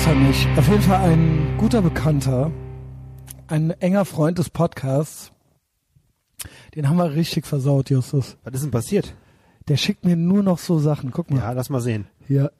er nicht. Auf jeden Fall ein guter Bekannter, ein enger Freund des Podcasts. Den haben wir richtig versaut, Justus. Was ist denn passiert? Der schickt mir nur noch so Sachen. Guck mal. Ja, lass mal sehen. Hier.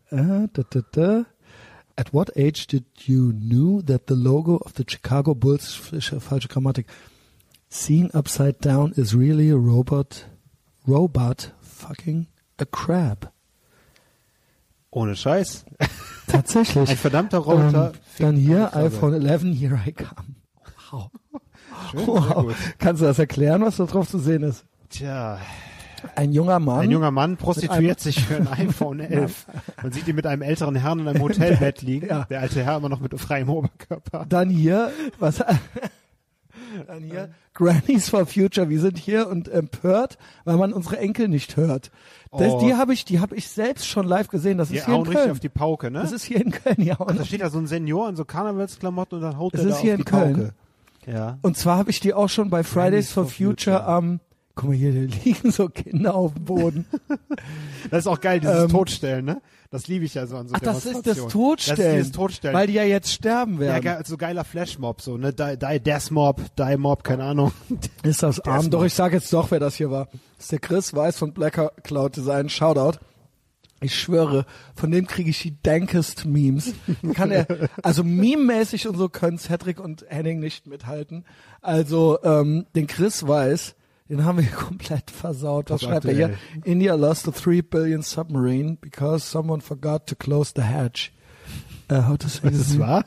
At what age did you knew that the logo of the Chicago Bulls, falsche Grammatik, seen upside down is really a robot fucking a crab. Ohne Scheiß. Tatsächlich. Ein verdammter Roboter. Dann hier iPhone 11, here I come. Wow. Schön, Wow. Kannst du das erklären, was da drauf zu sehen ist? Tja. Ein junger Mann prostituiert sich für ein iPhone 11. Man sieht ihn mit einem älteren Herrn in einem Hotelbett liegen. Ja. Der alte Herr immer noch mit freiem Oberkörper. Dann hier, Grannies for Future. Wir sind hier und empört, weil man unsere Enkel nicht hört. Die habe ich selbst schon live gesehen. Das ist hier in Köln. Richtig auf die Pauke, ne? Das ist hier in Köln, ja. Da steht da so ein Senior in so Karnevalsklamotten und dann haut der da auf hier die in Köln. Pauke. Ja. Und zwar habe ich die auch schon bei Fridays for Future am guck mal hier, da liegen so Kinder auf dem Boden. Das ist auch geil, dieses Totstellen, ne? Das liebe ich ja so an so Demonstrationen. Das ist das Totstellen. Das ist dieses Totstellen. Weil die ja jetzt sterben werden. Ja, so geiler Flashmob, so, ne? Die Mob, keine Ahnung. Ist das arm? Doch, ich sag jetzt doch, wer das hier war. Das ist der Chris Weiß von Black Cloud Design. Shoutout. Ich schwöre, von dem kriege ich die dankest Memes. Also meme-mäßig und so können Cedric und Henning nicht mithalten. Also, den Chris Weiß, den haben wir komplett versaut. Was schreibt er hier? India lost a 3 billion submarine because someone forgot to close the hatch. Was ist wahr?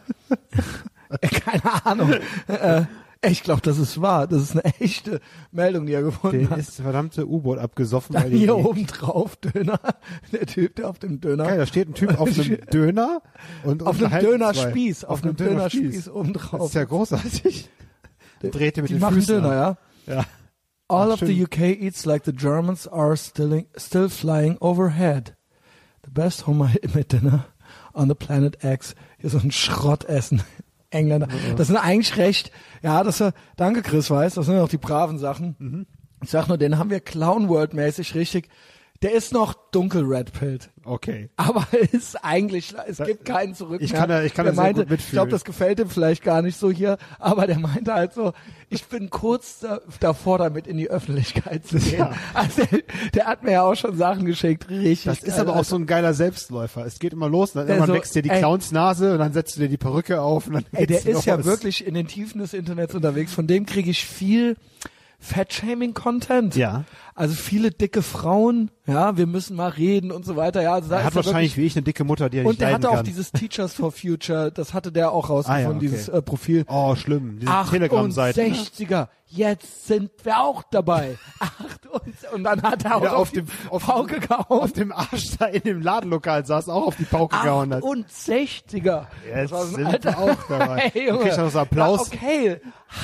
Keine Ahnung. Ich glaube, das ist wahr. Das ist eine echte Meldung, die er gefunden hat. Den ist das verdammte U-Boot abgesoffen. Dann hier oben drauf, Döner. Der Typ, der auf dem Döner. Geil, da steht ein Typ auf einem Döner. Und auf einem Dönerspieß. Auf einem Dönerspieß oben drauf. Das ist ja großartig. Drehte mit die den machen Füßen Döner, ja? All of schön. the UK eats like the Germans are still flying overhead. The best homemade dinner on the planet X. Hier so ein Schrottessen. Engländer. Das sind eigentlich recht, ja, danke Chris Weiß, das sind ja auch die braven Sachen. Mhm. Ich sag nur, den haben wir Clown World mäßig richtig. Der ist noch dunkel redpillt. Okay. Aber ist eigentlich, es gibt keinen zurück. Ich kann da sehr gut mitfühlen. Ich glaube, das gefällt ihm vielleicht gar nicht so hier, aber der meinte halt so, ich bin kurz davor, damit in die Öffentlichkeit zu gehen. Ja. Also der hat mir ja auch schon Sachen geschickt, richtig. Das ist aber auch so ein geiler Selbstläufer. Es geht immer los, dann irgendwann wächst dir die Clownsnase und dann setzt du dir die Perücke auf und dann der ist ja wirklich in den Tiefen des Internets unterwegs. Von dem kriege ich viel Fat-Shaming-Content. Ja. Also viele dicke Frauen, ja, wir müssen mal reden und so weiter. Ja, also da er hat wahrscheinlich wie ich eine dicke Mutter, die er nicht leiden kann. Und der hatte auch dieses Teachers for Future, das hatte der auch rausgefunden, dieses Profil. Oh, schlimm, diese Telegram-Seite. 68er, jetzt sind wir auch dabei. Und dann hat er auch auf die Pauke gehauen. Auf dem Arsch da in dem Ladenlokal saß, auch auf die Pauke gehauen hat. 68er. Jetzt sind wir auch dabei. Hey, Junge. Kriegst du noch so Applaus? Okay,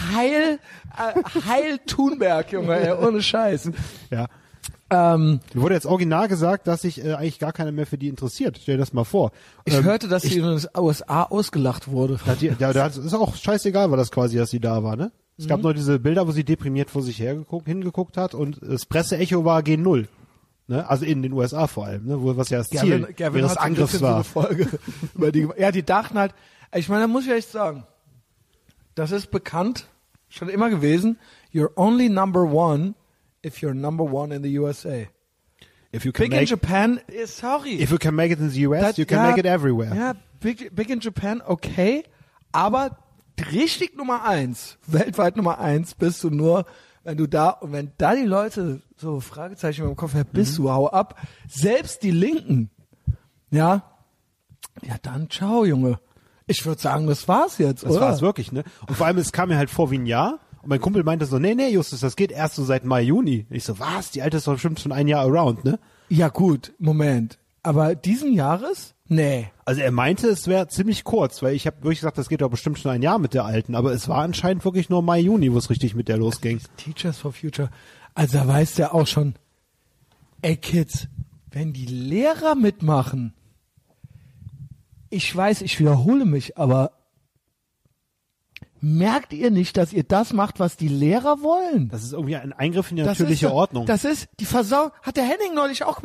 Heil Thunberg, Junge, ey, ohne Scheiß. Ja. Mir wurde jetzt original gesagt, dass sich eigentlich gar keiner mehr für die interessiert. Stell dir das mal vor. Ich hörte, dass sie in den USA ausgelacht wurde. Das ist auch scheißegal, war das quasi, dass sie da war, ne? Es gab nur diese Bilder, wo sie deprimiert vor sich hingeguckt hat und das Presseecho war G0. Ne? Also in den USA vor allem, ne? Was ja das Ziel ihres Angriffs war. So eine Folge über die dachten halt, ich meine, da muss ich echt sagen, das ist bekannt, schon immer gewesen, you're only number one if you're number one in the USA. If you can big in Japan, sorry. If you can make it in the US, you can make it everywhere. Ja, big in Japan, okay, aber richtig Nummer 1, weltweit Nummer 1 bist du nur, wenn da die Leute so Fragezeichen im Kopf, wer bist du, hau ab. Selbst die Linken, ja dann ciao, Junge. Ich würde sagen, das war's jetzt, oder? Das war's wirklich, ne? Und vor allem, es kam mir halt vor wie ein Jahr. Und mein Kumpel meinte so, nee, Justus, das geht erst so seit Mai, Juni. Ich so, was? Die Alte ist doch bestimmt schon ein Jahr around, ne? Ja gut, Moment. Aber diesen Jahres? Nee. Also er meinte, es wäre ziemlich kurz, weil ich habe wirklich gesagt, das geht doch bestimmt schon ein Jahr mit der Alten. Aber es war anscheinend wirklich nur Mai, Juni, wo es richtig mit der losging. Teachers for Future. Also da weiß der auch schon, ey Kids, wenn die Lehrer mitmachen, ich weiß, ich wiederhole mich, aber merkt ihr nicht, dass ihr das macht, was die Lehrer wollen? Das ist irgendwie ein Eingriff in die natürliche Ordnung. Das ist, hat der Henning neulich auch gemeint,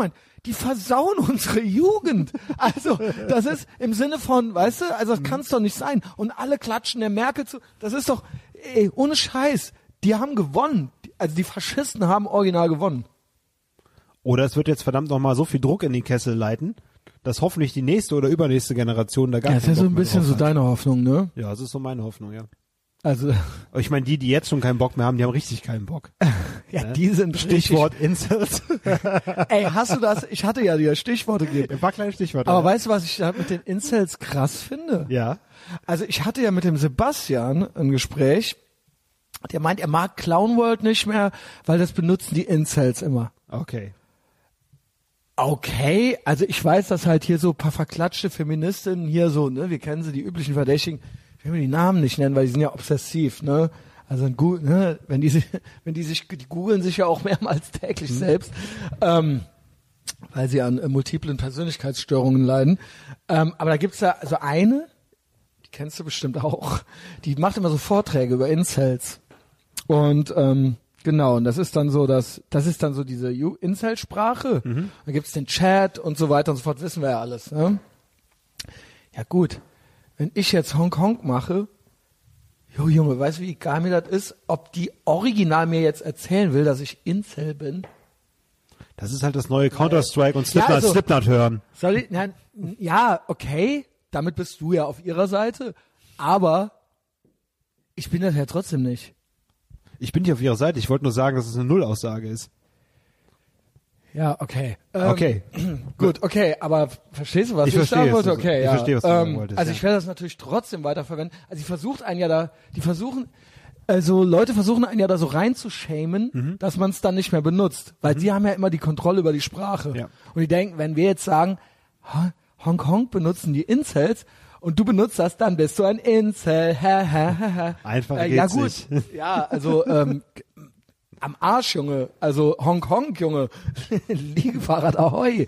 die versauen unsere Jugend. Also, das ist im Sinne von, weißt du, also das kann's doch nicht sein. Und alle klatschen der Merkel zu. Das ist doch, ohne Scheiß. Die haben gewonnen. Also die Faschisten haben original gewonnen. Oder es wird jetzt verdammt nochmal so viel Druck in den Kessel leiten, dass hoffentlich die nächste oder übernächste Generation da gar nicht. Ja, das ist so ein bisschen so deine Hoffnung, ne? Ja, das ist so meine Hoffnung, ja. Also. Ich meine, die jetzt schon keinen Bock mehr haben, die haben richtig keinen Bock. Ja, die sind Stichwort Incels. Ey, hast du das? Ich hatte ja dir Stichworte gegeben. Ein paar kleine Stichworte. Aber weißt du, was ich da mit den Incels krass finde? Ja. Also ich hatte ja mit dem Sebastian ein Gespräch, der meint, er mag Clown World nicht mehr, weil das benutzen die Incels immer. Okay. Okay, also ich weiß, dass halt hier so ein paar verklatschte Feministinnen hier so, ne, wir kennen sie, die üblichen Verdächtigen, ich will mir die Namen nicht nennen, weil die sind ja obsessiv, ne? Also gut, ne, die googeln sich ja auch mehrmals täglich selbst, weil sie an multiplen Persönlichkeitsstörungen leiden. Aber da gibt's ja so eine, die kennst du bestimmt auch, die macht immer so Vorträge über Incels. Und genau, und das ist dann so diese Incel-Sprache. Da gibt's den Chat und so weiter und so fort, wissen wir ja alles. Ne? Ja gut, wenn ich jetzt Hongkong mache, jo Junge, weißt du, wie egal mir das ist, ob die original mir jetzt erzählen will, dass ich Incel bin? Das ist halt das neue Counter-Strike und Slipknot hören. Soll ich, nein, ja, okay, damit bist du ja auf ihrer Seite, aber ich bin das ja trotzdem nicht. Ich bin nicht auf ihrer Seite, ich wollte nur sagen, dass es eine Nullaussage ist. Ja, okay. Okay. Gut, okay, aber verstehst du, was ich verstehe, sagen wollte? Okay, ich ja. verstehe, was du sagen wolltest. Also ich werde das natürlich trotzdem weiterverwenden. Also Leute versuchen einen ja da so reinzuschämen, dass man es dann nicht mehr benutzt. Weil sie haben ja immer die Kontrolle über die Sprache. Ja. Und die denken, wenn wir jetzt sagen, Hongkong benutzen die Incels und du benutzt das, dann bist du ein Incel. Einfach geht's ja gut. nicht. Ja, also am Arsch, Junge. Also Hongkong, Junge. Liegefahrrad Ahoi.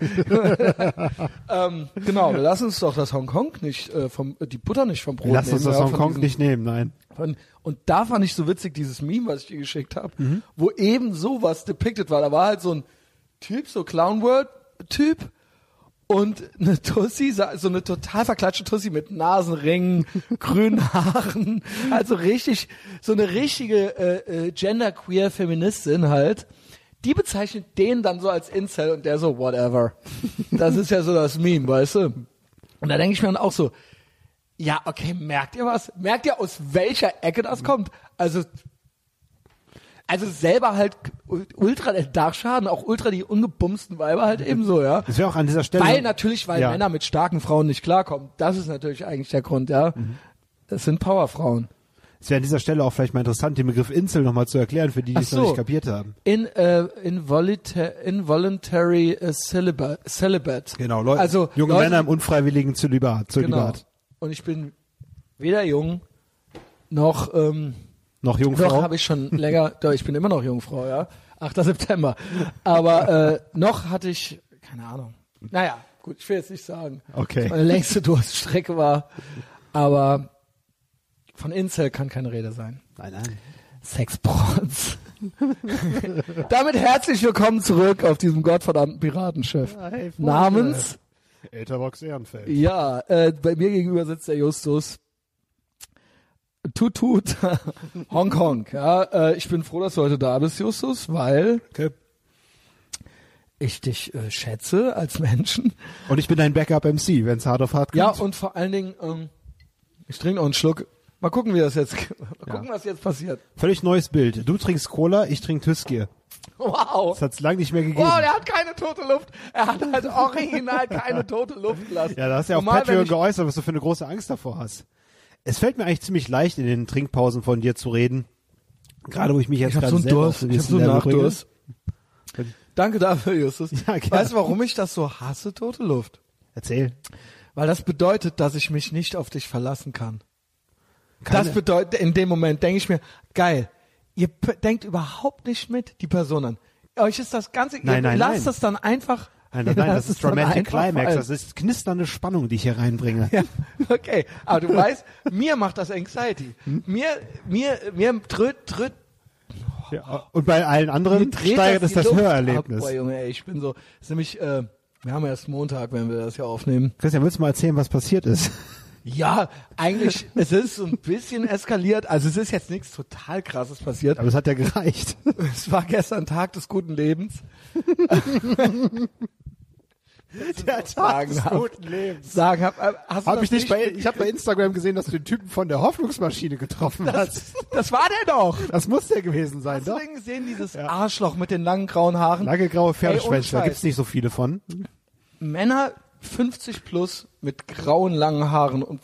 Genau, lass uns doch das Hongkong nicht die Butter nicht vom Brot nehmen. Lass uns das Hongkong nicht nehmen, nein. Und da fand ich so witzig dieses Meme, was ich dir geschickt habe, wo eben sowas depicted war. Da war halt so ein Typ, so Clown World Typ und eine Tussi, so eine total verklatschte Tussi mit Nasenringen, grünen Haaren, also richtig, so eine richtige genderqueer Feministin halt. Die bezeichnet den dann so als Incel und der so whatever. Das ist ja so das Meme, weißt du? Und da denke ich mir dann auch so, ja, okay, merkt ihr was? Merkt ihr, aus welcher Ecke das kommt? Also selber halt ultra der Dachschaden, auch ultra die ungebumsten Weiber halt ebenso, ja. Das wäre auch an dieser Stelle. Weil Männer mit starken Frauen nicht klarkommen. Das ist natürlich eigentlich der Grund, ja. Das sind Powerfrauen. Es wäre an dieser Stelle auch vielleicht mal interessant, den Begriff Incel nochmal zu erklären, für die es noch nicht kapiert haben. Involuntary Celibate. Genau, Leute, also junge Männer im unfreiwilligen Zölibat. Genau. Und ich bin weder jung noch Jungfrau? Noch habe ich schon länger, doch, ich bin immer noch Jungfrau, ja. 8. September. Aber noch hatte ich, keine Ahnung. Naja, gut, ich will jetzt nicht sagen, okay. Meine längste Durststrecke war. Aber von Incel kann keine Rede sein. Nein. Sexprotz. Damit herzlich willkommen zurück auf diesem gottverdammten Piratenschiff. Hey, namens Etherbox Ehrenfeld. Ja, bei mir gegenüber sitzt der Justus. Tut. Hongkong. Ja, ich bin froh, dass du heute da bist, Justus, weil ich dich schätze als Menschen. Und ich bin dein Backup-MC, wenn es hart auf hart kommt. Ja, und vor allen Dingen, ich trinke noch einen Schluck. Mal gucken, was jetzt passiert. Völlig neues Bild. Du trinkst Cola, ich trinke Tüskier. Wow. Das hat's lang nicht mehr gegeben. Wow, der hat keine tote Luft. Er hat halt original keine tote Luft gelassen. Ja, da hast du ja auf Patreon geäußert, was du für eine große Angst davor hast. Es fällt mir eigentlich ziemlich leicht, in den Trinkpausen von dir zu reden. Gerade wo ich mich jetzt gerade selber auf Ich hab so einen Nachdurst. Danke dafür, Justus. Ja, weißt du, warum ich das so hasse, tote Luft? Erzähl. Weil das bedeutet, dass ich mich nicht auf dich verlassen kann. Das bedeutet, in dem Moment denke ich mir, geil, ihr denkt überhaupt nicht mit, die Person an. Euch ist das Ganze, lasst das dann einfach... Nein, das ist Dramatic Climax, das ist knisternde Spannung, die ich hier reinbringe. Ja, okay, aber du weißt, mir macht das Anxiety. Mir tritt ja, und bei allen anderen steigert es das Hörerlebnis. Boah, Junge, ey, ich bin so, ist nämlich, Wir haben erst Montag, wenn wir das hier aufnehmen. Christian, willst du mal erzählen, was passiert ist? Ja, eigentlich, es ist so ein bisschen eskaliert. Also es ist jetzt nichts total Krasses passiert. Aber es hat ja gereicht. Es war gestern Tag des guten Lebens. Der Tag des guten Lebens. Hast du Hab ich nicht ich habe bei Instagram gesehen, dass du den Typen von der Hoffnungsmaschine getroffen hast. Das war der doch. Das muss der gewesen sein, Hast doch. du denn gesehen, dieses Arschloch mit den langen grauen Haaren? Lange graue Pferdeschwänze, da Scheiß. gibt's nicht so viele von. Männer 50 plus mit grauen langen Haaren und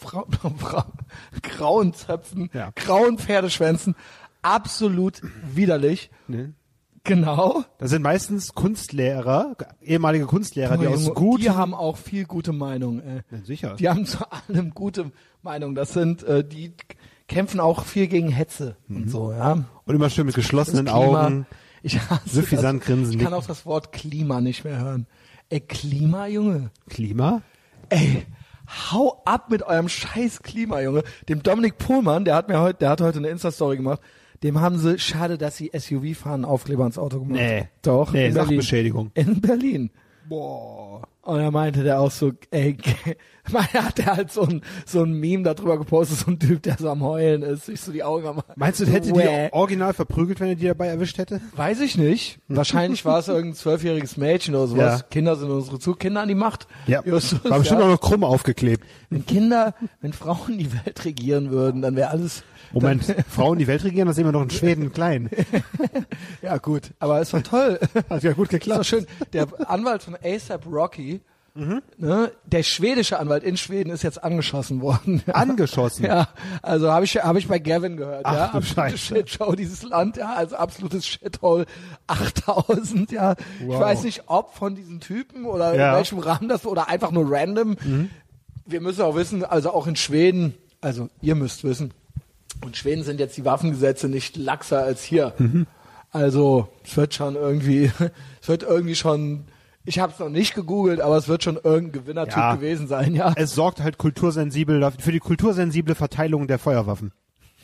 grauen Zöpfen, Ja. grauen Pferdeschwänzen. Absolut widerlich. Ne? Genau. Das sind meistens Kunstlehrer, ehemalige Kunstlehrer, die aus Die haben auch viel gute Meinung. Ja, sicher. Die haben zu allem gute Meinung. Das sind, die kämpfen auch viel gegen Hetze und so, ja. Und immer schön mit geschlossenen Das Klima. Augen. Ich hasse Suffisant das. grinsen. Ich kann auch das Wort Klima nicht mehr hören. Ey, Klima, Junge. Klima? Ey, hau ab mit eurem scheiß Klima, Junge. Dem Dominik Pohlmann, der hat heute eine Insta-Story gemacht. Dem haben sie, schade, dass sie SUV fahren, Aufkleber ins Auto gemacht. Nee. Doch. Nee, in Berlin. Sachbeschädigung. In Berlin. Boah. Und er meinte der auch so, ey, hat der halt so ein Meme darüber gepostet, so ein Typ, der so am Heulen ist, sich so die Augen am Meinst du, der hätte die original verprügelt, wenn er die dabei erwischt hätte? Weiß ich nicht. Wahrscheinlich war es irgendein 12-jähriges Mädchen oder sowas. Ja. Kinder sind unsere Kinder an die Macht. Ja. Justus, War bestimmt auch noch krumm aufgeklebt. Wenn Frauen die Welt regieren würden, dann wäre alles... Moment, Frauen die Welt regieren, das sehen wir noch in Schweden klein. Ja gut, aber ist doch toll. Hat ja gut Ist doch geklappt. schön. Der Anwalt von A$AP Rocky, ne, der schwedische Anwalt in Schweden ist jetzt angeschossen worden. Angeschossen? Ja, also habe ich bei Gavin gehört. Ach, ja, du absolute Scheiße. Shitshow dieses Land, ja, also absolutes Shithole 8000, ja. Wow. Ich weiß nicht, ob von diesen Typen oder Ja. in welchem Rahmen das oder einfach nur random. Wir müssen auch wissen, also auch in Schweden, also ihr müsst wissen, in Schweden sind jetzt die Waffengesetze nicht laxer als hier. Also es wird irgendwie schon, ich habe es noch nicht gegoogelt, aber es wird schon irgendein Gewinnertyp Ja. gewesen sein, ja. Es sorgt halt für die kultursensible Verteilung der Feuerwaffen.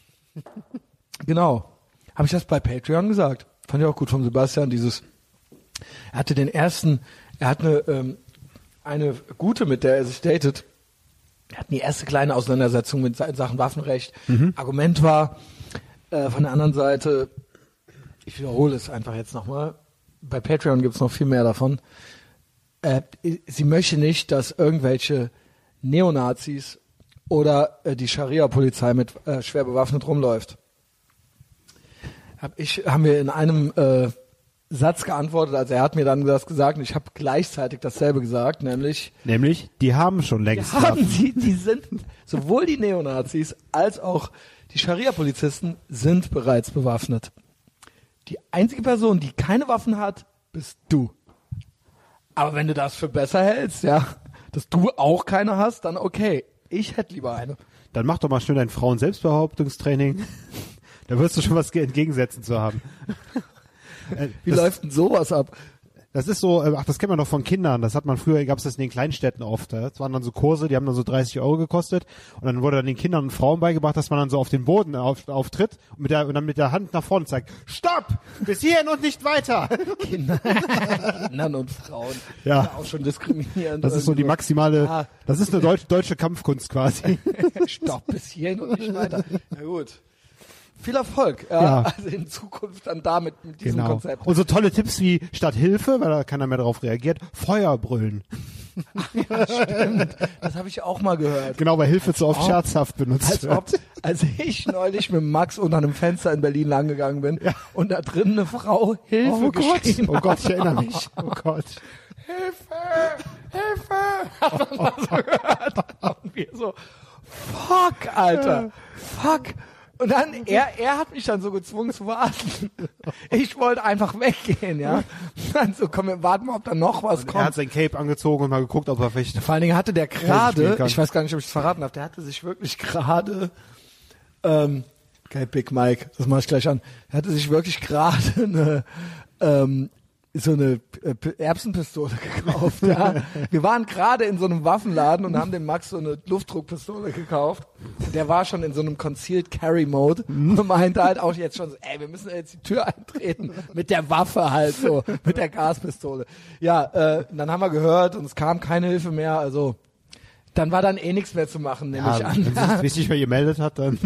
Genau. Habe ich das bei Patreon gesagt? Fand ich auch gut von Sebastian, er hat eine Gute, mit der er sich datet. Er hat die erste kleine Auseinandersetzung mit Sachen Waffenrecht. Argument war, von der anderen Seite, ich wiederhole es einfach jetzt nochmal, bei Patreon gibt's noch viel mehr davon, sie möchte nicht, dass irgendwelche Neonazis oder die Scharia-Polizei mit schwer bewaffnet rumläuft. Haben wir in einem Satz geantwortet, also er hat mir dann das gesagt und ich habe gleichzeitig dasselbe gesagt, nämlich Die haben schon längst die sind, sowohl die Neonazis als auch die Scharia-Polizisten sind bereits bewaffnet. Die einzige Person, die keine Waffen hat, bist du. Aber wenn du das für besser hältst, ja, dass du auch keine hast, dann okay. Ich hätte lieber eine. Dann mach doch mal schnell dein Frauen-Selbstbehauptungstraining. Da wirst du schon was entgegensetzen zu haben. Wie läuft denn sowas ab? Das ist so, das kennt man doch von Kindern. Das hat man früher, gab es das in den Kleinstädten oft. Das waren dann so Kurse, die haben dann so 30 € gekostet. Und dann wurde dann den Kindern und Frauen beigebracht, dass man dann so auf den Boden auftritt und dann mit der Hand nach vorne zeigt. Stopp! Bis hierhin und nicht weiter! Kindern und Frauen. Ja. Auch schon diskriminierend. Das ist so die maximale, Ja. das ist eine deutsche Kampfkunst quasi. Stopp, bis hierhin und nicht weiter. Na gut. Viel Erfolg. Ja. Also in Zukunft dann damit mit diesem Genau. Konzept. Und so tolle Tipps wie statt Hilfe, weil da keiner mehr drauf reagiert, Feuer brüllen. Stimmt. Das habe ich auch mal gehört. Genau, weil Hilfe zu oft ob- scherzhaft benutzt wird. Als ich neulich mit Max unter einem Fenster in Berlin langgegangen bin und da drin eine Frau Hilfe Oh Gott, geschrien oh Gott, ich erinnere mich. Oh Gott. Hilfe! Hat man mal so gehört. Und wir so, fuck, Alter, fuck. Und dann, er hat mich dann so gezwungen zu warten. Ich wollte einfach weggehen, ja. Dann so, komm, wir warten mal, ob da noch was Er kommt. hat sein Cape angezogen und mal geguckt, ob er vielleicht Vor allen Dingen hatte der spielen gerade, kann. ich weiß gar nicht, ob ich es verraten habe, der hatte sich wirklich gerade, geil, Big Mike, das mache ich gleich an, er hatte sich wirklich gerade eine so eine Erbsenpistole gekauft. Ja. Wir waren gerade in so einem Waffenladen und haben dem Max so eine Luftdruckpistole gekauft. Der war schon in so einem Concealed Carry Mode und meinte halt auch jetzt schon so, wir müssen jetzt die Tür eintreten mit der Waffe halt so, mit der Gaspistole. Ja, dann haben wir gehört und es kam keine Hilfe mehr, also dann war dann nichts mehr zu machen, nehme ich an. Wenn sie sich richtig mehr gemeldet hat, dann...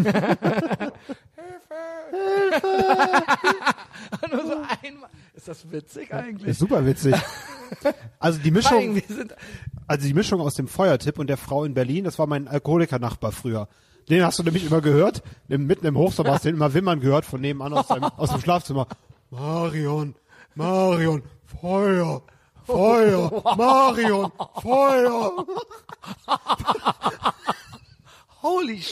Nur so einmal. Ist das witzig eigentlich? Ist super witzig. Also die Mischung aus dem Feuertipp und der Frau in Berlin, das war mein Alkoholiker-Nachbar früher. Den hast du nämlich immer gehört. Mitten im Hochsommer hast du den immer wimmern gehört von nebenan aus dem Schlafzimmer. Marion, Feuer, Marion, Feuer. Holy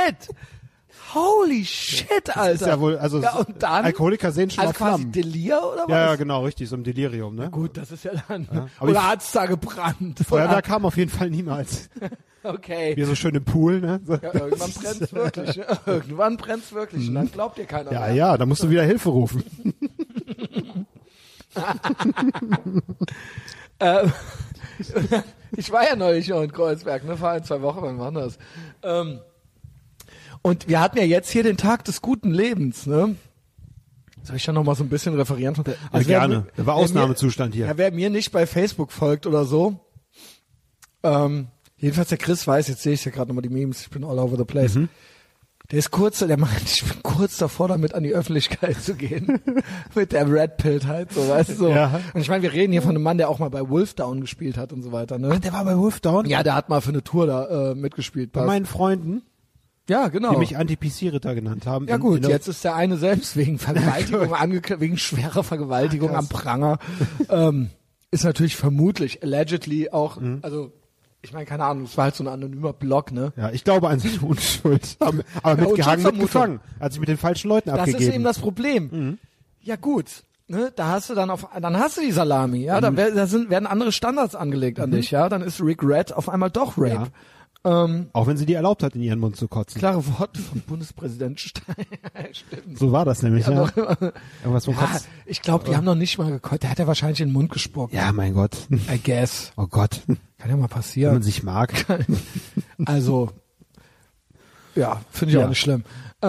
shit, Alter. Das ist ja wohl, also und dann, Alkoholiker sehen schon mal Flammen. Quasi Delir oder was? Ja, genau, richtig, so ein Delirium, ne? Gut, das ist ja dann. Ja, oder hat's da gebrannt? Feuerwehr kam auf jeden Fall niemals. Okay. Wie so schön im Pool, ne? So. Ja, irgendwann brennt's wirklich. Irgendwann brennt's wirklich. Und dann glaubt dir keiner mehr. Ja, da musst du wieder Hilfe rufen. Ich war ja neulich noch in Kreuzberg, ne? Vor 1-2 Wochen, wann war das? Und wir hatten ja jetzt hier den Tag des guten Lebens, ne? Soll ich da noch mal so ein bisschen referieren? Also gerne. Da war Ausnahmezustand hier. Ja, wer mir nicht bei Facebook folgt oder so, jedenfalls der Chris weiß, jetzt sehe ich ja gerade nochmal die Memes, ich bin all over the place. Der meint, ich bin kurz davor, damit an die Öffentlichkeit zu gehen. Mit der Red Pill halt, so, weißt du, so. Ja. Und ich meine, wir reden hier von einem Mann, der auch mal bei Wolfdown gespielt hat und so weiter, ne? Ach, der war bei Wolfdown? Ja, der hat mal für eine Tour da mitgespielt. Bei meinen Freunden, ja, genau. die mich Anti-PC-Ritter genannt haben. Ja gut, jetzt ist der eine selbst wegen Vergewaltigung wegen schwerer Vergewaltigung am Pranger. Ist natürlich vermutlich, allegedly auch, also ich meine, keine Ahnung, es war halt so ein anonymer Blog, ne? Ja, ich glaube an seine Unschuld. Aber mitgehangen, mitgefangen. Hat sich mit den falschen Leuten abgegeben. Das ist eben das Problem. Ja gut, ne? Da hast du dann hast du die Salami, ja? Da werden andere Standards angelegt an dich, ja? Dann ist Regret auf einmal doch Rape. Ja. Auch wenn sie dir erlaubt hat, in ihren Mund zu kotzen. Klare Worte vom Bundespräsident Stein. Stimmt. So war das nämlich, ja. Irgendwas vom Kotz. Ich glaube, die haben noch nicht mal gekotzt. Der hat ja wahrscheinlich in den Mund gespuckt. Ja, mein Gott. I guess. Oh Gott. Kann ja mal passieren. Wenn man sich mag. Also, ja, finde ich auch nicht schlimm.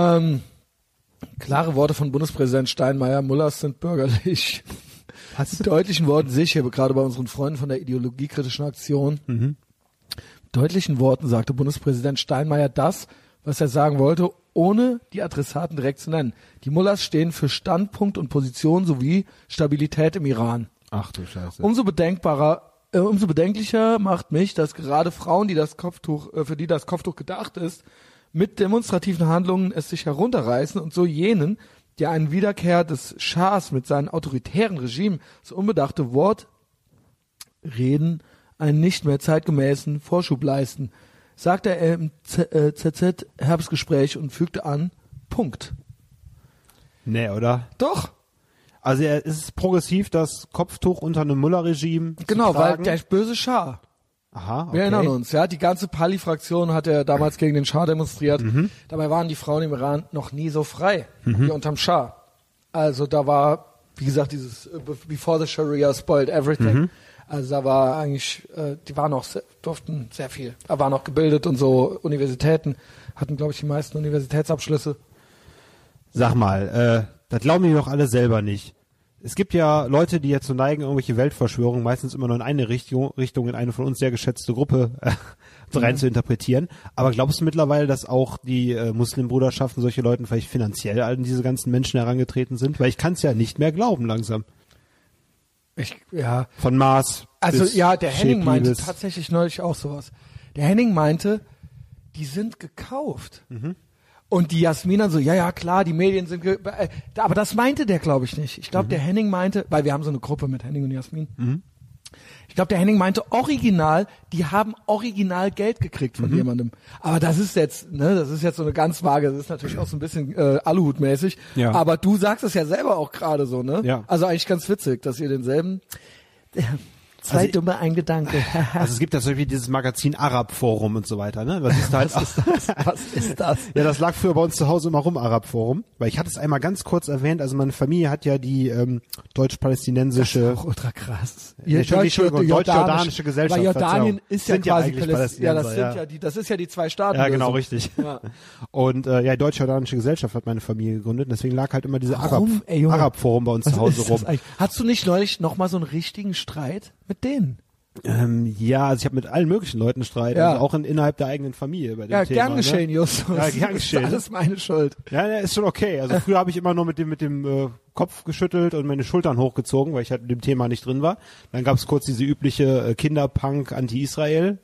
Klare Worte von Bundespräsident Steinmeier. Mullers sind bürgerlich. Was? Deutlichen Worten sehe ich hier gerade bei unseren Freunden von der ideologiekritischen Aktion. Deutlichen Worten sagte Bundespräsident Steinmeier das, was er sagen wollte, ohne die Adressaten direkt zu nennen. Die Mullahs stehen für Standpunkt und Position sowie Stabilität im Iran. Ach du Scheiße. Umso bedenklicher macht mich, dass gerade Frauen, für die das Kopftuch gedacht ist, mit demonstrativen Handlungen es sich herunterreißen und so jenen, die einen Wiederkehr des Schahs mit seinem autoritären Regime so unbedachte Wortreden einen nicht mehr zeitgemäßen Vorschub leisten, sagte er im ZZ-Herbstgespräch und fügte an, Punkt. Nee, oder? Doch. Also es ist progressiv, das Kopftuch unter einem Mullah-Regime Genau, zu tragen. weil der böse Schah. Aha, okay. Wir erinnern uns, ja, die ganze Pali-Fraktion hat ja damals gegen den Schah demonstriert. Dabei waren die Frauen im Iran noch nie so frei wie unterm Schah. Also da war, wie gesagt, dieses Before the Sharia spoiled everything. Also da war eigentlich, durften sehr viel, waren auch gebildet und so Universitäten, hatten glaube ich die meisten Universitätsabschlüsse. Sag mal, das glauben die doch alle selber nicht. Es gibt ja Leute, die jetzt so neigen, irgendwelche Weltverschwörungen meistens immer nur in eine Richtung in eine von uns sehr geschätzte Gruppe rein zu interpretieren. Aber glaubst du mittlerweile, dass auch die Muslimbruderschaften solche Leuten vielleicht finanziell an diese ganzen Menschen herangetreten sind? Weil ich kann es ja nicht mehr glauben langsam. Von Mars. Also bis ja, der Henning Schäpli meinte bis tatsächlich neulich auch sowas. Der Henning meinte, die sind gekauft. Und die Jasmin so, ja klar, die Medien sind, aber das meinte der, glaube ich, nicht. Ich glaube, der Henning meinte, weil wir haben so eine Gruppe mit Henning und Jasmin. Ich glaube, der Henning meinte original, die haben original Geld gekriegt von jemandem. Aber das ist jetzt, das ist jetzt so eine ganz vage, das ist natürlich auch so ein bisschen Aluhutmäßig. Ja. Aber du sagst es ja selber auch gerade so, ne? Ja. Also eigentlich ganz witzig, dass ihr denselben Zwei Dumme, ein Gedanke. Also es gibt ja zum Beispiel dieses Magazin Arab-Forum und so weiter, ne? Was ist das? Ja, das lag früher bei uns zu Hause immer rum, Arab-Forum. Weil ich hatte es einmal ganz kurz erwähnt, also meine Familie hat ja die deutsch-palästinensische... Das ist auch ultra krass. Deutsch-jordanische Gesellschaft. Weil Jordanien ist ja sind quasi eigentlich Palästinenser, das ist ja die Zwei-Staaten-Lösung. Ja, genau, richtig. Ja. Und die deutsch-jordanische Gesellschaft hat meine Familie gegründet, deswegen lag halt immer diese Junge? Arab-Forum bei uns zu Hause rum. Hast du nicht neulich noch mal so einen richtigen Streit mit denen? Ja, also ich habe mit allen möglichen Leuten Streit, also auch innerhalb der eigenen Familie über dem Thema. Ja, gern geschehen, Justus. Ja, gern geschehen. Das ist alles meine Schuld. Ja, ist schon okay. Also früher habe ich immer nur mit dem Kopf geschüttelt und meine Schultern hochgezogen, weil ich halt in dem Thema nicht drin war. Dann gab es kurz diese übliche Kinderpunk Anti-Israel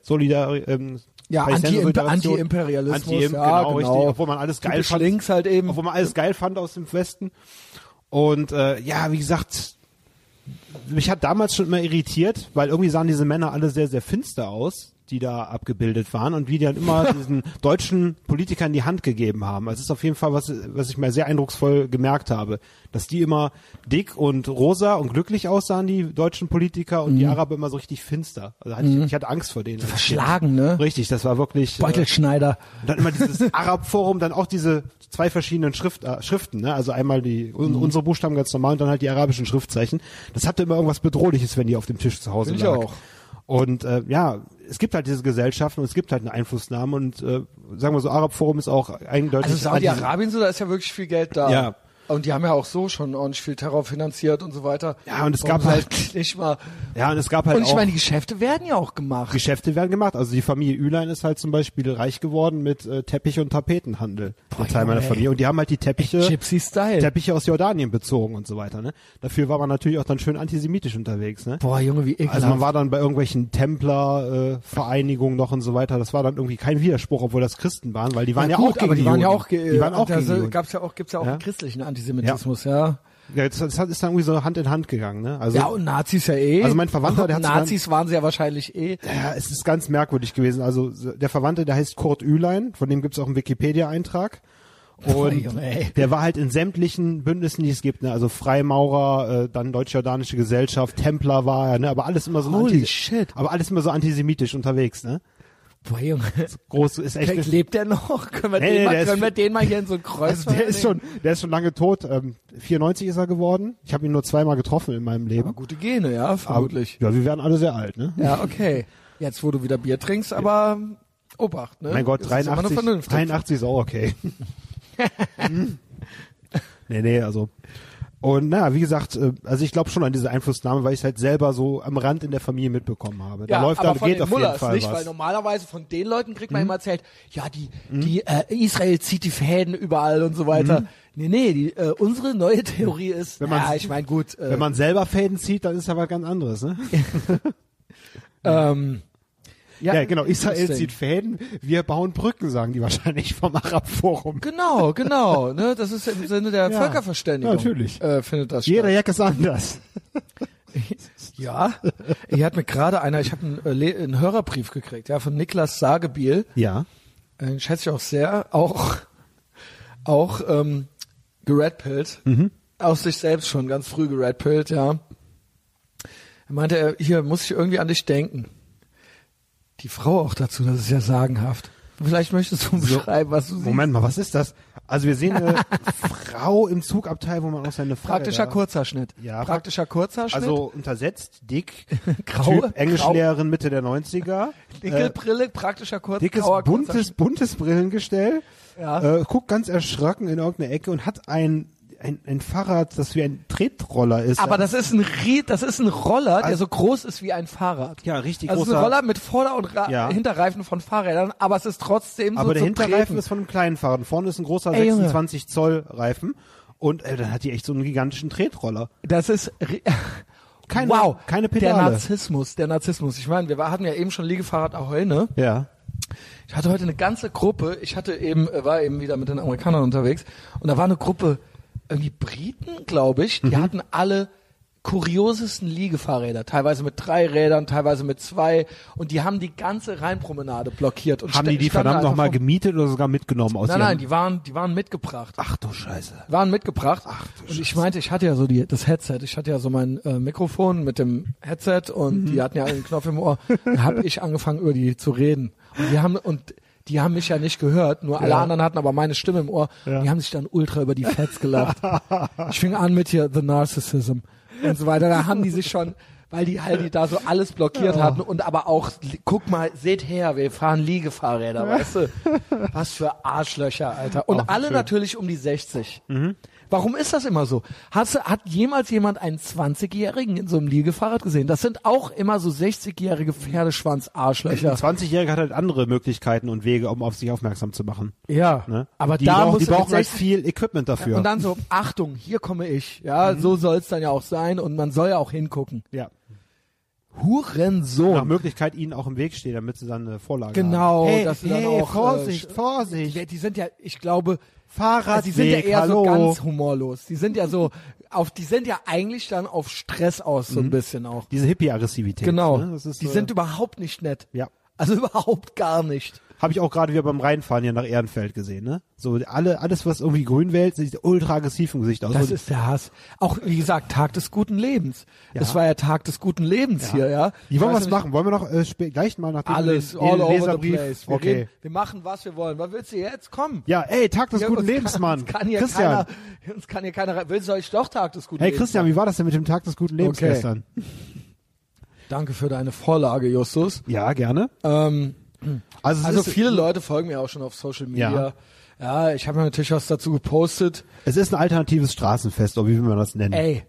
ja, Anti-Imperialismus, genau, richtig, obwohl man alles geil fand. Links halt eben. Obwohl man alles geil fand aus dem Westen. Und wie gesagt, mich hat damals schon immer irritiert, weil irgendwie sahen diese Männer alle sehr, sehr finster aus, die da abgebildet waren und wie die dann immer diesen deutschen Politikern die Hand gegeben haben. Also es ist auf jeden Fall was ich mal sehr eindrucksvoll gemerkt habe, dass die immer dick und rosa und glücklich aussahen, die deutschen Politiker, und die Araber immer so richtig finster. Also ich hatte Angst vor denen. Verschlagen, ne? Richtig, das war wirklich... Beutelschneider. Und dann immer dieses Arab-Forum, dann auch diese zwei verschiedenen Schriften, ne? Also einmal unsere Buchstaben ganz normal und dann halt die arabischen Schriftzeichen. Das hatte immer irgendwas Bedrohliches, wenn die auf dem Tisch zu Hause lag. Ich auch. Und es gibt halt diese Gesellschaften und es gibt halt eine Einflussnahme und sagen wir so, Arab-Forum ist auch eindeutig... Also Saudi-Arabien, da ist ja wirklich viel Geld da. Ja. Und die haben ja auch so schon ordentlich viel Terror finanziert und so weiter. Ja, und es gab halt nicht mal. Ja, und es gab halt und ich meine, die Geschäfte werden ja auch gemacht. Geschäfte werden gemacht. Also die Familie Ülein ist halt zum Beispiel reich geworden mit Teppich- und Tapetenhandel. Der Teil meiner Familie. Und die haben halt die Teppiche aus Jordanien bezogen und so weiter, ne? Dafür war man natürlich auch dann schön antisemitisch unterwegs, ne? Boah, Junge, wie ekelhaft. Also man war dann bei irgendwelchen Templer-Vereinigungen noch und so weiter. Das war dann irgendwie kein Widerspruch, obwohl das Christen waren, weil die waren auch gegen die Juden. Die waren auch gegen die Juden. Gibt's ja auch einen christlichen Antisemitismus, ja. Ja, das ist dann irgendwie so Hand in Hand gegangen, ne? Also, ja, und Nazis ja eh. Also mein Verwandter, der hat Nazis waren sie ja wahrscheinlich eh. Ja, es ist ganz merkwürdig gewesen. Also der Verwandte, der heißt Kurt Ülein, von dem gibt's auch einen Wikipedia-Eintrag. Und der war halt in sämtlichen Bündnissen, die es gibt, ne? Also Freimaurer, dann Deutsch-Jordanische Gesellschaft, Templer war er, ne? Aber alles immer so antisemitisch unterwegs, ne? Boah, Junge. Groß ist echt. Lebt der noch? Können wir den mal hier in so ein Kreuz also der ist schon lange tot. 94 ist er geworden. Ich habe ihn nur zweimal getroffen in meinem Leben. Aber gute Gene, ja, vermutlich. Aber, ja, wir werden alle sehr alt, ne? Ja, okay. Jetzt, wo du wieder Bier trinkst, aber Obacht, ne? Mein Gott, 83 ist auch okay. Nee, also. Und wie gesagt, also ich glaube schon an diese Einflussnahme, weil ich es halt selber so am Rand in der Familie mitbekommen habe. Ja, geht auf jeden Fall nicht, weil normalerweise von den Leuten kriegt man immer erzählt, ja, die Israel zieht die Fäden überall und so weiter. Nee, unsere neue Theorie ist, ich meine gut. Wenn man selber Fäden zieht, dann ist ja was ganz anderes, ne? Ja, genau. Israel zieht Fäden, wir bauen Brücken, sagen die wahrscheinlich vom Arab-Forum. Genau. Ne? Das ist im Sinne der Völkerverständigung. Ja, natürlich. Findet das Jeder Jack ist anders. Ja. Hier hat mir gerade ich habe einen Hörerbrief gekriegt, ja, von Niklas Sagebiel. Ja. Schätze ich auch sehr. Auch geredpillt. Aus sich selbst schon ganz früh geredpillt, ja. Er meinte, hier muss ich irgendwie an dich denken. Die Frau auch dazu, das ist ja sagenhaft. Vielleicht möchtest du beschreiben, was du siehst. Moment mal, was ist das? Also wir sehen eine Frau im Zugabteil, wo man auch seine Frau... Praktischer Kurzhaarschnitt. Ja. Praktischer Kurzhaarschnitt. Also untersetzt, dick, grau, Typ, Englischlehrerin Mitte der 90er. Dicke Brille, praktischer dickes, buntes Brillengestell. Ja. Guckt ganz erschrocken in irgendeine Ecke und hat ein Fahrrad, das wie ein Tretroller ist. Aber das ist ein Roller, der so groß ist wie ein Fahrrad. Ja, richtig groß. Also großer. ein Roller mit Vorder- und Hinterreifen von Fahrrädern, aber es ist trotzdem aber der Hinterreifen ist von einem kleinen Fahrrad. Vorne ist ein großer 26 Zoll Reifen und dann hat die echt so einen gigantischen Tretroller. Das ist keine Pedale. Der Narzissmus. Ich meine, wir hatten ja eben schon Liegefahrrad Ahoi, ne? Ja. Ich hatte heute eine ganze Gruppe. War eben wieder mit den Amerikanern unterwegs und da war eine Gruppe irgendwie Briten, glaube ich, die hatten alle kuriosesten Liegefahrräder, teilweise mit 3 Rädern, teilweise mit 2 und die haben die ganze Rheinpromenade blockiert. Und haben die verdammt nochmal gemietet oder sogar mitgenommen aus Nein, die waren mitgebracht. Ach du Scheiße. Waren mitgebracht. Ach du Scheiße. Und ich meinte, ich hatte ja so das Headset, ich hatte ja so mein Mikrofon mit dem Headset und die hatten ja einen Knopf im Ohr. Da habe ich angefangen über die zu reden und die haben mich ja nicht gehört, nur alle anderen hatten aber meine Stimme im Ohr. Die haben sich dann ultra über die Fets gelacht. Ich fing an mit hier The Narcissism und so weiter. Da haben die sich schon, weil die halt da so alles blockiert hatten und aber auch, guck mal, seht her, wir fahren Liegefahrräder, weißt du? Was für Arschlöcher, Alter. Und alle schön. Natürlich um die 60. Warum ist das immer so? Hat jemals jemand einen 20-Jährigen in so einem Liegefahrrad gesehen? Das sind auch immer so 60-jährige Pferdeschwanz-Arschlöcher. Ein 20-Jähriger hat halt andere Möglichkeiten und Wege, um auf sich aufmerksam zu machen. Ja, ne? Aber die brauchen halt viel Equipment dafür. Und dann so, Achtung, hier komme ich. Ja, so soll es dann ja auch sein und man soll ja auch hingucken. Ja. Hurensohn. Nach Möglichkeit ihnen auch im Weg stehen, damit sie dann eine Vorlage genau, haben. dass sie dann auch Vorsicht. Die sind ja, ich glaube, Fahrradweg, die sind ja eher so ganz humorlos. Die sind ja so die sind ja eigentlich dann auf Stress aus so ein bisschen auch. Diese Hippie-Aggressivität. Genau. Ne? Das ist, die sind überhaupt nicht nett. Ja. Also überhaupt gar nicht. Habe ich auch gerade wieder beim Reinfahren hier nach Ehrenfeld gesehen, ne? So alles, was irgendwie grün wählt, sieht ultra aggressiv im Gesicht aus. Das ist der Hass. Auch, wie gesagt, Tag des guten Lebens. Ja. Das war ja Tag des guten Lebens hier, ja. Wie wollen wir was machen? Wollen wir noch gleich mal nach dem alles, all over the place. Okay. Wir machen, was wir wollen. Was willst du jetzt? Komm. Ja, Tag des guten Lebens, Mann. Uns kann hier keiner, soll ich doch Tag des guten Lebens? Hey Christian, wie war das denn mit dem Tag des guten Lebens gestern? Danke für deine Vorlage, Justus. Ja, gerne. Also viele Leute folgen mir auch schon auf Social Media. Ja, ich habe natürlich was dazu gepostet. Es ist ein alternatives Straßenfest, oder wie will man das nennen?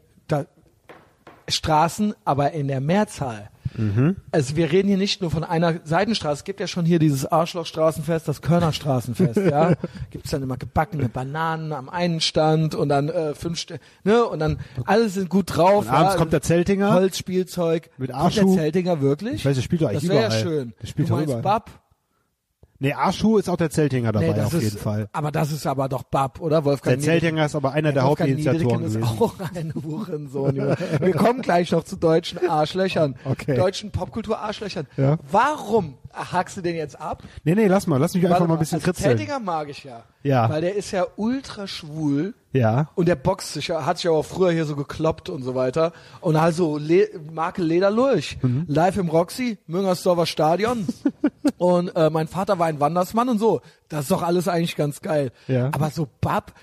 Straßen, aber in der Mehrzahl. Also wir reden hier nicht nur von einer Seitenstraße. Es gibt ja schon hier dieses Arschlochstraßenfest, das Körnerstraßenfest. Ja, gibt's dann immer gebackene Bananen am einen Stand und dann 5 ne und dann alle sind gut drauf. Und abends kommt der Zeltinger. Holzspielzeug. Mit Arschu. Kommt der Zeltinger wirklich? Ich weiß, der spielt doch eigentlich überall. Das wäre ja schön. Der spielt du meinst Bab? Nee, Arschu ist auch der Zeltinger dabei, auf jeden Fall. Aber das ist aber doch Bab, oder? Wolfgang der Zeltinger ist aber einer der Hauptinitiatoren gewesen. Ist auch ein Hurensohn. Wir kommen gleich noch zu deutschen Arschlöchern. Okay. Deutschen Popkultur-Arschlöchern. Ja. Warum hakst du den jetzt ab? Nee, lass mich einfach mal ein bisschen kritzeln. Zeltinger mag ich ja. Ja. Weil der ist ja ultra schwul. Ja. Und der boxt sich, hat sich aber auch früher hier so gekloppt und so weiter. Und also Marke Lederlurch. Live im Roxy, Müngersdorfer Stadion. Und mein Vater war ein Wandersmann und so. Das ist doch alles eigentlich ganz geil. Ja. Aber so Bab,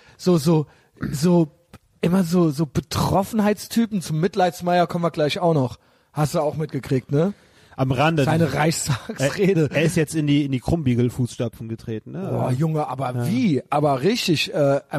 immer so Betroffenheitstypen, zum Mitleidsmeier kommen wir gleich auch noch. Hast du auch mitgekriegt, ne? Am Rande. Seine Reichstagsrede. Er ist jetzt in die Krummbiegel-Fußstapfen getreten, ne? Boah, Junge, aber wie? Aber richtig,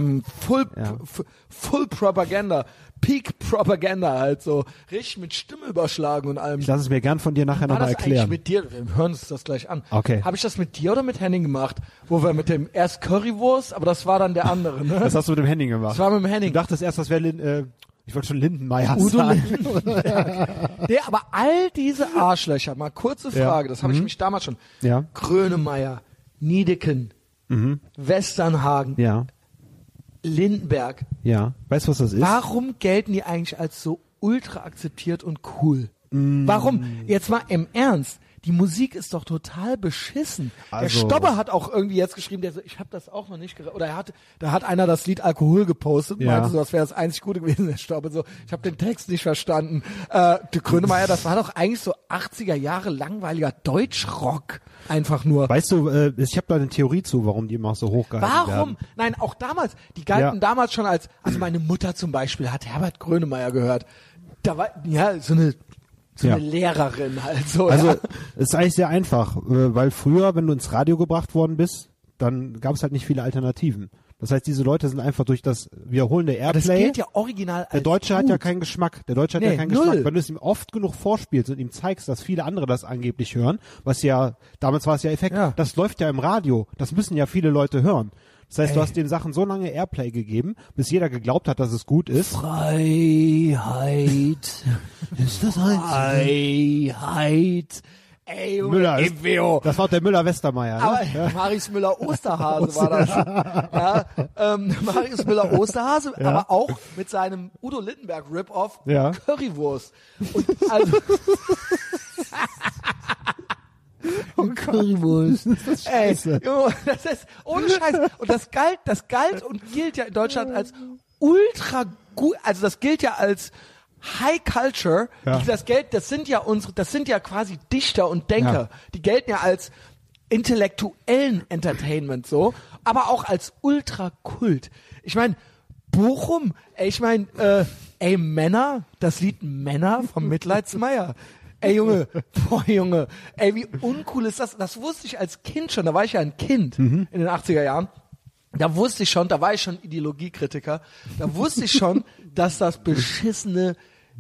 Full Propaganda. Peak Propaganda halt so. Richtig mit Stimme überschlagen und allem. Ich lasse es mir gern von dir nachher nochmal erklären. Mit dir? Wir hören uns das gleich an. Okay. Habe ich das mit dir oder mit Henning gemacht? Wo wir mit dem erst Currywurst, aber das war dann der andere, ne? Das hast du mit dem Henning gemacht. Das war mit dem Henning. Du dachtest erst, das wäre ich wollte schon Lindenmeier Udo sagen. Nee, aber all diese Arschlöcher, mal kurze Frage, das habe ich mich damals schon. Ja. Grönemeyer, Niedeken, Westernhagen, Ja. Lindenberg. Ja. Weißt du, was das ist? Warum gelten die eigentlich als so ultra akzeptiert und cool? Warum? Jetzt mal im Ernst. Die Musik ist doch total beschissen. Also, der Stobbe hat auch irgendwie jetzt geschrieben, der so, ich habe das auch noch nicht oder da hat einer das Lied Alkohol gepostet und meinte so, das wäre das einzig Gute gewesen, der Stobbe so, ich habe den Text nicht verstanden. Der Grönemeyer, das war doch eigentlich so 80er Jahre langweiliger Deutschrock einfach nur. Weißt du, ich habe da eine Theorie zu, warum die immer so hochgehalten werden. Warum? Nein, auch damals, die galten damals schon als, also meine Mutter zum Beispiel hat Herbert Grönemeyer gehört. Da war, so eine Lehrerin halt so. Also, es ist eigentlich sehr einfach, weil früher, wenn du ins Radio gebracht worden bist, dann gab es halt nicht viele Alternativen. Das heißt, diese Leute sind einfach durch das wiederholende Airplay. Das gilt ja original als Der Deutsche hat ja keinen Geschmack. Der Deutsche hat ja keinen null. Geschmack. Wenn du es ihm oft genug vorspielst und ihm zeigst, dass viele andere das angeblich hören, was ja, damals war es ja Effekt, das läuft ja im Radio. Das müssen ja viele Leute hören. Das heißt, du hast den Sachen so lange Airplay gegeben, bis jeder geglaubt hat, dass es gut ist. Freiheit. Ist das halt? Freiheit. Ey, Müller ist, EWO. das war auch der Müller-Westermeier. Ne? Aber Marius Müller-Osterhase war das. Ja, Marius Müller-Osterhase, aber auch mit seinem Udo Lindenberg Rip-Off Currywurst. Und also Currywurst. Das ist scheiße. Junge, das ist ohne Scheiß. Und das galt und gilt ja in Deutschland als ultra gut, also das gilt ja als High Culture. Das sind ja quasi Dichter und Denker. Die gelten ja als intellektuellen Entertainment so, aber auch als Ultrakult. Ich meine, Bochum, Männer, das Lied Männer vom Mitleidsmeier. Ey Junge, ey, wie uncool ist das? Das wusste ich als Kind schon, da war ich ja ein Kind in den 80er Jahren. Da wusste ich schon, da war ich schon Ideologiekritiker, da wusste ich schon, dass das beschissene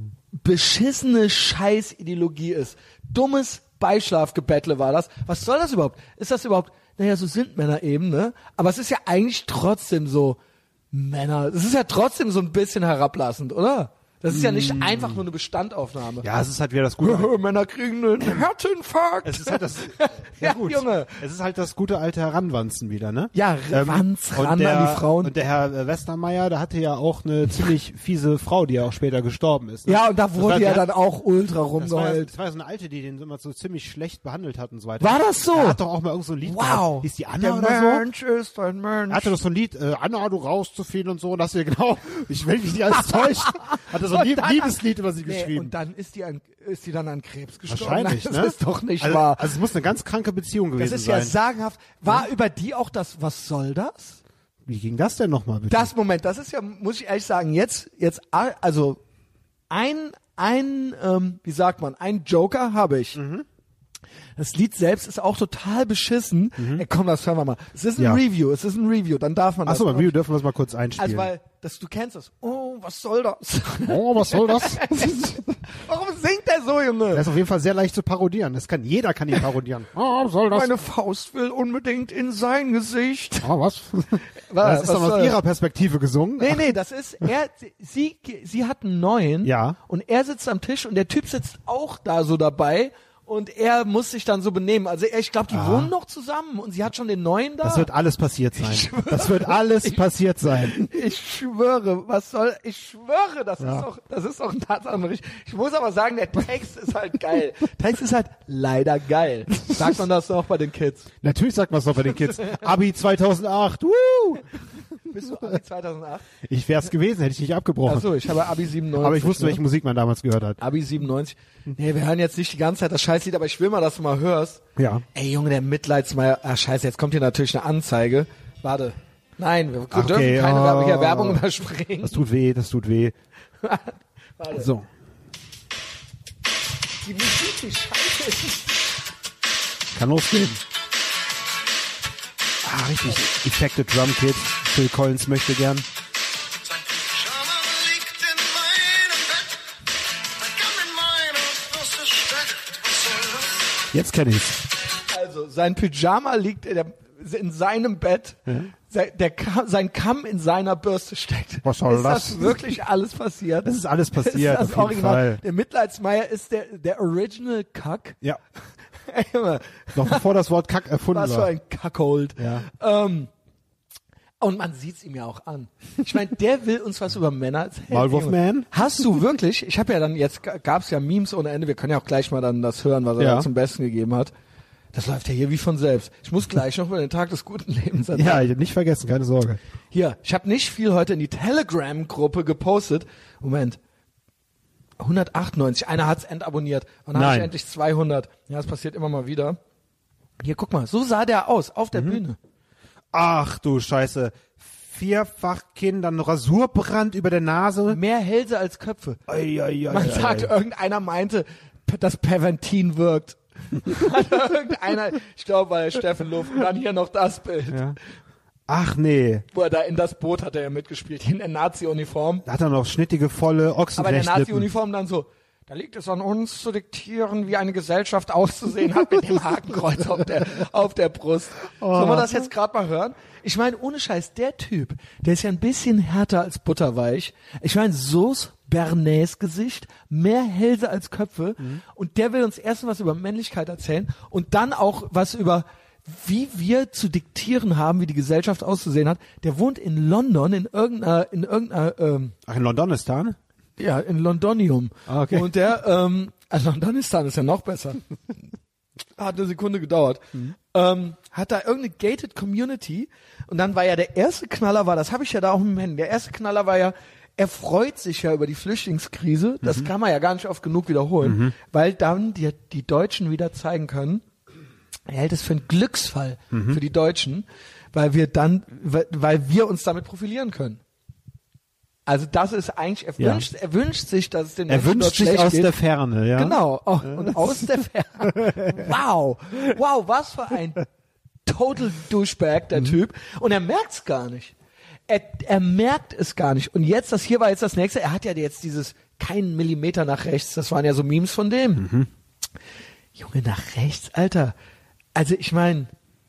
Scheiß-Ideologie ist. Dummes Beischlafgebettle war das. Was soll das überhaupt? Ist das überhaupt, naja, so sind Männer eben, ne? Aber es ist ja eigentlich trotzdem so, Männer, es ist ja trotzdem so ein bisschen herablassend, oder? Das ist ja nicht einfach nur eine Bestandaufnahme. Ja, es ist halt wieder das gute. Männer kriegen einen Herzinfarkt. Es ist halt das. Ja, gut. Junge. Es ist halt das gute alte Heranwanzen wieder, ne? Ja, ran an die Frauen. Und der Herr Westermeier, der hatte ja auch eine ziemlich fiese Frau, die ja auch später gestorben ist. Ne? Ja, und da wurde ja dann auch ultra rumgeheult. Das war ja so eine alte, die den immer so ziemlich schlecht behandelt hat und so weiter. War das so? Er hat doch auch mal irgend so ein Lied gehabt. Hieß die Anna oder so? Mensch ist ein Mensch. Er hatte doch so ein Lied, Anna, du rauchst zu viel und so. Und das hier genau, ich will mich nicht alles täuschen. Hatte so ein Liebeslied über sie geschrieben. Und dann ist die dann an Krebs gestorben. Wahrscheinlich, das ne? ist doch nicht wahr. Also es muss eine ganz kranke Beziehung gewesen sein. Das ist ja sagenhaft. War über die auch das, was soll das? Wie ging das denn nochmal bitte? Das ist ja, muss ich ehrlich sagen, also ein Joker habe ich. Das Lied selbst ist auch total beschissen. Ey, komm, das hören wir mal. Es ist ein Review, dann darf man das. Achso, beim Review dürfen wir es mal kurz einspielen. Also du kennst das. Oh, was soll das? Oh, was soll das? Warum singt der so, Junge? Das ist auf jeden Fall sehr leicht zu parodieren. Jeder kann ihn parodieren. Oh, was soll das? Meine Faust will unbedingt in sein Gesicht. Oh, was? Das ist dann aus ihrer Perspektive gesungen. Nee, das ist, sie hat einen neuen. Ja. Und er sitzt am Tisch und der Typ sitzt auch da so dabei. Und er muss sich dann so benehmen. Also ich glaube, die wohnen noch zusammen und sie hat schon den neuen da. Das wird alles passiert sein. Passiert sein. Ich schwöre, das ist doch ein Tatsachenbericht. Ich muss aber sagen, der Text ist halt geil. Text ist halt leider geil. Sagt man das auch bei den Kids? Natürlich sagt man es doch bei den Kids. Abi 2008. Woo! Bist du Abi 2008? Ich wär's gewesen, hätte ich nicht abgebrochen. Achso, ich habe Abi 97. Aber ich wusste, welche Musik man damals gehört hat. Abi 97. Nee, wir hören jetzt nicht die ganze Zeit das Scheißlied, aber ich will mal, dass du mal hörst. Ja. Ey, Junge, der Mitleidsmeier. Scheiße, jetzt kommt hier natürlich eine Anzeige. Warte. Nein, wir dürfen keine Werbung überspringen. Das tut weh. Warte. So. Die Musik, die Scheiße ist. Kann losgehen. Richtig. Effekte Drum Kit. Phil Collins möchte gern. Jetzt kenn ich's. Also, sein Pyjama liegt in seinem Bett. Sein Kamm in seiner Bürste steckt. Was soll das? Ist das wirklich alles passiert? Das ist alles passiert, Das ist das auf jeden Fall. Der Mitleidsmeier ist der Original Kack. Ja. Ey, Junge. Noch bevor das Wort Kack erfunden war. Was für ein Kackhold. Ja. Und man sieht's ihm ja auch an. Ich meine, der will uns was über Männer erzählen. Maulwurfman? Hast du wirklich? Ich habe ja dann, jetzt gab's ja Memes ohne Ende. Wir können ja auch gleich mal dann das hören, was er da zum Besten gegeben hat. Das läuft ja hier wie von selbst. Ich muss gleich noch über den Tag des guten Lebens erzählen. Ja, ich hab nicht vergessen, keine Sorge. Hier, ich habe nicht viel heute in die Telegram-Gruppe gepostet. Moment. 198, einer hat's entabonniert. Und dann habe ich endlich 200. Ja, das passiert immer mal wieder. Hier, guck mal, so sah der aus, auf der Bühne. Ach du Scheiße. Vierfachkinn, dann Rasurbrand über der Nase. Mehr Hälse als Köpfe. Man sagt, irgendeiner meinte, dass Perventin wirkt. Irgendeiner, ich glaube, war der Steffen Luft. Und dann hier noch das Bild. Ja. Ach nee. Wo er da in das Boot hat er ja mitgespielt, in der Nazi-Uniform. Da hat er noch schnittige, volle Ochsenfleischlippen. Aber in der Nazi-Uniform dann so, da liegt es an uns zu diktieren, wie eine Gesellschaft auszusehen hat mit dem Hakenkreuz auf der Brust. Sollen wir das jetzt gerade mal hören? Ich meine, ohne Scheiß, der Typ, der ist ja ein bisschen härter als butterweich. Ich meine, So's Bernays-Gesicht, mehr Hälse als Köpfe und der will uns erst was über Männlichkeit erzählen und dann auch was über wie wir zu diktieren haben, wie die Gesellschaft auszusehen hat. Der wohnt in London, in irgendeiner Ach, in Londonistan? ja, in Londonium. Ah, okay. Und der, Londonistan ist ja noch besser. Hat eine Sekunde gedauert. Hat da irgendeine gated Community und dann war ja der erste Knaller das habe ich ja da auch mit dem Handy, der erste Knaller war ja, er freut sich ja über die Flüchtlingskrise, das kann man ja gar nicht oft genug wiederholen, weil dann die Deutschen wieder zeigen können, er hält es für einen Glücksfall für die Deutschen, weil wir uns damit profilieren können. Also das ist eigentlich, er wünscht sich, dass es den Menschen dort schlecht geht. Er wünscht sich aus der Ferne, ja. Genau, und aus der Ferne. Wow, was für ein total Douchebag, der Typ. Und er merkt's gar nicht. Er merkt es gar nicht. Und jetzt, das hier war jetzt das nächste, er hat ja jetzt dieses keinen Millimeter nach rechts, das waren ja so Memes von dem. Junge, nach rechts, Alter. Also ich meine,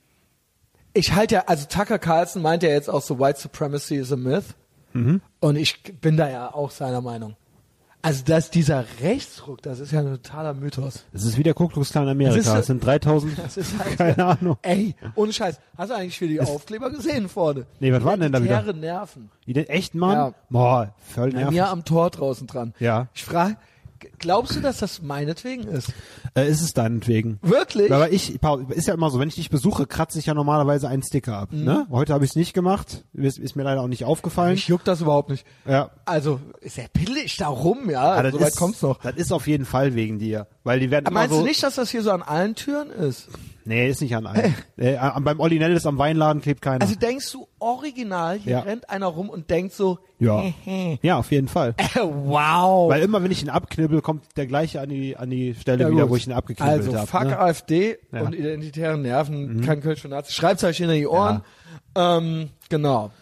also Tucker Carlson meint ja jetzt auch so, White Supremacy is a myth. Und ich bin da ja auch seiner Meinung. Also dieser Rechtsruck, das ist ja ein totaler Mythos. Es ist wie der Ku Klux Klan Amerika. Es sind 3000, das ist halt, keine Ahnung. Ey, ohne Scheiß. Hast du eigentlich für die Aufkleber gesehen vorne? Nee, was waren denn da wieder? Identitäre Nerven. Echt, Mann? Ja. Boah, voll nervig. Bei mir am Tor draußen dran. Ja. Ich frage, glaubst du, dass das meinetwegen ist? Ist es deinetwegen. Wirklich? Aber ist ja immer so, wenn ich dich besuche, kratze ich ja normalerweise einen Sticker ab. Ne? Heute habe ich es nicht gemacht. Ist mir leider auch nicht aufgefallen. Mich juckt das überhaupt nicht. Ja. Also, ist er pillig da rum, ja? So weit kommt's noch. Das ist auf jeden Fall wegen dir. Weil die werden Aber immer meinst so, du nicht, dass das hier so an allen Türen ist? Nee, ist nicht an allen. Beim Olli Nellis am Weinladen klebt keiner. Also denkst du original, hier rennt einer rum und denkt so, ja. Ja, auf jeden Fall. Wow. Weil immer, wenn ich ihn abknibbel, kommt der gleiche an die Stelle wieder, wo ich ihn abgeknibbelt habe. Also fuck ne? AfD und identitären Nerven, kein Kölsch für Nazis. Schreibt's euch hinter die Ohren. Genau.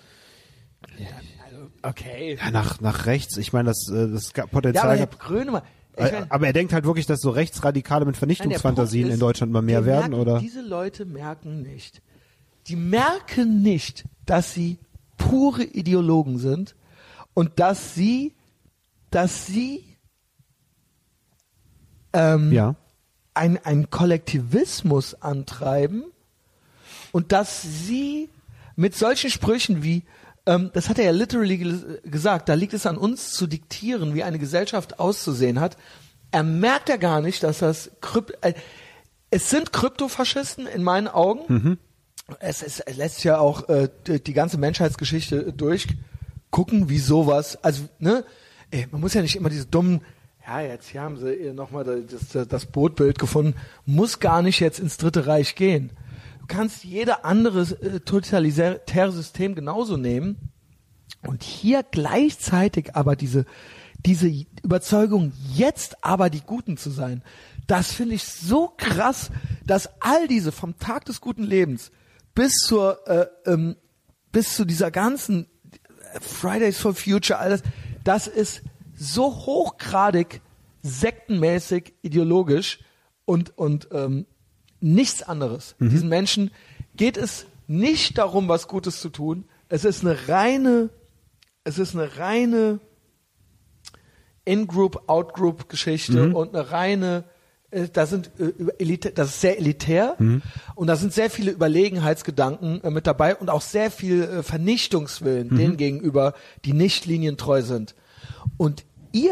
Okay. Ja, nach rechts. Ich meine, das Potenzial. Ja, aber Herr Grönemeyer, aber er denkt halt wirklich, dass so Rechtsradikale mit Vernichtungsfantasien in Deutschland immer mehr werden, oder? Diese Leute merken nicht. Die merken nicht, dass sie pure Ideologen sind und dass sie einen Kollektivismus antreiben und dass sie mit solchen Sprüchen wie das hat er ja literally gesagt, da liegt es an uns zu diktieren, wie eine Gesellschaft auszusehen hat. Er merkt ja gar nicht, dass das es sind Kryptofaschisten in meinen Augen. Es lässt ja auch die ganze Menschheitsgeschichte durchgucken, wie sowas, also man muss ja nicht immer diese dummen, ja, jetzt hier haben sie nochmal das Bootbild gefunden, muss gar nicht jetzt ins Dritte Reich gehen. Du kannst jeder andere totalitäre System genauso nehmen und hier gleichzeitig aber diese Überzeugung, jetzt aber die Guten zu sein, das finde ich so krass, dass all diese vom Tag des guten Lebens bis zu dieser ganzen Fridays for Future, alles, das ist so hochgradig sektenmäßig ideologisch und nichts anderes. Diesen Menschen geht es nicht darum, was Gutes zu tun. Es ist eine reine In-Group, Out-Group-Geschichte und eine reine, das ist sehr elitär und da sind sehr viele Überlegenheitsgedanken mit dabei und auch sehr viel Vernichtungswillen denen gegenüber, die nicht linientreu sind. Und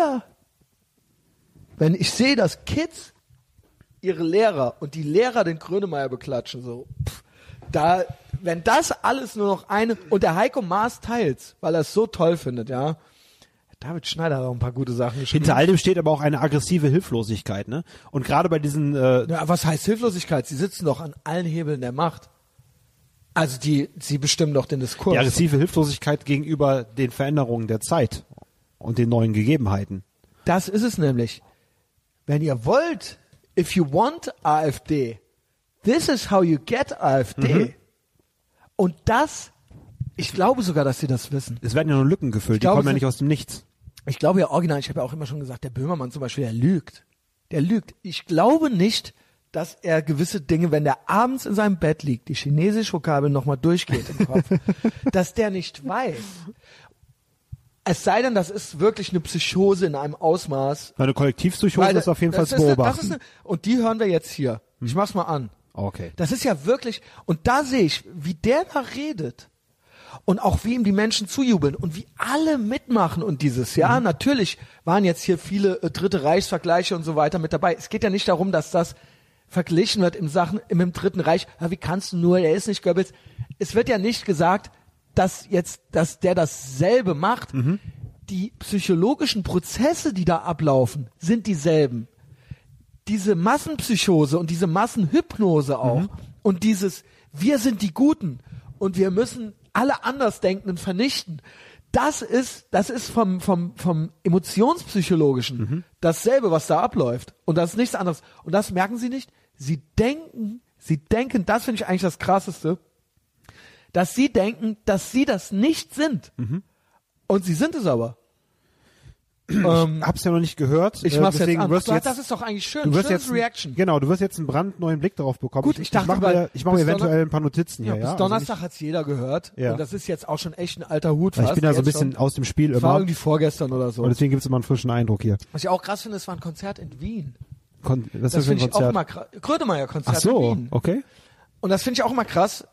wenn ich sehe, dass Kids ihre Lehrer und die Lehrer den Grönemeyer beklatschen, so, wenn das alles nur noch und der Heiko Maas teilt's, weil er es so toll findet, ja. David Schneider hat auch ein paar gute Sachen geschrieben. Hinter all dem steht aber auch eine aggressive Hilflosigkeit, ne? Und gerade bei diesen was heißt Hilflosigkeit? Sie sitzen doch an allen Hebeln der Macht. Also sie bestimmen doch den Diskurs. Die aggressive Hilflosigkeit gegenüber den Veränderungen der Zeit und den neuen Gegebenheiten. Das ist es nämlich. Wenn ihr wollt, if you want AfD, this is how you get AfD. Und ich glaube sogar, dass sie das wissen. Es werden ja nur Lücken gefüllt, die kommen ja nicht aus dem Nichts. Ich glaube ja original, ich habe ja auch immer schon gesagt, der Böhmermann zum Beispiel, der lügt. Der lügt. Ich glaube nicht, dass er gewisse Dinge, wenn der abends in seinem Bett liegt, die chinesische Vokabel nochmal durchgeht im Kopf, dass der nicht weiß. Es sei denn, das ist wirklich eine Psychose in einem Ausmaß. Eine Kollektivpsychose ist auf jeden Fall zu beobachten. Und die hören wir jetzt hier. Ich mach's mal an. Okay. Das ist ja wirklich, und da sehe ich, wie der da redet. Und auch wie ihm die Menschen zujubeln und wie alle mitmachen und dieses, ja, natürlich waren jetzt hier viele Dritte Reichsvergleiche und so weiter mit dabei. Es geht ja nicht darum, dass das verglichen wird im Dritten Reich. Ja, wie kannst du nur, der ist nicht Goebbels. Es wird ja nicht gesagt, dass der dasselbe macht. Die psychologischen Prozesse, die da ablaufen, sind dieselben. Diese Massenpsychose und diese Massenhypnose auch und dieses, wir sind die Guten und wir müssen alle Andersdenkenden vernichten. Das ist vom Emotionspsychologischen dasselbe, was da abläuft. Und das ist nichts anderes. Und das merken sie nicht. Sie denken, das finde ich eigentlich das Krasseste, dass sie denken, dass sie das nicht sind. Und sie sind es aber. Ich hab's ja noch nicht gehört. Ich mach's jetzt an. Wirst Das ist doch eigentlich schön. Du wirst jetzt Reaction. Genau, du wirst jetzt einen brandneuen Blick darauf bekommen. Gut, ich dachte, ich mache mir eventuell ein paar Notizen hier. Bis Donnerstag hat's jeder gehört. Ja. Und das ist jetzt auch schon echt ein alter Hut fast. Ich bin ja so ein bisschen aus dem Spiel immer. War irgendwie vorgestern oder so. Und deswegen gibt's immer einen frischen Eindruck hier. Was ich auch krass finde, es war ein Konzert in Wien. Was das ist das für ein finde ich auch Konzert? immer krass. Grönemeyer-Konzert Ach so, in Wien. okay. Und das finde ich auch immer krass,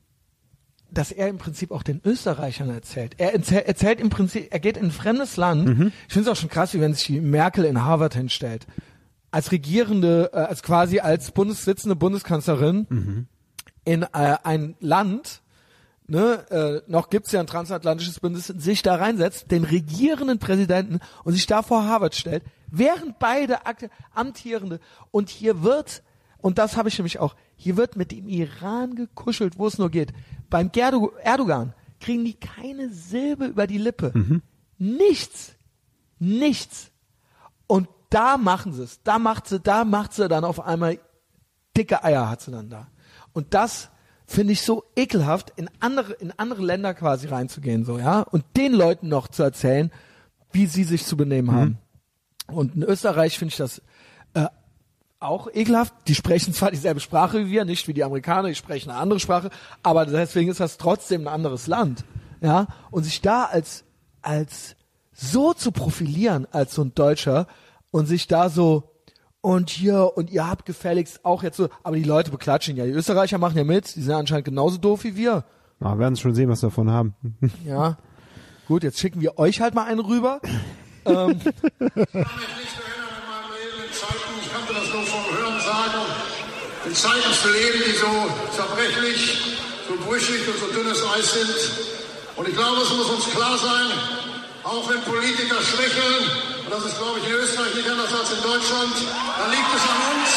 dass er im Prinzip auch den Österreichern erzählt. Er erzählt im Prinzip, er geht in ein fremdes Land. Ich finde es auch schon krass, wie wenn sich die Merkel in Harvard hinstellt. Als regierende, als sitzende Bundeskanzlerin in ein Land, noch gibt's ja ein transatlantisches Bündnis, sich da reinsetzt, den regierenden Präsidenten und sich da vor Harvard stellt, während beide amtierende und hier wird, und das habe ich nämlich auch, hier wird mit dem Iran gekuschelt, wo es nur geht. Beim Erdogan kriegen die keine Silbe über die Lippe. Nichts. Und da machen sie es. Da macht sie dann auf einmal dicke Eier hat sie dann da. Und das finde ich so ekelhaft, in andere Länder quasi reinzugehen, so, ja. Und den Leuten noch zu erzählen, wie sie sich zu benehmen haben. Und in Österreich finde ich das auch ekelhaft. Die sprechen zwar dieselbe Sprache wie wir, nicht wie die Amerikaner, die sprechen eine andere Sprache, aber deswegen ist das trotzdem ein anderes Land, ja. Und sich da als so zu profilieren als so ein Deutscher und sich da so und ihr habt gefälligst auch jetzt so, aber die Leute beklatschen ja. Die Österreicher machen ja mit, die sind anscheinend genauso doof wie wir. Ja, werden schon sehen, was wir davon haben. Ja. Gut, jetzt schicken wir euch halt mal einen rüber. Ich kann mich nicht erinnern in meinem Leben in Zeiten, ich kannte das nur vom Hören sagen, in Zeiten zu leben, die so zerbrechlich, so brüchig und so dünnes Eis sind. Und ich glaube, es muss uns klar sein, auch wenn Politiker schwächeln, und das ist, glaube ich, in Österreich nicht anders als in Deutschland, dann liegt es an uns,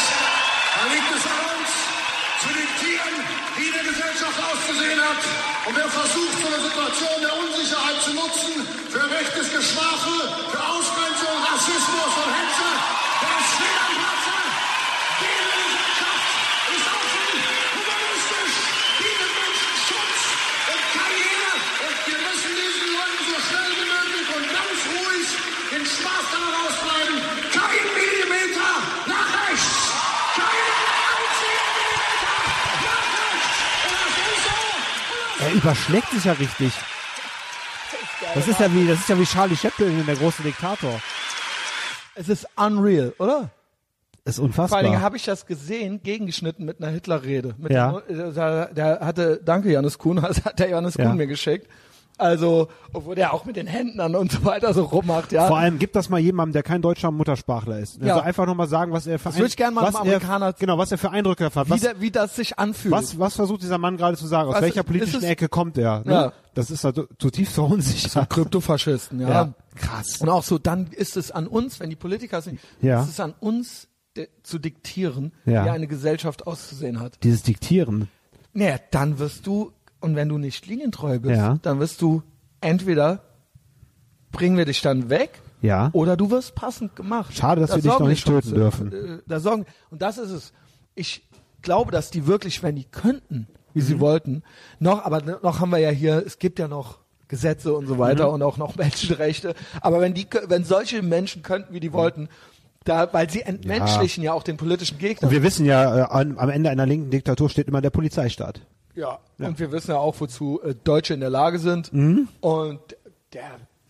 zu diktieren, wie die Gesellschaft auszusehen hat. Und wer versucht, so eine Situation der Unsicherheit zu nutzen, für rechtes Geschwafel, für Ausgrenzung, Rassismus und Hetze, der ist schwer am Platze. Diese Gesellschaft ist offen, humanistisch, bietet Menschen Schutz und Karriere. Und wir müssen diesen Leuten so schnell wie möglich und ganz ruhig den Spaß daran ausbleiben. Kein Millimeter nach rechts. Keinen einzigen Millimeter nach rechts. Und das ist so. Er überschlägt sich ja richtig. Das ist ja wie Charlie Chaplin in Der große Diktator. Es ist unreal, oder? Das ist unfassbar. Vor allen Dingen habe ich das gesehen, gegengeschnitten mit einer Hitler-Rede. Ja. Der hatte, danke Johannes Kuhn, das hat der Johannes Kuhn mir geschickt. Also, obwohl der auch mit den Händen und so weiter so rummacht, ja. Vor allem gibt das mal jemandem, der kein deutscher Muttersprachler ist. Ja. Also einfach nochmal sagen, was er für das würde ich gerne mal einem Amerikaner, was er für Eindrücke hat. Wie das sich anfühlt. Was versucht dieser Mann gerade zu sagen? Aus welcher politischen Ecke kommt er? Ne? Ja. Das ist halt zutiefst verunsichert. Kryptofaschisten, ja. Krass. Und auch so, dann ist es an uns, wenn die Politiker sind, ist es an uns zu diktieren, wie eine Gesellschaft auszusehen hat. Dieses Diktieren. Naja, dann wirst du, und wenn du nicht linientreu bist, dann wirst du entweder bringen wir dich dann weg, oder du wirst passend gemacht. Schade, dass wir dich noch nicht töten dürfen. Und das ist es. Ich glaube, dass die wirklich, wenn die könnten, wie sie wollten, noch haben wir ja hier, es gibt ja noch Gesetze und so weiter und auch noch Menschenrechte, aber wenn solche Menschen könnten, wie die wollten, weil sie entmenschlichen ja auch den politischen Gegner. Und wir wissen ja, am Ende einer linken Diktatur steht immer der Polizeistaat. Ja, und wir wissen ja auch, wozu Deutsche in der Lage sind. Und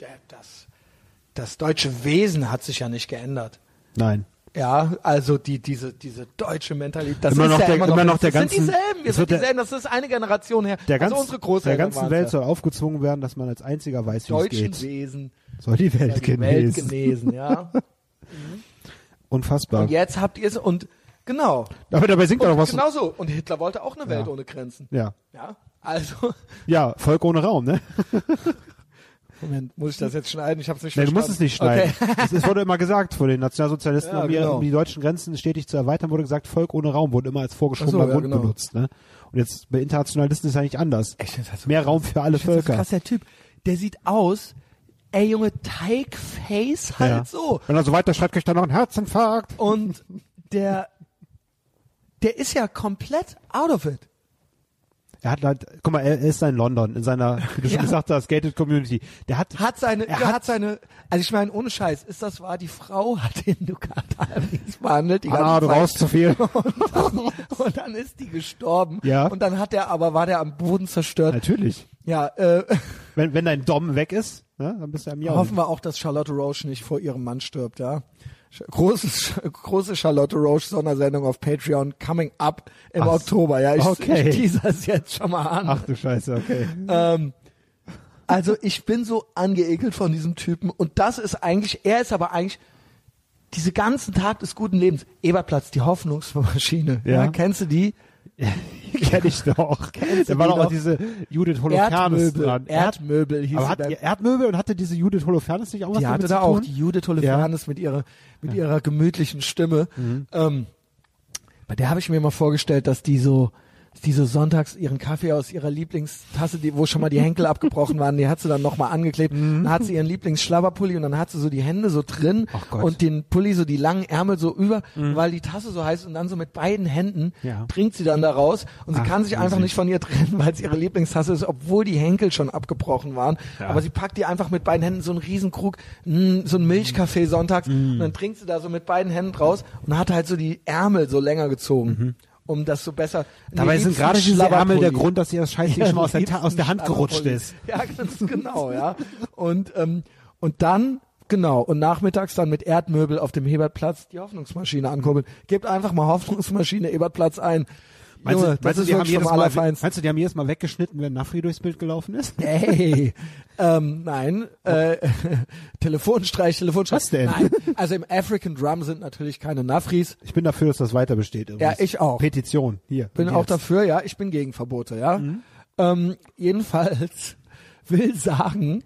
das deutsche Wesen hat sich ja nicht geändert. Nein. Ja, also diese deutsche Mentalität, das Immer ist noch ja der- immer noch, immer noch der das ganzen- sind dieselben, wir es sind wird der- dieselben, das ist eine Generation her. Der also unsere Großeltern ganzen waren's Welt ja. soll aufgezwungen werden, dass man als einziger weiß, wie es Deutschen geht. Wesen Soll die Welt soll die Welt genesen. genesen, ja. Unfassbar. Und jetzt habt ihr es und genau. Aber dabei singt er doch was. Genau so. Und Hitler wollte auch eine Welt ohne Grenzen. Ja. Ja, also Ja, Volk ohne Raum, ne? Moment, muss ich das jetzt schneiden? Ich habe es nicht Nee, du verstanden. musst es nicht schneiden. Okay. Es wurde immer gesagt von den Nationalsozialisten, Ja, genau. um die deutschen Grenzen stetig zu erweitern, wurde gesagt, Volk ohne Raum wurde immer als vorgeschobener Ach so, ja, Grund genau. benutzt. Ne? Und jetzt bei Internationalisten ist es ja nicht anders. Ich find's halt so Mehr krass. Raum für alle Ich find's Völker. so krass, der Typ, der sieht aus, ey Junge, Teigface halt Ja. so. Wenn er so weiter schreibt, kriegt er noch einen Herzinfarkt. Und der ist ja komplett out of it. Er hat halt, guck mal, er ist da in London, in seiner, wie du schon Ja. gesagt hast, gated Community. Der hat Also ich meine, ohne Scheiß, ist das wahr, die Frau hat den Ducata behandelt, die Anna, du ganze rauchst zu viel. und dann ist die gestorben. Ja. Und dann war der am Boden zerstört. Natürlich. Ja, Wenn dein Dom weg ist, ne, dann bist du am Jahr. hoffen wir auch, dass Charlotte Roche nicht vor ihrem Mann stirbt, ja. Große Charlotte Roche Sondersendung auf Patreon coming up im Ach, Oktober, ja. Ich okay. teaser es jetzt schon mal an. Ach du Scheiße, okay. Also ich bin so angeekelt von diesem Typen und er ist aber eigentlich diese ganzen Tag des guten Lebens. Ebertplatz, die Hoffnungsmaschine. Ja. Ja, kennst du die? Kenn ich doch. Kennst Da du war die doch auch noch? diese Judith Holofernes dran. Erdmöbel hieß Aber sie hat dann. ihr Erdmöbel und hatte diese Judith Holofernes nicht auch was Die damit hatte zu da tun? auch die Judith Holofernes mit ihrer gemütlichen Stimme. Bei der habe ich mir mal vorgestellt, dass die so sonntags ihren Kaffee aus ihrer Lieblingstasse, wo schon mal die Henkel abgebrochen waren, die hat sie dann nochmal angeklebt. Dann hat sie ihren Lieblingsschlabberpulli und dann hat sie so die Hände so drin Ach Gott. und den Pulli so die langen Ärmel so über, weil die Tasse so heiß und dann so mit beiden Händen Ja. trinkt sie dann da raus und sie Ach, kann sich einfach riesig. nicht von ihr trennen, weil es ihre Lieblingstasse ist, obwohl die Henkel schon abgebrochen waren. Ja. Aber sie packt die einfach mit beiden Händen so einen Riesenkrug, so einen Milchkaffee sonntags und dann trinkt sie da so mit beiden Händen raus und hat halt so die Ärmel so länger gezogen. Um das so besser. Dabei sind gerade diese Ärmel der Grund, dass ihr das Scheißding Ja, schon mal die aus der Hand liebsten gerutscht Schlabberpulli. ist. Ja, ganz genau, ja. Und dann, genau, und nachmittags dann mit Erdmöbel auf dem Hebertplatz die Hoffnungsmaschine ankurbeln. Gebt einfach mal Hoffnungsmaschine Ebertplatz ein. Junge, das ist wirklich vom Allerfeinsten. Meinst du, die haben jedes Mal weggeschnitten, wenn Nafri durchs Bild gelaufen ist? Hey, nein, Telefonstreich. Was denn? Nein, also im African Drum sind natürlich keine Nafris. Ich bin dafür, dass das weiter besteht. Ja, ich auch. Petition, hier. Bin und auch jetzt. dafür, ja, ich bin gegen Verbote, ja. Jedenfalls will sagen,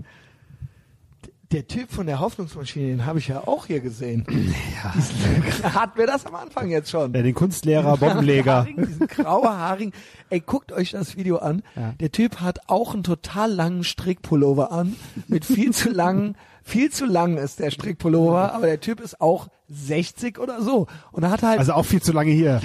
der Typ von der Hoffnungsmaschine, den habe ich ja auch hier gesehen. Ja. Hatten wir das am Anfang jetzt schon? Den Kunstlehrer, Bombenleger. Diesen grauhaarigen. Ey, guckt euch das Video an. Ja. Der Typ hat auch einen total langen Strickpullover an, mit viel zu lang ist der Strickpullover, aber der Typ ist auch 60 oder so. Und er hat halt Also auch viel zu lange hier.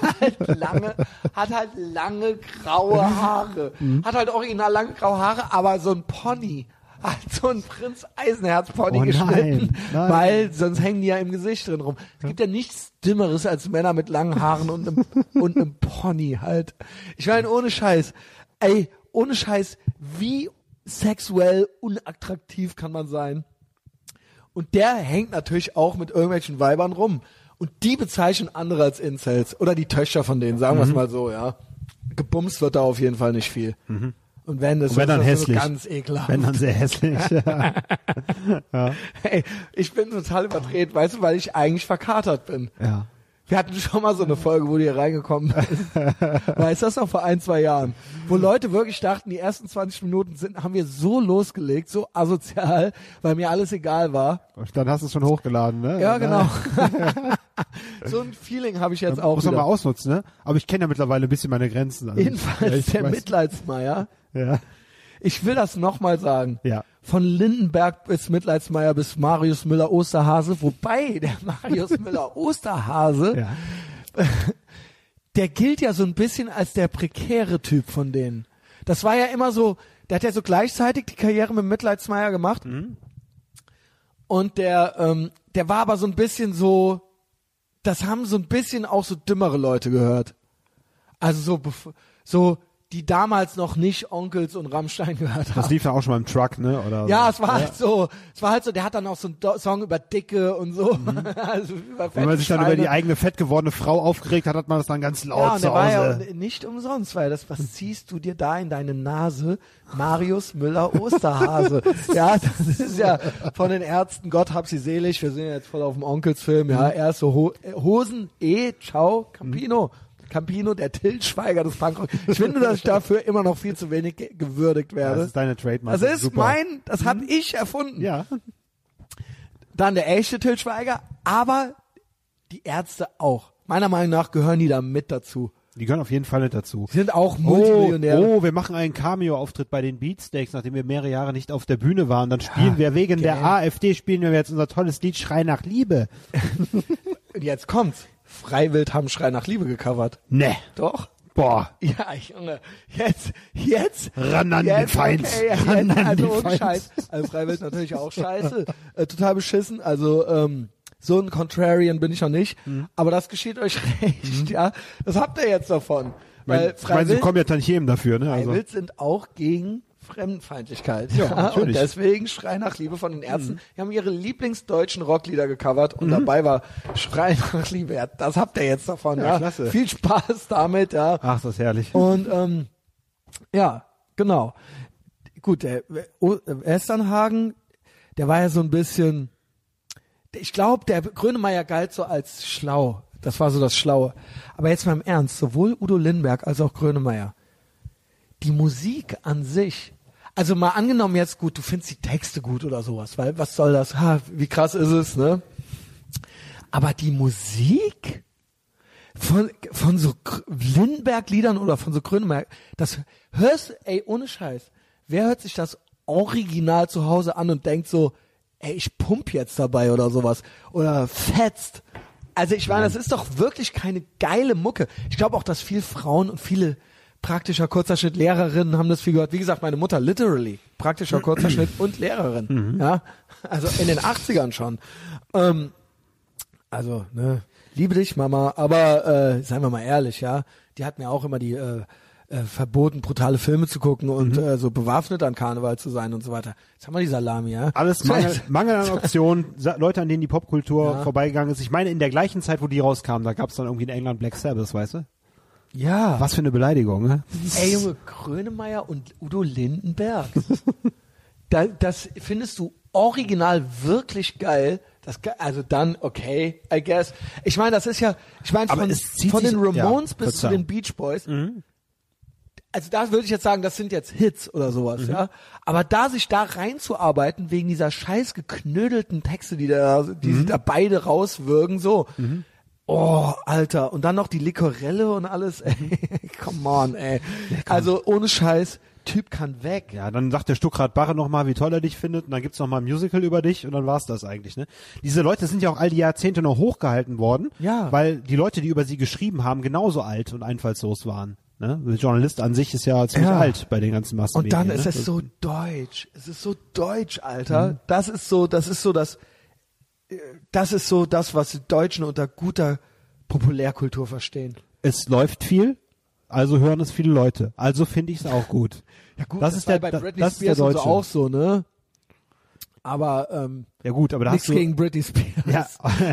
hat halt lange graue Haare. Hat halt original lange graue Haare, aber so ein Pony. Hat so ein Prinz Eisenherz Pony Oh geschnitten, nein. weil sonst hängen die ja im Gesicht drin rum. Es gibt ja nichts Dümmeres als Männer mit langen Haaren und einem Pony halt. Ich meine, ohne Scheiß, wie sexuell unattraktiv kann man sein? Und der hängt natürlich auch mit irgendwelchen Weibern rum. Und die bezeichnen andere als Incels. Oder die Töchter von denen, sagen wir es mal so, ja. Gebumst wird da auf jeden Fall nicht viel. Und wenn, das wenn dann ist das hässlich. so ganz ekelhaft. Wenn dann sehr hässlich. Hey, ich bin total überdreht, weißt du, weil ich eigentlich verkatert bin. Ja. Wir hatten schon mal so eine Folge, wo du hier reingekommen bist. Weißt du das noch vor 1-2 Jahren? Wo Leute wirklich dachten, die ersten 20 Minuten haben wir so losgelegt, so asozial, weil mir alles egal war. Und dann hast du es schon hochgeladen, ne? Ja, genau. So ein Feeling habe ich jetzt auch Muss man mal wieder. ausnutzen, ne? Aber ich kenne ja mittlerweile ein bisschen meine Grenzen. Also Jedenfalls ich der weiß- Mitleidsmeier. Ja. Ich will das nochmal sagen. Ja. Von Lindenberg bis Mitleidsmeier bis Marius Müller-Osterhase. Wobei der Marius Müller-Osterhase, Ja. der gilt ja so ein bisschen als der prekäre Typ von denen. Das war ja immer so, der hat ja so gleichzeitig die Karriere mit Mitleidsmeier gemacht. Und der war aber so ein bisschen so, das haben so ein bisschen auch so dümmere Leute gehört. Also so die damals noch nicht Onkels und Rammstein gehört haben. Das lief ja auch schon mal im Truck, ne? Oder Ja, so. es war halt so, der hat dann auch so einen Song über Dicke und so. Also über Wenn man sich dann über die eigene fett gewordene Frau aufgeregt hat, hat man das dann ganz laut und zu der war Hause. ja nicht umsonst, weil was ziehst du dir da in deine Nase? Marius Müller Osterhase. Ja, das ist ja von den Ärzten, Gott hab sie selig, wir sind ja jetzt voll auf dem Onkelsfilm, ja, erst so Hosen, ciao, Campino, der Til Schweiger des Punkrock. Ich finde, dass ich dafür immer noch viel zu wenig gewürdigt werde. Das ist deine Trademark. Das ist super. das habe ich erfunden. Ja. Dann der echte Til Schweiger, aber die Ärzte auch. Meiner Meinung nach gehören die da mit dazu. Die gehören auf jeden Fall nicht dazu. Die sind auch Multimillionäre. Wir machen einen Cameo-Auftritt bei den Beatsteaks, nachdem wir mehrere Jahre nicht auf der Bühne waren. Dann spielen wir wegen der AfD, spielen wir jetzt unser tolles Lied Schrei nach Liebe. Und jetzt kommt's. Freiwild haben Schrei nach Liebe gecovert. Ne. Doch? Boah. Ja, Junge. Jetzt. Ran an den Feind. Okay, Ran an also den ohne Feind. Scheiß. Also Freiwild natürlich auch scheiße. Total beschissen. Also, so ein Contrarian bin ich noch nicht. Aber das geschieht euch recht, ja. Das habt ihr jetzt davon. Weil Ich meine, sie bekommen ja Tantiemen dafür, ne? Also. Freiwild sind auch gegen Fremdenfeindlichkeit. Ja, natürlich. Und deswegen Schrei nach Liebe von den Ärzten. Die haben ihre lieblingsdeutschen Rocklieder gecovert und dabei war Schrei nach Liebe. Ja, das habt ihr jetzt davon. Ja, Ja, klasse. Viel Spaß damit, ja. Ach, das ist herrlich. Und ja, genau. Gut, der Westernhagen, der war ja so ein bisschen, ich glaube, der Grönemeyer galt so als schlau. Das war so das Schlaue. Aber jetzt mal im Ernst, sowohl Udo Lindenberg als auch Grönemeyer, die Musik an sich, also mal angenommen jetzt, gut, du findest die Texte gut oder sowas, weil was soll das? Wie krass ist es, ne? Aber die Musik von so Lindenberg-Liedern oder von so Grönemeyer, das hörst, ey, ohne Scheiß, wer hört sich das original zu Hause an und denkt so, ey, ich pump jetzt dabei oder sowas oder fetzt. Also ich meine, das ist doch wirklich keine geile Mucke. Ich glaube auch, dass viele Frauen und viele praktischer Kurzerschnitt Lehrerinnen haben das viel gehört. Wie gesagt, meine Mutter literally praktischer Kurzerschnitt und Lehrerin. Ja, also in den 80ern schon. Also, ne, liebe dich, Mama, aber seien wir mal ehrlich, ja, die hat mir auch immer die verboten, brutale Filme zu gucken und so bewaffnet an Karneval zu sein und so weiter. Jetzt haben wir die Salami, ja. Alles Mangel an Optionen, Leute, an denen die Popkultur vorbeigegangen ist. Ich meine, in der gleichen Zeit, wo die rauskamen, da gab es dann irgendwie in England Black Sabbath, weißt du? Ja. Was für eine Beleidigung, ne? Ey, Junge, Grönemeyer und Udo Lindenberg. Das findest du original wirklich geil. Also dann, okay, I guess. Ich meine, das ist ja, von den Ramones bis zu den Beach Boys. Also da würde ich jetzt sagen, das sind jetzt Hits oder sowas, ja. Aber sich da reinzuarbeiten wegen dieser scheiß geknödelten Texte, die sie da beide rauswürgen, so. Oh, Alter. Und dann noch die Likorelle und alles, ey. Come on, ey. Also ohne Scheiß, Typ kann weg. Ja, dann sagt der Stuckrad Barre nochmal, wie toll er dich findet, und dann gibt's nochmal ein Musical über dich, und dann war's das eigentlich, ne? Diese Leute sind ja auch all die Jahrzehnte noch hochgehalten worden, weil die Leute, die über sie geschrieben haben, genauso alt und einfallslos waren. Ne? Der Journalist an sich ist ja ziemlich alt bei den ganzen Massenmedien. Und dann ist es so deutsch. Es ist so deutsch, Alter. Das ist so das, was die Deutschen unter guter Populärkultur verstehen. Es läuft viel, also hören es viele Leute. Also finde ich es auch gut. Ja gut, das ist der, bei Britney das Spears ist der und Deutsche. so auch so, ne? Aber ja gut, aber da nichts hast du gegen Britney Spears. ja.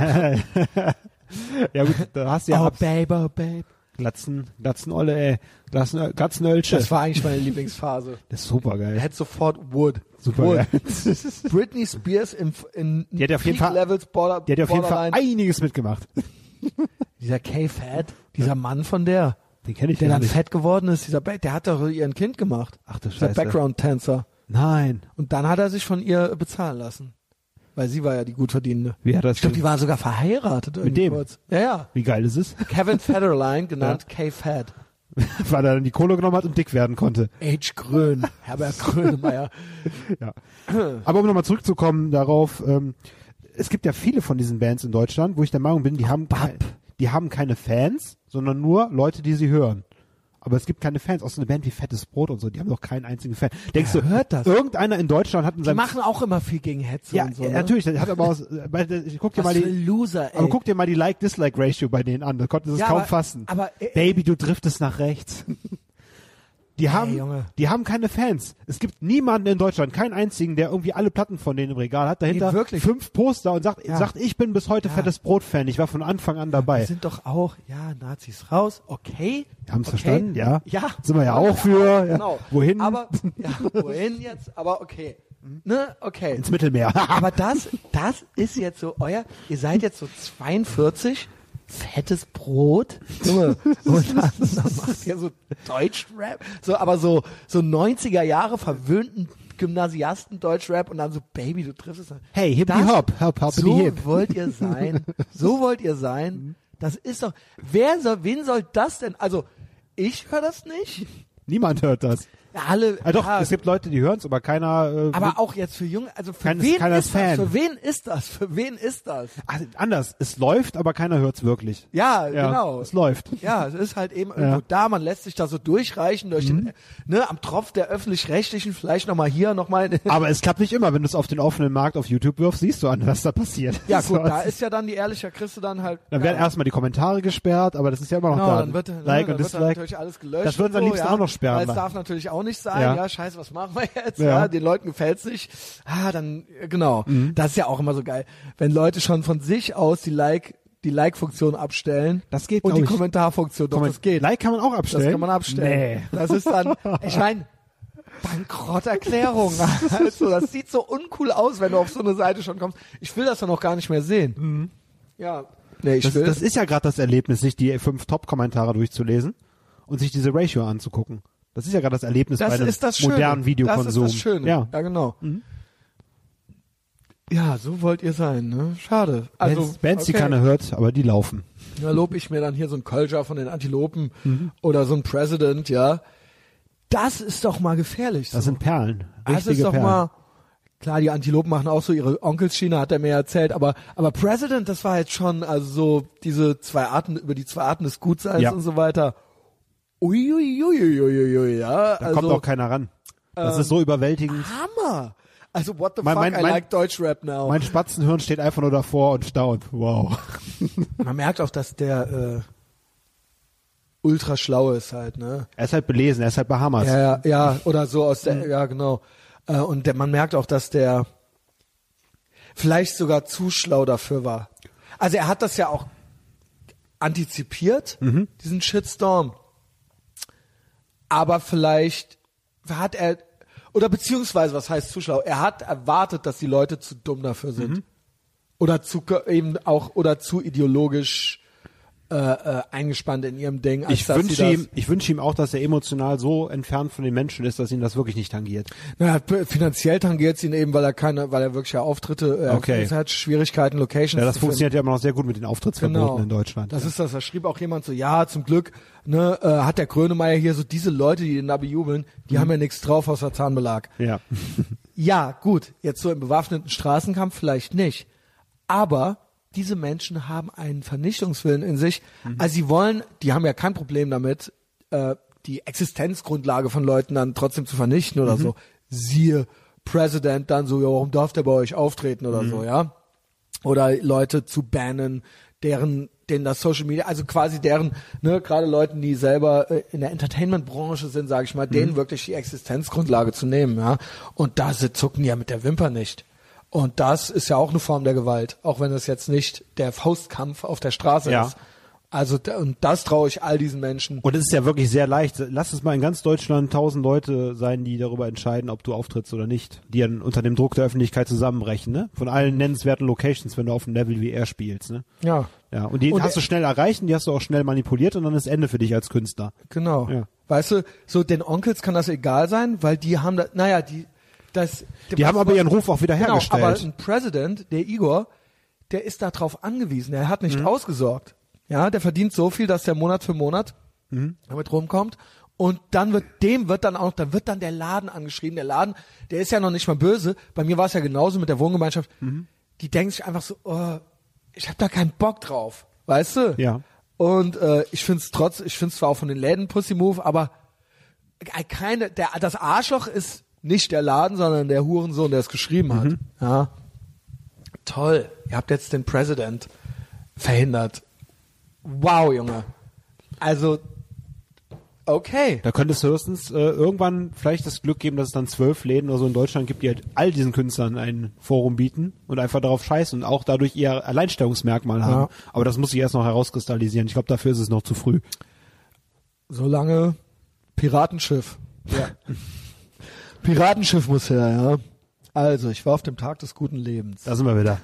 Ja gut, da hast du ja Oh babe. Glatzenolle, ey. Glatzenölsche. Das war eigentlich meine Lieblingsphase. Das ist super geil. Er hätte sofort Wood. Super geil. Britney Spears in Die hat auf jeden Fall, Levels die hat auf jeden Fall Borderline. einiges mitgemacht. Dieser K-Fat, dieser Mann von der, Den kenne ich der ja dann nicht. fett geworden ist, der hat doch ihren Kind gemacht. Ach du Dieser Scheiße. Background-Tänzer. Nein. Und dann hat er sich von ihr bezahlen lassen. Weil sie war ja die Gutverdienende. Wie hat das Ich glaube, die war sogar verheiratet. Mit dem? Kurz. Ja. Wie geil ist es? Kevin Federline, genannt K-Fat. Weil er dann die Kohle genommen hat und dick werden konnte. H. Grön. Herbert Grönemeyer. Ja. Aber um nochmal zurückzukommen darauf, es gibt ja viele von diesen Bands in Deutschland, wo ich der Meinung bin, die haben keine Fans, sondern nur Leute, die sie hören. Aber es gibt keine Fans, auch so eine Band wie Fettes Brot und so, die haben doch keinen einzigen Fan. Denkst du, hört das? Irgendeiner in Deutschland hat in Die seinem... machen auch immer viel gegen Hetze ja, und so. Ne? natürlich, das hat aber guck dir Was mal für Loser, ey. aber guck dir mal die Like-Dislike-Ratio bei denen an, da konnten sie es kaum fassen. Aber Baby, du driftest nach rechts. Die haben keine Fans. Es gibt niemanden in Deutschland, keinen einzigen, der irgendwie alle Platten von denen im Regal hat. Dahinter 5 Poster und sagt, ich bin bis heute fettes Brot-Fan. Ich war von Anfang an dabei. Wir sind doch auch, Nazis raus, okay. Wir haben es verstanden, ja. Ja. Sind wir ja auch für. Ja. Genau. Wohin? Aber, wohin jetzt? Aber okay. Ne? Okay. Ins Mittelmeer. Aber das ist jetzt so ihr seid jetzt so 42, fettes Brot, Junge, und dann macht ihr so Deutschrap, aber so 90er Jahre verwöhnten Gymnasiasten Deutschrap und dann so, Baby, du triffst es. Hey, hippie hop, so wollt ihr sein, das ist doch, wen soll das denn, also, ich höre das nicht. Niemand hört das. Alle, es gibt Leute, die hören es, aber keiner. Aber auch jetzt für Junge, also keiner ist Fan. Für wen ist das? Für wen ist das? Ach, anders, es läuft, aber keiner hört's wirklich. Ja, genau. Es läuft. Ja, es ist halt eben irgendwo da, man lässt sich da so durchreichen durch den, am Tropf der Öffentlich-Rechtlichen, vielleicht nochmal hier, nochmal. Aber es klappt nicht immer, wenn du es auf den offenen Markt auf YouTube wirfst, siehst du an, was da passiert. Ja gut, da ist ja dann die ehrliche, kriegst du dann halt. Dann werden erstmal die Kommentare gesperrt, aber das ist ja immer noch da. Dann wird, Like und Dislike. wird dann natürlich alles gelöscht. Das würden sie am liebsten auch noch sperren. Weil es darf natürlich auch nicht sein, scheiße, was machen wir jetzt? Ja. Den Leuten gefällt's nicht. Dann, genau. Das ist ja auch immer so geil. Wenn Leute schon von sich aus die Like-Funktion abstellen. Das geht, und die Kommentarfunktion. Doch, das geht. Like kann man auch abstellen? Das kann man abstellen. Nee. Das ist dann, ich meine, Bankrotterklärung. Also, das sieht so uncool aus, wenn du auf so eine Seite schon kommst. Ich will das dann auch gar nicht mehr sehen. Ja. Nee, das ist ja gerade das Erlebnis, sich die 5 Top-Kommentare durchzulesen und sich diese Ratio anzugucken. Das ist ja gerade das Erlebnis bei einem modernen Videokonsum. Das ist das Schöne. Ja, genau. Ja, so wollt ihr sein, ne? Schade. Also Bands, die keiner hört, aber die laufen. Da lob ich mir dann hier so ein Culture von den Antilopen oder so ein President, ja. Das ist doch mal gefährlich. Das sind Perlen. Das ist doch mal, klar, die Antilopen machen auch so ihre Onkelsschiene, hat er mir erzählt, aber President, das war jetzt schon, also so diese über die 2 Arten des Gutseins und so weiter. Uiuiuiuiui, ja. Da kommt auch keiner ran. Das ist so überwältigend. Hammer! Also what the fuck, I like Deutschrap now. Mein Spatzenhirn steht einfach nur davor und staunt. Wow. Man merkt auch, dass der ultra schlau ist halt, ne? Er ist halt belesen, er ist halt Bahamas. Ja, oder so aus der, ja genau. Und man merkt auch, dass der vielleicht sogar zu schlau dafür war. Also er hat das ja auch antizipiert, diesen Shitstorm. Aber vielleicht hat er, oder beziehungsweise, was heißt zu schlau? Er hat erwartet, dass die Leute zu dumm dafür sind. Oder zu ideologisch eingespannt in ihrem Ding. Ich wünsche ihm auch, dass er emotional so entfernt von den Menschen ist, dass ihn das wirklich nicht tangiert. Naja, finanziell tangiert es ihn eben, weil er wirklich ja Auftritte, er hat Schwierigkeiten, Locations. Ja, das funktioniert ja immer noch sehr gut mit den Auftrittsverboten in Deutschland. Das ist das. Da schrieb auch jemand so, ja, zum Glück, hat der Grönemeyer hier so diese Leute, die den da bejubeln, die haben ja nichts drauf außer Zahnbelag. Ja. Ja, gut, jetzt so im bewaffneten Straßenkampf vielleicht nicht. Aber diese Menschen haben einen Vernichtungswillen in sich. Also die haben ja kein Problem damit, die Existenzgrundlage von Leuten dann trotzdem zu vernichten oder so. Siehe President dann so, ja, warum darf der bei euch auftreten oder so, ja? Oder Leute zu bannen, denen das Social Media, also quasi deren, gerade Leuten, die selber in der Entertainment-Branche sind, sage ich mal, denen wirklich die Existenzgrundlage zu nehmen, ja? Und da zucken die ja mit der Wimper nicht. Und das ist ja auch eine Form der Gewalt, auch wenn es jetzt nicht der Faustkampf auf der Straße ist. Also, und das traue ich all diesen Menschen. Und es ist ja wirklich sehr leicht. Lass es mal in ganz Deutschland 1000 Leute sein, die darüber entscheiden, ob du auftrittst oder nicht. Die dann unter dem Druck der Öffentlichkeit zusammenbrechen, ne? Von allen nennenswerten Locations, wenn du auf einem Level wie er spielst, ne? Ja. Ja. Und die hast du schnell erreicht und die hast du auch schnell manipuliert und dann ist Ende für dich als Künstler. Genau. Ja. Weißt du, so den Onkels kann das egal sein, weil die haben die haben aber ihren Ruf auch wieder hergestellt. Genau, aber ein President, der Igor, der ist da drauf angewiesen. Er hat nicht ausgesorgt. Ja, der verdient so viel, dass der Monat für Monat damit rumkommt. Und dann wird dann der Laden angeschrieben. Der Laden, der ist ja noch nicht mal böse. Bei mir war es ja genauso mit der Wohngemeinschaft. Die denken sich einfach so, ich habe da keinen Bock drauf. Weißt du? Ja. Und ich find's zwar auch von den Läden Pussy Move, aber das Arschloch ist nicht der Laden, sondern der Hurensohn, der es geschrieben hat. Ja. Toll. Ihr habt jetzt den President verhindert. Wow, Junge. Also, okay. Da könnte es höchstens irgendwann vielleicht das Glück geben, dass es dann 12 Läden oder so in Deutschland gibt, die halt all diesen Künstlern ein Forum bieten und einfach darauf scheißen und auch dadurch ihr Alleinstellungsmerkmal haben. Ja. Aber das muss sich erst noch herauskristallisieren. Ich glaube, dafür ist es noch zu früh. Solange Piratenschiff. Ja. Piratenschiff muss her, ja. Also, ich war auf dem Tag des guten Lebens. Da sind wir wieder.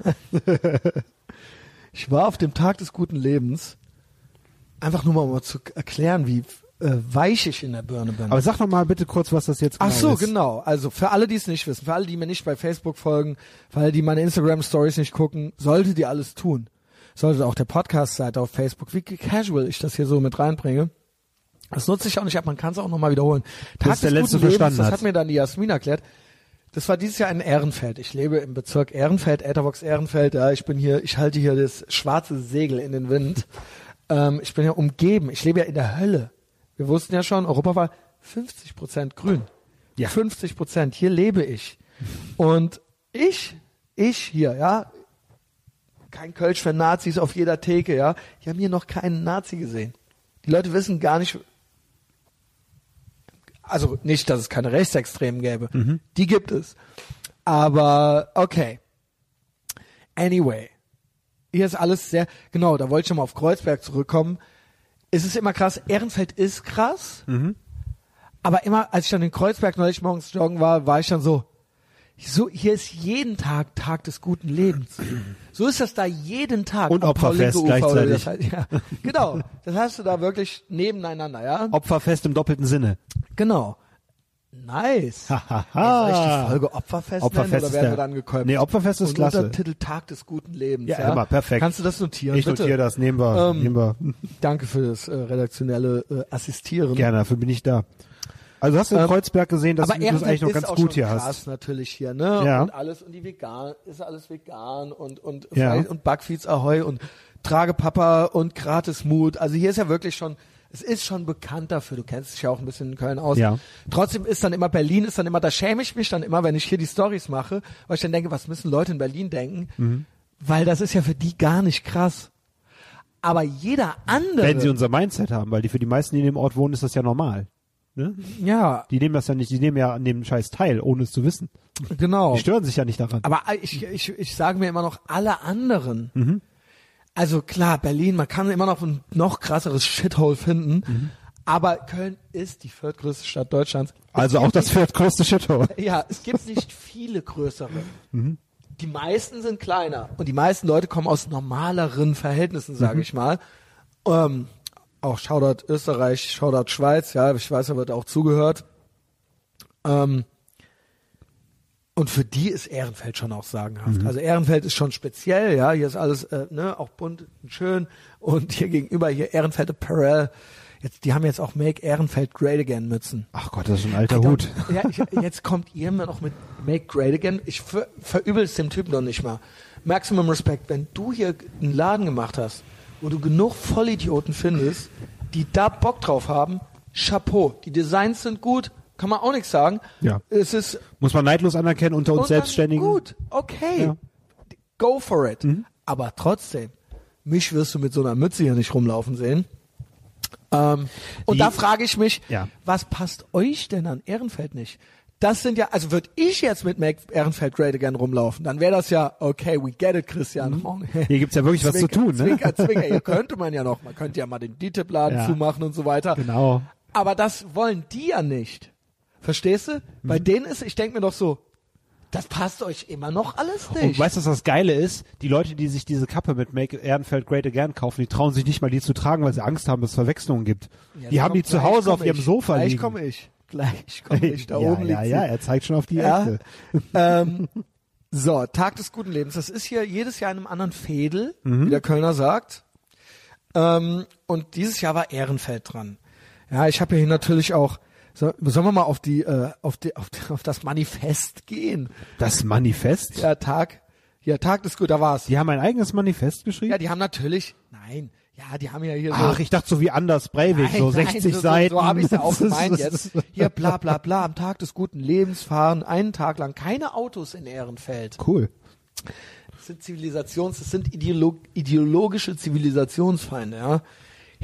Ich war auf dem Tag des guten Lebens, einfach nur mal zu erklären, wie weich ich in der Birne bin. Aber sag noch mal bitte kurz, was das jetzt genau ist. Ach so, genau. Also für alle, die es nicht wissen, für alle, die mir nicht bei Facebook folgen, für alle, die meine Instagram-Stories nicht gucken, solltet ihr alles tun. Solltet auch der Podcast-Seite auf Facebook, wie casual ich das hier so mit reinbringe. Das nutze ich auch nicht ab, man kann es auch nochmal wiederholen. Bis der Letzte verstanden das hat. hat mir dann die Jasmin erklärt. Das war dieses Jahr in Ehrenfeld. Ich lebe im Bezirk Ehrenfeld, Etherbox Ehrenfeld. Ja, ich halte hier das schwarze Segel in den Wind. Ich bin ja umgeben. Ich lebe ja in der Hölle. Wir wussten ja schon, Europa war 50% grün. Ja. 50%. Hier lebe ich. Und ich hier, ja, kein Kölsch für Nazis auf jeder Theke, ja. Ich habe hier noch keinen Nazi gesehen. Die Leute wissen gar nicht, also nicht, dass es keine Rechtsextremen gäbe. Die gibt es. Aber okay. Anyway. Hier ist alles sehr, genau, da wollte ich schon mal auf Kreuzberg zurückkommen. Es ist immer krass, Ehrenfeld ist krass, aber immer, als ich dann in Kreuzberg neulich morgens joggen war ich dann so, hier ist jeden Tag des guten Lebens. So ist das da jeden Tag. Und Opferfest gleichzeitig. Das heißt, ja, genau, das hast du da wirklich nebeneinander, ja. Opferfest im doppelten Sinne. Genau. Nice. Soll ich die Folge Opferfest Opferfest nennen, oder ist werden wir der- dann gekommen? Nee, Opferfest ist und klasse. Untertitel Tag des guten Lebens. Ja, immer, perfekt. Kannst du das notieren, Ich bitte? notiere das, nehmen wir. Danke für das redaktionelle Assistieren. Gerne, dafür bin ich da. Also hast du in Kreuzberg gesehen, dass Aber du das eigentlich noch ist ganz auch gut schon hier krass hast. natürlich hier, ne? Ja. Und alles, und die vegan, ist alles vegan und Ja. Fleisch und Backfiets Ahoi und Tragepapa und Gratismut. Also hier ist ja wirklich schon, es ist schon bekannt dafür. Du kennst dich ja auch ein bisschen in Köln aus. Ja. Trotzdem ist dann immer Berlin, da schäme ich mich dann immer, wenn ich hier die Stories mache, weil ich dann denke, was müssen Leute in Berlin denken? Weil das ist ja für die gar nicht krass. Aber jeder andere. Wenn sie unser Mindset haben, weil für die meisten, die in dem Ort wohnen, ist das ja normal. Ne? ja, Die nehmen das ja nicht, die nehmen ja an dem Scheiß teil, ohne es zu wissen. genau. Die stören sich ja nicht daran. Aber ich sage mir immer noch, alle anderen. Also klar, Berlin, man kann immer noch ein noch krasseres Shithole finden. Aber Köln ist die viertgrößte Stadt Deutschlands. Also auch das viertgrößte Shithole. Ja, es gibt nicht viele größere. Die meisten sind kleiner. Und die meisten Leute kommen aus normaleren Verhältnissen, sage ich mal. Auch Shoutout Österreich, Shoutout Schweiz, ja, ich weiß, da wird auch zugehört. Und für die ist Ehrenfeld schon auch sagenhaft. Also Ehrenfeld ist schon speziell, ja, hier ist alles auch bunt und schön. Und hier gegenüber, hier Ehrenfeld Apparel, die haben jetzt auch Make Ehrenfeld Great Again Mützen. Ach Gott, das ist ein alter Hut. Ja, jetzt kommt ihr mir noch mit Make Great Again. Ich verübel es dem Typen noch nicht mal. Maximum Respect, wenn du hier einen Laden gemacht hast, wo du genug Vollidioten findest, die da Bock drauf haben, Chapeau. Die Designs sind gut, kann man auch nichts sagen. Ja. Es ist Muss man neidlos anerkennen unter uns Selbstständigen. gut, okay. Ja. Go for it. Aber trotzdem, mich wirst du mit so einer Mütze hier nicht rumlaufen sehen. Und da frage ich mich, Ja. was passt euch denn an Ehrenfeld nicht? Das sind ja, also würde ich jetzt mit Make Ehrenfeld Great Again rumlaufen, dann wäre das ja, okay, we get it, Christian. Hier gibt's ja wirklich was zu tun, ne? Zwinker, Zwinker. Hier könnte man ja noch, man könnte ja mal den DTIP-Laden Ja. zumachen und so weiter. Genau. Aber das wollen die ja nicht. Verstehst du? Bei denen ist, ich denke mir doch so, das passt euch immer noch alles nicht. Und weißt du, was das Geile ist? Die Leute, die sich diese Kappe mit Make Ehrenfeld Great Again kaufen, die trauen sich nicht mal, die zu tragen, weil sie Angst haben, dass es Verwechslungen gibt. Ja, die haben die zu Hause auf ihrem Sofa Gleich liegen. komme ich. Gleich komme ich. Da ja, oben liegt sie. ja, er zeigt schon auf die Ja. Ecke. So, Tag des guten Lebens. Das ist hier jedes Jahr in einem anderen Fädel, wie der Kölner sagt. Und dieses Jahr war Ehrenfeld dran. Ja, ich habe hier natürlich auch, sollen wir mal auf das Manifest gehen? Das Manifest? Ja, Tag des Guten, da war's. Die haben ein eigenes Manifest geschrieben? Ja, die haben natürlich, die haben ja hier so. Ach, ich dachte so wie Anders Breivik, so 60 Seiten. So habe ich es ja auch gemeint jetzt. Hier bla bla bla, am Tag des guten Lebens fahren einen Tag lang keine Autos in Ehrenfeld. Cool. Das sind ideologische Zivilisationsfeinde, ja.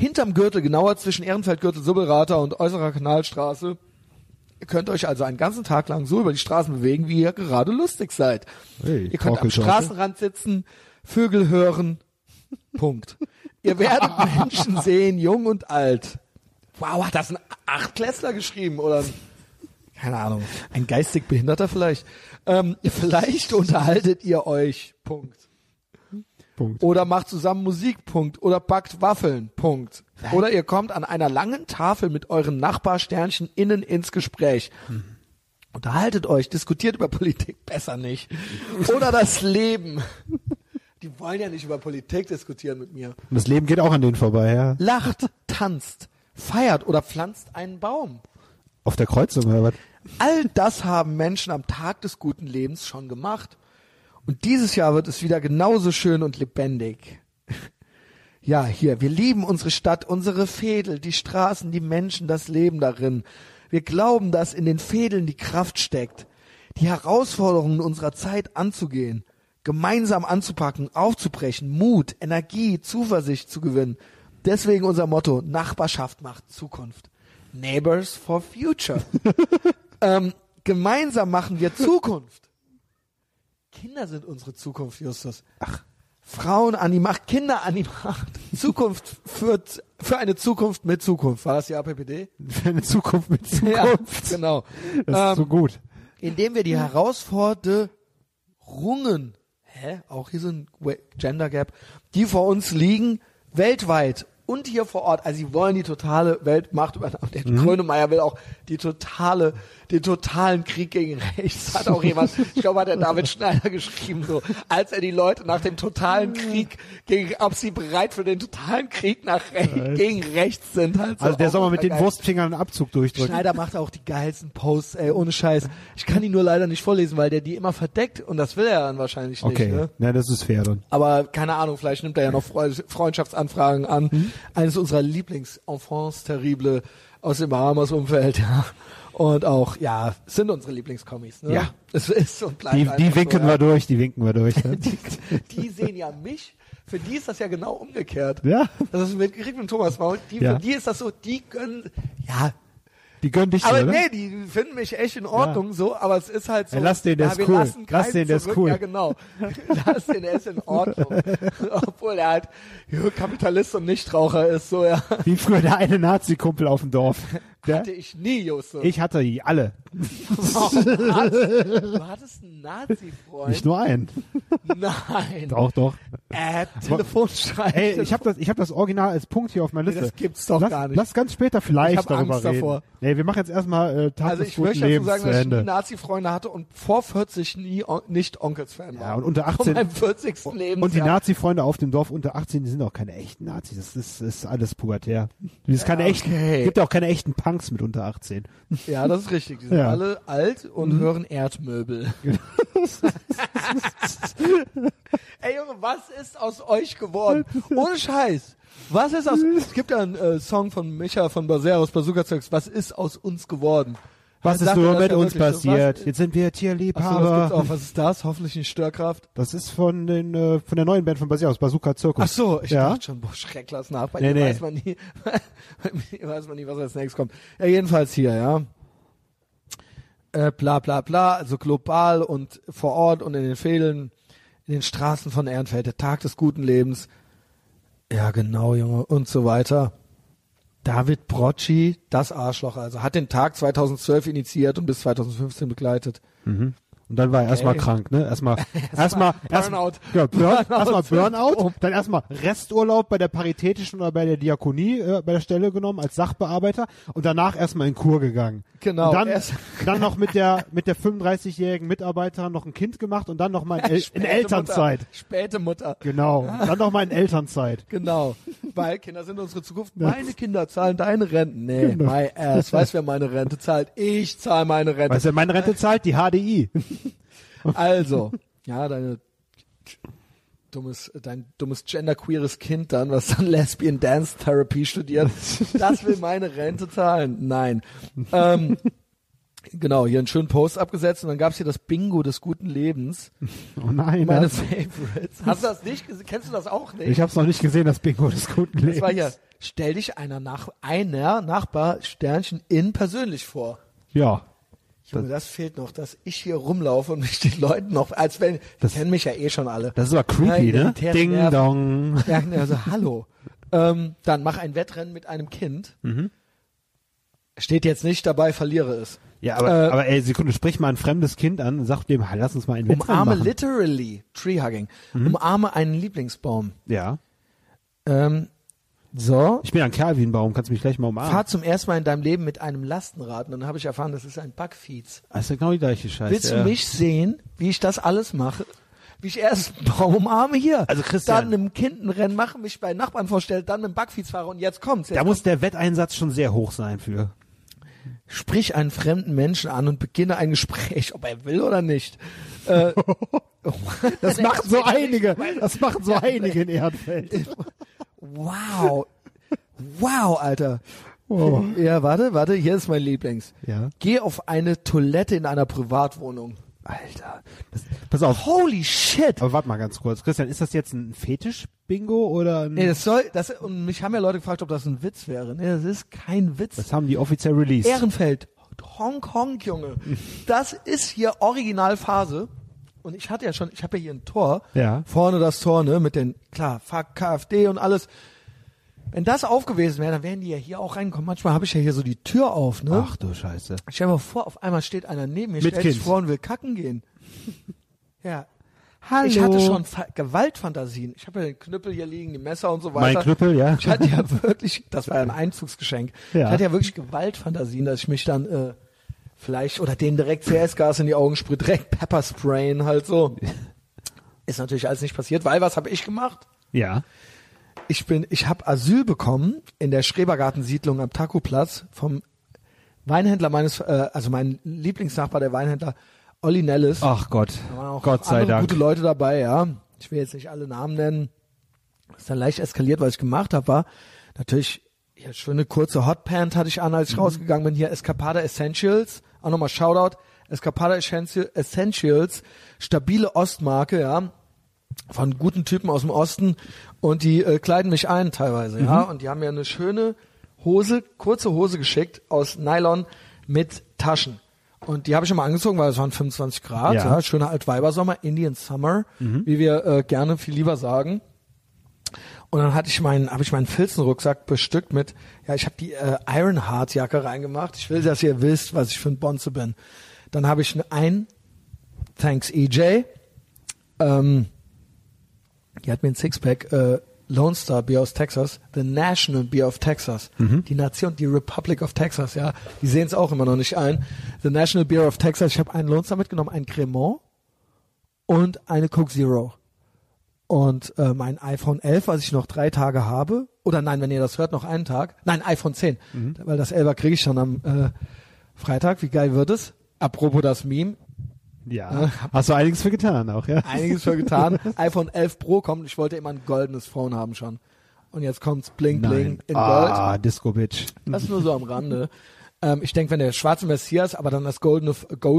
hinterm Gürtel, genauer zwischen Ehrenfeld-Gürtel, Subbelrather und Äußerer Kanalstraße. Ihr könnt euch also einen ganzen Tag lang so über die Straßen bewegen, wie ihr gerade lustig seid. Hey, ihr könnt am Straßenrand sitzen, Vögel hören. Punkt. Ihr werdet Menschen sehen, jung und alt. Wow, hat das ein Achtklässler geschrieben oder keine Ahnung, ein geistig Behinderter vielleicht. Vielleicht unterhaltet ihr euch. Punkt. Oder macht zusammen Musik. Punkt. Oder backt Waffeln. Punkt. Oder ihr kommt an einer langen Tafel mit euren Nachbarsternchen innen ins Gespräch. Unterhaltet euch, diskutiert über Politik, besser nicht. Oder das Leben. Die wollen ja nicht über Politik diskutieren mit mir. Und das Leben geht auch an denen vorbei, ja. Lacht, tanzt, feiert oder pflanzt einen Baum. Auf der Kreuzung oder was? All das haben Menschen am Tag des guten Lebens schon gemacht. Und dieses Jahr wird es wieder genauso schön und lebendig. Ja, hier, wir lieben unsere Stadt, unsere Veedel, die Straßen, die Menschen, das Leben darin. Wir glauben, dass in den Veedeln die Kraft steckt, die Herausforderungen unserer Zeit anzugehen, gemeinsam anzupacken, aufzubrechen, Mut, Energie, Zuversicht zu gewinnen. Deswegen unser Motto, Nachbarschaft macht Zukunft. Neighbors for Future. Gemeinsam machen wir Zukunft. Kinder sind unsere Zukunft, Justus. Ach, Frauen an die Macht, Kinder an die Macht. Zukunft für eine Zukunft mit Zukunft. War das die APPD? Für eine Zukunft mit Zukunft. Ja, genau. Das ist so gut. Indem wir die Herausforderungen, auch hier so ein Gender Gap, die vor uns liegen, weltweit und hier vor Ort, also sie wollen die totale Weltmacht übernehmen. Der Grönemeyer will auch den totalen Krieg gegen rechts, hat auch jemand, ich glaube, hat der David Schneider geschrieben, so, als er die Leute nach dem totalen Krieg ob sie bereit für den totalen Krieg gegen rechts sind. Halt so. Also der soll mal mit den Wurstfingern einen Abzug durchdrücken. Schneider macht auch die geilsten Posts, ey, ohne Scheiß. Ich kann ihn nur leider nicht vorlesen, weil der die immer verdeckt und das will er dann wahrscheinlich nicht. Okay, ne? Ja, das ist fair dann. Aber keine Ahnung, vielleicht nimmt er ja noch Freundschaftsanfragen an. Eines unserer Lieblings-Enfants terrible aus dem Bahamas-Umfeld, ja. Und auch, ja, sind unsere Lieblingskommis, ne? Ja. Es ist und bleibt Die einfach winken so, wir durch, die winken wir durch. Ja. die sehen ja mich. Für die ist das ja genau umgekehrt. Ja. Das ist mitgekriegt mit Thomas Maul. Ja. Für die ist das so, die gönnen, ja. Die gönnen dich, Aber oder? nee, die finden mich echt in Ordnung, so, aber es ist halt so. Ja, lass den, der ist wir cool. lassen Lass keinen den, der ist zurück. cool. Ja, genau. Lass den, der ist in Ordnung. Obwohl er halt Kapitalist und Nichtraucher ist, so, ja. Wie früher der eine Nazi-Kumpel auf dem Dorf. Hatte ich nie, Justus. Ich hatte die, alle. Du hattest einen Nazi-Freund? Nicht nur einen. Nein. Doch. Telefonstreich. Ey, ich hab das Original als Punkt hier auf meiner Liste. Das gibt's doch gar nicht. Lass ganz später vielleicht Ich hab darüber Angst reden. davor. Nee, wir machen jetzt erstmal Tag Also des ich guten möchte dazu Lebens sagen, zu dass ich nie Ende. Nazi-Freunde hatte und vor 40 nie nicht Onkels-Fan war. Ja, und unter Von 18 meinem 40. Lebensjahr. und die Nazi-Freunde auf dem Dorf unter 18, die sind auch keine echten Nazis. Das ist alles pubertär. Das ist keine okay. gibt auch keine echten Punks mit unter 18. Ja, das ist richtig. Die sind Ja. alle alt und hören Erdmöbel. Ey Junge, was ist aus euch geworden? Ohne Scheiß. Was ist aus... Es gibt ja einen Song von Micha von Baseros, Bazooka Zeugs. Was ist aus uns geworden? Was ist Sagt nur er das mit ja uns wirklich so? passiert? Was- Jetzt sind wir Achso, das Tierliebhaber. gibt's auch. Was ist das? Hoffentlich nicht Störkraft. Das ist von der neuen Band von Basiaus, Bazooka Zirkus. Ach so, ich ja? dachte schon, boah, Schrecklass nach. Bei Nee, dir nee. weiß man nie, bei mir weiß man nie, was als nächstes kommt. Ja, jedenfalls hier, ja. Bla bla bla, also global und vor Ort und in den Veedeln, in den Straßen von Ehrenfeld, der Tag des guten Lebens. Ja, genau, Junge, und so weiter. David Brocci, das Arschloch, also hat den Tag 2012 initiiert und bis 2015 begleitet. Und dann war er erstmal krank, ne? Erstmal Burnout. Ja, erstmal Burnout. Burnout, dann erstmal Resturlaub bei der Paritätischen oder bei der Diakonie bei der Stelle genommen als Sachbearbeiter und danach erstmal in Kur gegangen. Genau. Und dann noch mit der 35-jährigen Mitarbeiterin noch ein Kind gemacht und dann noch mal in Späte Elternzeit. Mutter. Späte Mutter. Genau. Und dann noch mal in Elternzeit. Genau, weil Kinder sind unsere Zukunft. Meine Kinder zahlen deine Renten. Nee, my ass. Weißt du, wer meine Rente zahlt? Ich zahle meine Rente. Weißt du, wer meine Rente zahlt? Die HDI. Also, ja, dein dummes genderqueeres Kind dann, was dann Lesbian Dance Therapy studiert, das will meine Rente zahlen. Nein. Genau, hier einen schönen Post abgesetzt und dann gab's hier das Bingo des guten Lebens. Oh nein. Meine Favorites. Hast du das nicht gesehen? Kennst du das auch nicht? Ich habe es noch nicht gesehen, das Bingo des guten Lebens. Das war hier, stell dich einer Nachbar Sternchen in persönlich vor. Ja. Junge, das fehlt noch, dass ich hier rumlaufe und mich die Leute noch, als wenn, die kennen mich ja eh schon alle. Das ist aber creepy, ne? Ding dong. Ja, also hallo. Dann mach ein Wettrennen mit einem Kind. Steht jetzt nicht dabei, verliere es. Ja, aber ey, Sekunde, sprich mal ein fremdes Kind an und sag dem, lass uns mal ein Wettrennen Umarme machen. literally, Treehugging. Umarme einen Lieblingsbaum. Ja. So. Ich bin ein Kerl wie ein Baum, kannst du mich gleich mal umarmen. Fahr zum ersten Mal in deinem Leben mit einem Lastenrad. Und dann habe ich erfahren, das ist ein Backfiets. Das ist ja genau die gleiche Scheiße. Willst du mich sehen, wie ich das alles mache? Wie ich erst einen Baum umarme hier, Also Christian, dann einem Kind ein Rennen mache, mich bei Nachbarn vorstelle, dann mit dem Backfiets fahre und jetzt kommt's. da muss der Wetteinsatz schon sehr hoch sein für. Sprich einen fremden Menschen an und beginne ein Gespräch, ob er will oder nicht. Das machen so einige. Das machen so einige in Ehrenfeld. Wow. Wow, Alter. Oh. Ja, warte, hier ist mein Lieblings. Ja. Geh auf eine Toilette in einer Privatwohnung. Alter. Pass auf. Holy shit. Aber warte mal ganz kurz. Christian, ist das jetzt ein Fetisch-Bingo oder ein... Nee, und mich haben ja Leute gefragt, ob das ein Witz wäre. Nee, das ist kein Witz. Das haben die offiziell released. Ehrenfeld. Hongkong, Junge. Das ist hier Originalphase. Und ich habe ja hier ein Tor. Ja. Vorne das Tor, ne, mit den, klar, Fuck, KfD und alles. Wenn das auf gewesen wäre, dann wären die ja hier auch reingekommen. Manchmal habe ich ja hier so die Tür auf, ne? Ach du Scheiße. Stell dir mal vor, auf einmal steht einer neben mir, Mit stellt sich Kind. vor und will kacken gehen. Ja. Hallo. Ich hatte schon Gewaltfantasien. Ich habe ja den Knüppel hier liegen, die Messer und so weiter. Mein Knüppel, ja. Ich hatte ja wirklich, das war ja ein Einzugsgeschenk. Ja. Ich hatte ja wirklich Gewaltfantasien, dass ich mich dann vielleicht, oder denen direkt CS-Gas in die Augen sprühe, direkt Peppersprayen halt so. Ist natürlich alles nicht passiert, weil was habe ich gemacht? Ja. Ich habe Asyl bekommen in der Schrebergartensiedlung am Takuplatz vom Weinhändler also mein Lieblingsnachbar, der Weinhändler Olli Nellis. Ach Gott. Da waren auch Gott sei andere Dank. gute Leute dabei, ja. Ich will jetzt nicht alle Namen nennen. Das ist dann leicht eskaliert, was ich gemacht habe, war natürlich, ja, schöne kurze Hotpant hatte ich an, als ich rausgegangen bin. Hier Escapada Essentials, auch nochmal Shoutout. Escapada Essentials, stabile Ostmarke, ja, von guten Typen aus dem Osten, und die kleiden mich ein teilweise, ja, und die haben mir eine schöne Hose, kurze Hose geschickt aus Nylon mit Taschen. Und die habe ich schon mal angezogen, weil es waren 25 Grad, ja, schöner Altweibersommer, Indian Summer, wie wir gerne viel lieber sagen. Und dann habe ich meinen Filzenrucksack bestückt mit, ja, ich habe die Ironheart Jacke reingemacht. Ich will, dass ihr wisst, was ich für ein Bonze bin. Dann habe ich Thanks EJ, die hat mir ein Sixpack Lone Star Beer aus Texas, the National Beer of Texas, die Nation, die Republic of Texas, ja, die sehen es auch immer noch nicht ein. The National Beer of Texas. Ich habe einen Lone Star mitgenommen, einen Cremant und eine Coke Zero. Und mein iPhone 11, was ich noch 3 Tage habe, oder nein, wenn ihr das hört, noch einen Tag, nein, iPhone 10, weil das 11er kriege ich schon am Freitag. Wie geil wird es? Apropos das Meme. Ja, hast du einiges für getan auch, ja? Einiges für getan. iPhone 11 Pro kommt. Ich wollte immer ein goldenes Phone haben schon. Und jetzt kommt's bling bling in Gold. Ah, Disco Bitch. Das ist nur so am Rande. Ich denke, wenn der schwarze Messias, aber dann das goldene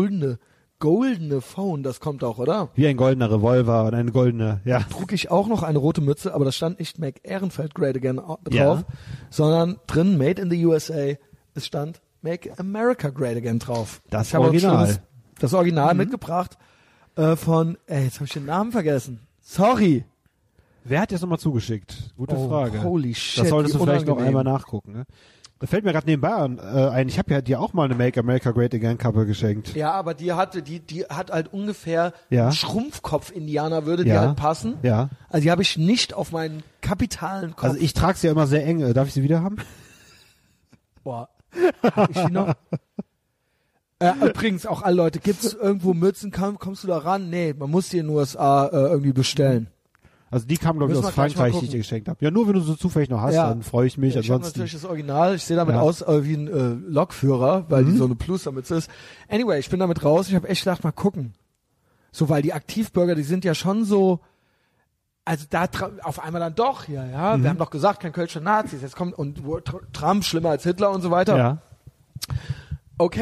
Phone, das kommt auch, oder? Wie ein goldener Revolver und eine goldene, ja. Trug ich auch noch eine rote Mütze, aber da stand nicht Make Ehrenfeld Great Again drauf, Ja. sondern drin Made in the USA. Es stand Make America Great Again drauf. Das Ich habe Original. Das Original mitgebracht von, jetzt habe ich den Namen vergessen. Sorry. Wer hat dir das nochmal zugeschickt? Gute Oh, Frage. holy shit, Das solltest wie du vielleicht noch unangenehm. einmal nachgucken, ne? Da fällt mir gerade nebenbei ein, ich habe ja dir auch mal eine Make America Great Again Kappe geschenkt. Ja, aber die hat halt ungefähr Ja. Schrumpfkopf-Indianer würde die Ja. halt passen. Ja. Also die habe ich nicht auf meinen kapitalen Kopf. Also ich trage sie ja immer sehr eng. Darf ich sie wieder haben? Boah. Hab ich die noch? Übrigens, auch alle Leute, gibt's irgendwo Mützen, kommst du da ran? Nee, man muss die in den USA irgendwie bestellen. Also die kam, glaube ich, Müssen aus wir gleich mal Frankreich, die ich gucken. dir geschenkt habe. Ja, nur wenn du so zufällig noch hast, Ja. dann freue ich mich. Ich habe Ansonsten. natürlich das Original, ich sehe damit Ja. aus wie ein Lokführer, weil die so eine Plustermütze ist. Anyway, ich bin damit raus, ich habe echt gedacht, mal gucken. So, weil die Aktivbürger, die sind ja schon so, also da auf einmal dann doch, ja, wir haben doch gesagt, kein Kölscher Nazis, jetzt kommt, und Trump schlimmer als Hitler und so weiter. Ja. Okay,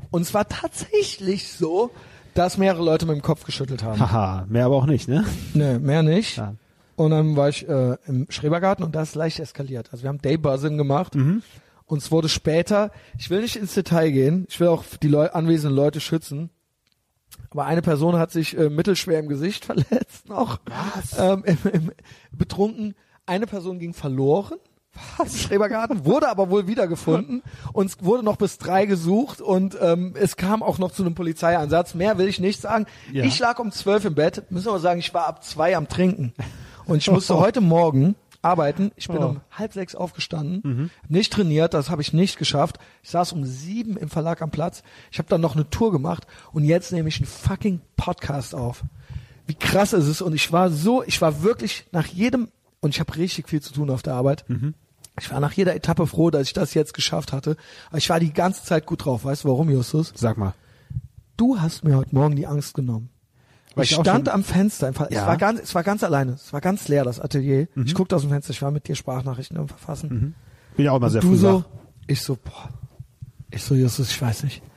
Und es war tatsächlich so, dass mehrere Leute mit dem Kopf geschüttelt haben. Haha, mehr aber auch nicht, ne? Nee, mehr nicht. Ja. Und dann war ich im Schrebergarten und das ist leicht eskaliert. Also wir haben Daybuzzing gemacht und es wurde später, ich will nicht ins Detail gehen, ich will auch die anwesenden Leute schützen, aber eine Person hat sich mittelschwer im Gesicht verletzt noch. Was? Betrunken. Eine Person ging verloren. Was? Schrebergarten, wurde aber wohl wiedergefunden und es wurde noch bis 3 gesucht und es kam auch noch zu einem Polizeieinsatz. Mehr will ich nicht sagen. Ja. Ich lag um 12 im Bett, müssen aber sagen, ich war ab 2 am Trinken und ich musste heute Morgen arbeiten. Ich bin um 5:30 aufgestanden, hab nicht trainiert, das habe ich nicht geschafft. Ich saß um 7 im Verlag am Platz. Ich habe dann noch eine Tour gemacht und jetzt nehme ich einen fucking Podcast auf. Wie krass ist es? Und ich war wirklich nach jedem, und ich habe richtig viel zu tun auf der Arbeit. Ich war nach jeder Etappe froh, dass ich das jetzt geschafft hatte. Aber ich war die ganze Zeit gut drauf. Weißt du warum, Justus? Sag mal. Du hast mir heute Morgen die Angst genommen. Ich stand am Fenster. Es war ganz alleine. Es war ganz leer, das Atelier. Ich guckte aus dem Fenster. Ich war mit dir Sprachnachrichten am Verfassen. Bin ja auch immer sehr früh wach. Ich so, Justus, ich weiß nicht.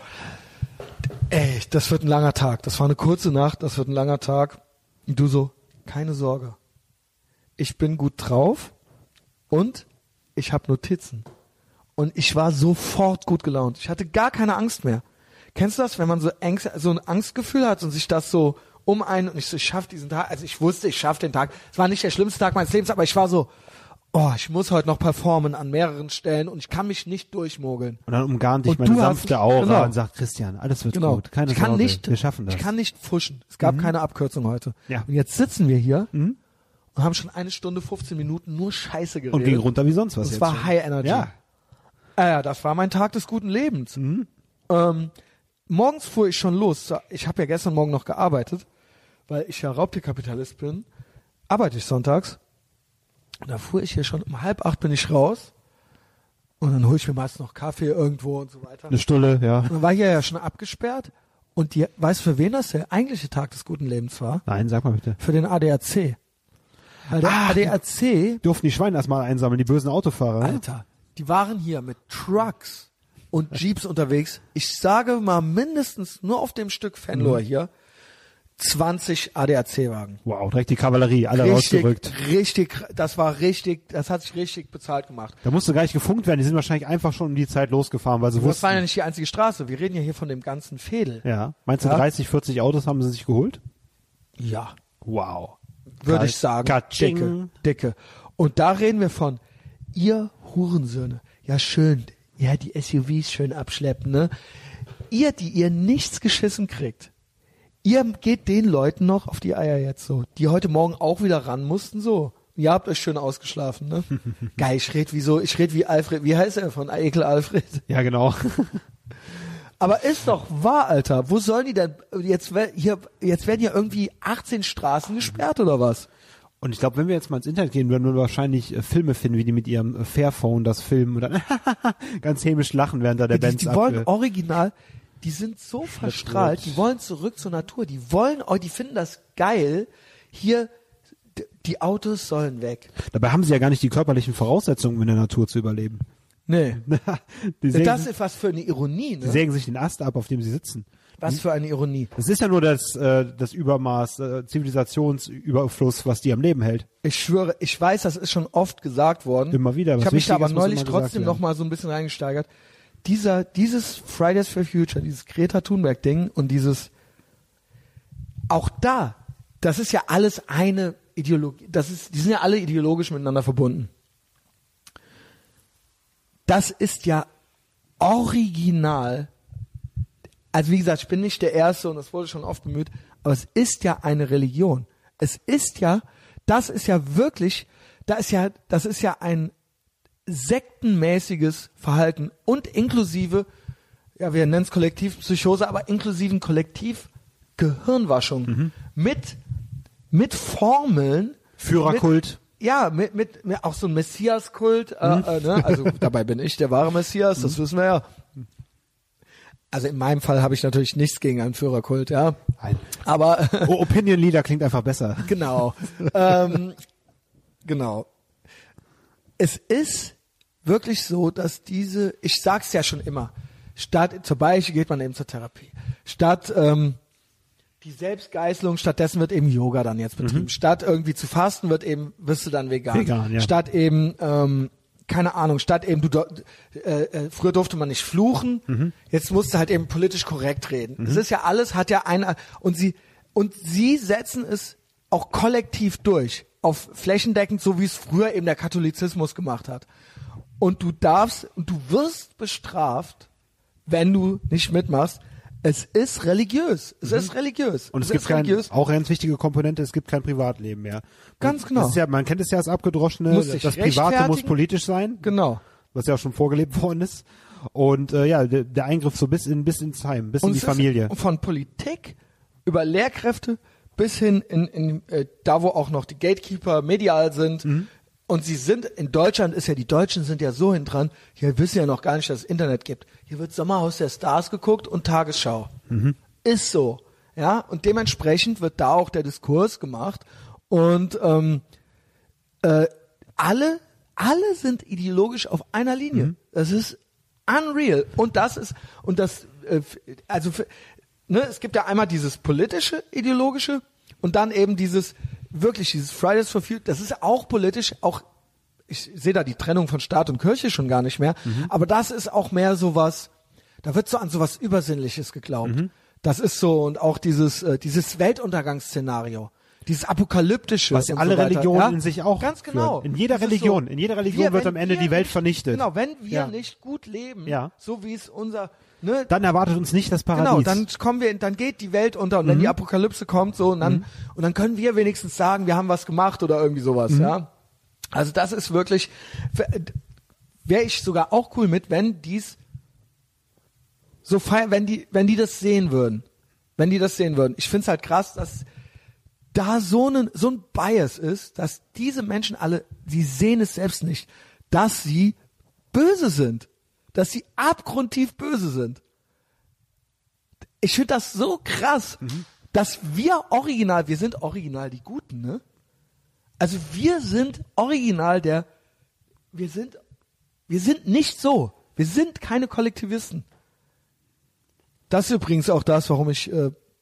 Ey, das wird ein langer Tag. Das war eine kurze Nacht. Das wird ein langer Tag. Und du so, keine Sorge. Ich bin gut drauf und ich habe Notizen. Und ich war sofort gut gelaunt. Ich hatte gar keine Angst mehr. Kennst du das, wenn man so ein Angstgefühl hat und sich das so und ich so, ich schaffe diesen Tag, also ich wusste, ich schaffe den Tag. Es war nicht der schlimmste Tag meines Lebens, aber ich war so, ich muss heute noch performen an mehreren Stellen und ich kann mich nicht durchmogeln. Und dann umgarnt dich meine sanfte Aura und sagt, Christian, alles wird gut, keine Sorge, wir schaffen das. Ich kann nicht pfuschen. Es gab keine Abkürzung heute. Ja. Und jetzt sitzen wir hier und haben schon 1 Stunde 15 Minuten nur Scheiße geredet. Und ging runter wie sonst was. Das war High Energy. Ja, das war mein Tag des guten Lebens. Morgens fuhr ich schon los. Ich habe ja gestern Morgen noch gearbeitet, weil ich ja Raubtierkapitalist bin. Arbeite ich sonntags. Und da fuhr ich hier schon um 7:30 bin ich raus. Und dann hole ich mir meist noch Kaffee irgendwo und so weiter. Eine Stulle, ja. Und dann war hier ja schon abgesperrt. Und weißt du, für wen das der eigentliche Tag des guten Lebens war? Nein, sag mal bitte. Für den ADAC. Weil der ADAC... Durften die Schweine erstmal einsammeln, die bösen Autofahrer. Alter, die waren hier mit Trucks und Jeeps unterwegs. Ich sage mal mindestens nur auf dem Stück Fenloher hier 20 ADAC-Wagen. Wow, direkt die Kavallerie, alle rausgerückt. Das hat sich richtig bezahlt gemacht. Da musste gar nicht gefunkt werden, die sind wahrscheinlich einfach schon um die Zeit losgefahren, weil sie wussten. Das war ja nicht die einzige Straße, wir reden ja hier von dem ganzen Fädel. Ja, meinst du 30, 40 Autos haben sie sich geholt? Ja. Wow. Würde ich sagen. Dicke. Und da reden wir von, ihr Hurensöhne, ja schön, ja die SUVs schön abschleppen, ne? Ihr, die ihr nichts geschissen kriegt, ihr geht den Leuten noch auf die Eier jetzt so, die heute Morgen auch wieder ran mussten so. Ihr habt euch schön ausgeschlafen, ne? Geil, ich red wie Alfred, wie heißt er von Ekel Alfred? Ja, genau. Aber ist doch wahr, Alter. Wo sollen die denn jetzt werden ja irgendwie 18 Straßen gesperrt oder was? Und ich glaube, wenn wir jetzt mal ins Internet gehen, würden wir wahrscheinlich Filme finden, wie die mit ihrem Fairphone das filmen und dann ganz hämisch lachen, während da der Benz Die wollen original, die sind so verstrahlt, die wollen zurück zur Natur, die finden das geil. Hier, die Autos sollen weg. Dabei haben sie ja gar nicht die körperlichen Voraussetzungen, um in der Natur zu überleben. Nee. Das ist was für eine Ironie, ne? Sie sägen sich den Ast ab, auf dem sie sitzen. Was für eine Ironie. Das ist ja nur das Übermaß, Zivilisationsüberfluss, was die am Leben hält. Ich schwöre, ich weiß, das ist schon oft gesagt worden. Immer wieder. Ich habe mich da aber neulich trotzdem noch mal so ein bisschen reingesteigert. Dieses Fridays for Future, dieses Greta Thunberg-Ding und dieses, auch da, das ist ja alles eine Ideologie, die sind ja alle ideologisch miteinander verbunden. Das ist ja original. Also wie gesagt, ich bin nicht der Erste und das wurde schon oft bemüht, aber es ist ja eine Religion. Das ist ja ein sektenmäßiges Verhalten und inklusive, ja, wir nennen es Kollektivpsychose, aber inklusiven Kollektivgehirnwaschung mit Formeln. Führerkult. Mit auch so ein Messiaskult, ne? Also dabei bin ich der wahre Messias, das wissen wir ja. Also in meinem Fall habe ich natürlich nichts gegen einen Führerkult, ja. Nein. Aber Opinion Leader klingt einfach besser. Genau. Genau. Es ist wirklich so, dass ich sag's ja schon immer, Statt zur Beichte geht man eben zur Therapie. Statt die Selbstgeißelung, stattdessen wird eben Yoga dann jetzt betrieben. Statt irgendwie zu fasten wirst du dann vegan. Ja. Statt eben keine Ahnung, statt eben früher durfte man nicht fluchen, jetzt musst du halt eben politisch korrekt reden. Das ist ja alles, hat ja und sie setzen es auch kollektiv durch, auf flächendeckend, so wie es früher eben der Katholizismus gemacht hat. Und du wirst bestraft, wenn du nicht mitmachst. Es ist religiös. Es ist religiös. Und es gibt auch eine ganz wichtige Komponente, es gibt kein Privatleben mehr. Ganz genau. Das ist ja, man kennt es ja als Abgedroschene, das Private muss politisch sein. Genau. Was ja auch schon vorgelebt worden ist. Und der Eingriff so bis ins Heim, bis in die Familie. Von Politik über Lehrkräfte bis hin in da, wo auch noch die Gatekeeper medial sind. Und sie sind, in Deutschland die Deutschen sind ja so hin dran, hier wissen ja noch gar nicht, dass es Internet gibt. Hier wird Sommerhaus der Stars geguckt und Tagesschau. Ist so. Ja, und dementsprechend wird da auch der Diskurs gemacht. Und alle sind ideologisch auf einer Linie. Das ist unreal. Es gibt ja einmal dieses politische, ideologische und dann eben dieses Fridays for Future, das ist auch politisch, auch ich sehe da die Trennung von Staat und Kirche schon gar nicht mehr, aber das ist auch mehr sowas, da wird so an sowas Übersinnliches geglaubt. Das ist so, und auch dieses Weltuntergangsszenario, dieses apokalyptische. Was alle so Religionen in sich auch ganz genau. Führen. In jeder Religion wird am Ende die Welt vernichtet. Genau, wenn wir nicht gut leben, so wie es dann erwartet uns nicht das Paradies. Genau, dann geht die Welt unter, und wenn die Apokalypse kommt, so, und dann können wir wenigstens sagen, wir haben was gemacht oder irgendwie sowas, ja. Also das ist wirklich, wäre ich sogar auch cool mit, wenn dies so feiern, wenn die das sehen würden. Wenn die das sehen würden. Ich find's halt krass, dass da so ein Bias ist, dass diese Menschen alle, sie sehen es selbst nicht, dass sie böse sind. Dass sie abgrundtief böse sind. Ich finde das so krass, dass wir sind original die Guten, ne? Also wir sind original wir sind nicht so. Wir sind keine Kollektivisten. Das ist übrigens auch das, warum ich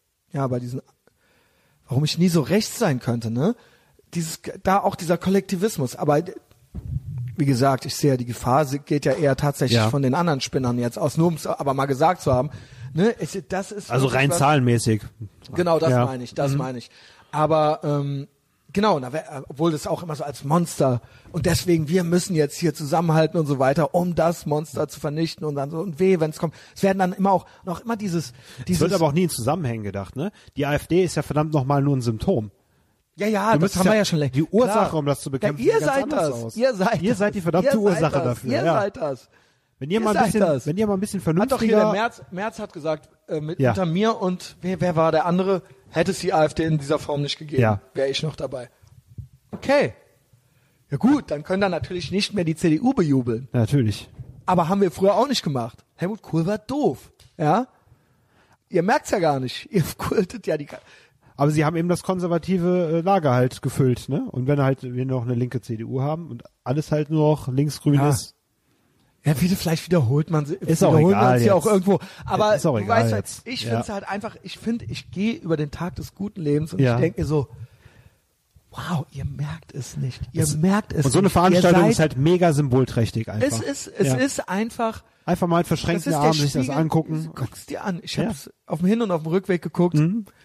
warum ich nie so rechts sein könnte, ne? Dieser Kollektivismus, aber wie gesagt, ich sehe ja, die Gefahr geht ja eher tatsächlich von den anderen Spinnern jetzt aus, nur um es aber mal gesagt zu haben. Ne? Das ist also rein zahlenmäßig. Genau, das meine ich. Aber genau, obwohl das auch immer so als Monster, und deswegen, wir müssen jetzt hier zusammenhalten und so weiter, um das Monster zu vernichten, und dann so, und wenn es kommt. Es werden dann immer noch immer dieses... Es wird aber auch nie in Zusammenhängen gedacht, ne? Die AfD ist ja verdammt nochmal nur ein Symptom. Ja, das haben wir ja schon längst. Die Ursache, um das zu bekämpfen, ihr seid das. Ihr seid die verdammte Ursache dafür. Ihr seid das. Wenn ihr mal ein bisschen vernünftiger... Hat doch hier der Merz hat gesagt, unter mir und wer war der andere, hätte es die AfD in dieser Form nicht gegeben, wäre ich noch dabei. Okay. Ja gut, dann können dann natürlich nicht mehr die CDU bejubeln. Natürlich. Aber haben wir früher auch nicht gemacht. Helmut Kohl war doof. Ja? Ihr merkt's ja gar nicht. Ihr kultet ja die... Aber sie haben eben das konservative Lager halt gefüllt, ne? Und wenn wir noch eine linke CDU haben und alles halt nur noch linksgrün ist. Ja, vielleicht wiederholt man sie. Ist auch egal ja auch irgendwo. Aber ist auch du egal weißt halt, jetzt. ich finde es halt einfach, ich gehe über den Tag des guten Lebens und ich denke mir so, wow, ihr merkt es nicht. Ihr merkt es nicht. Und so eine Veranstaltung ist halt mega symbolträchtig einfach. Es ist einfach... Einfach mal mit verschränkten Armen sich das angucken. Guck's dir an. Ich habe es auf dem Hin- und auf dem Rückweg geguckt.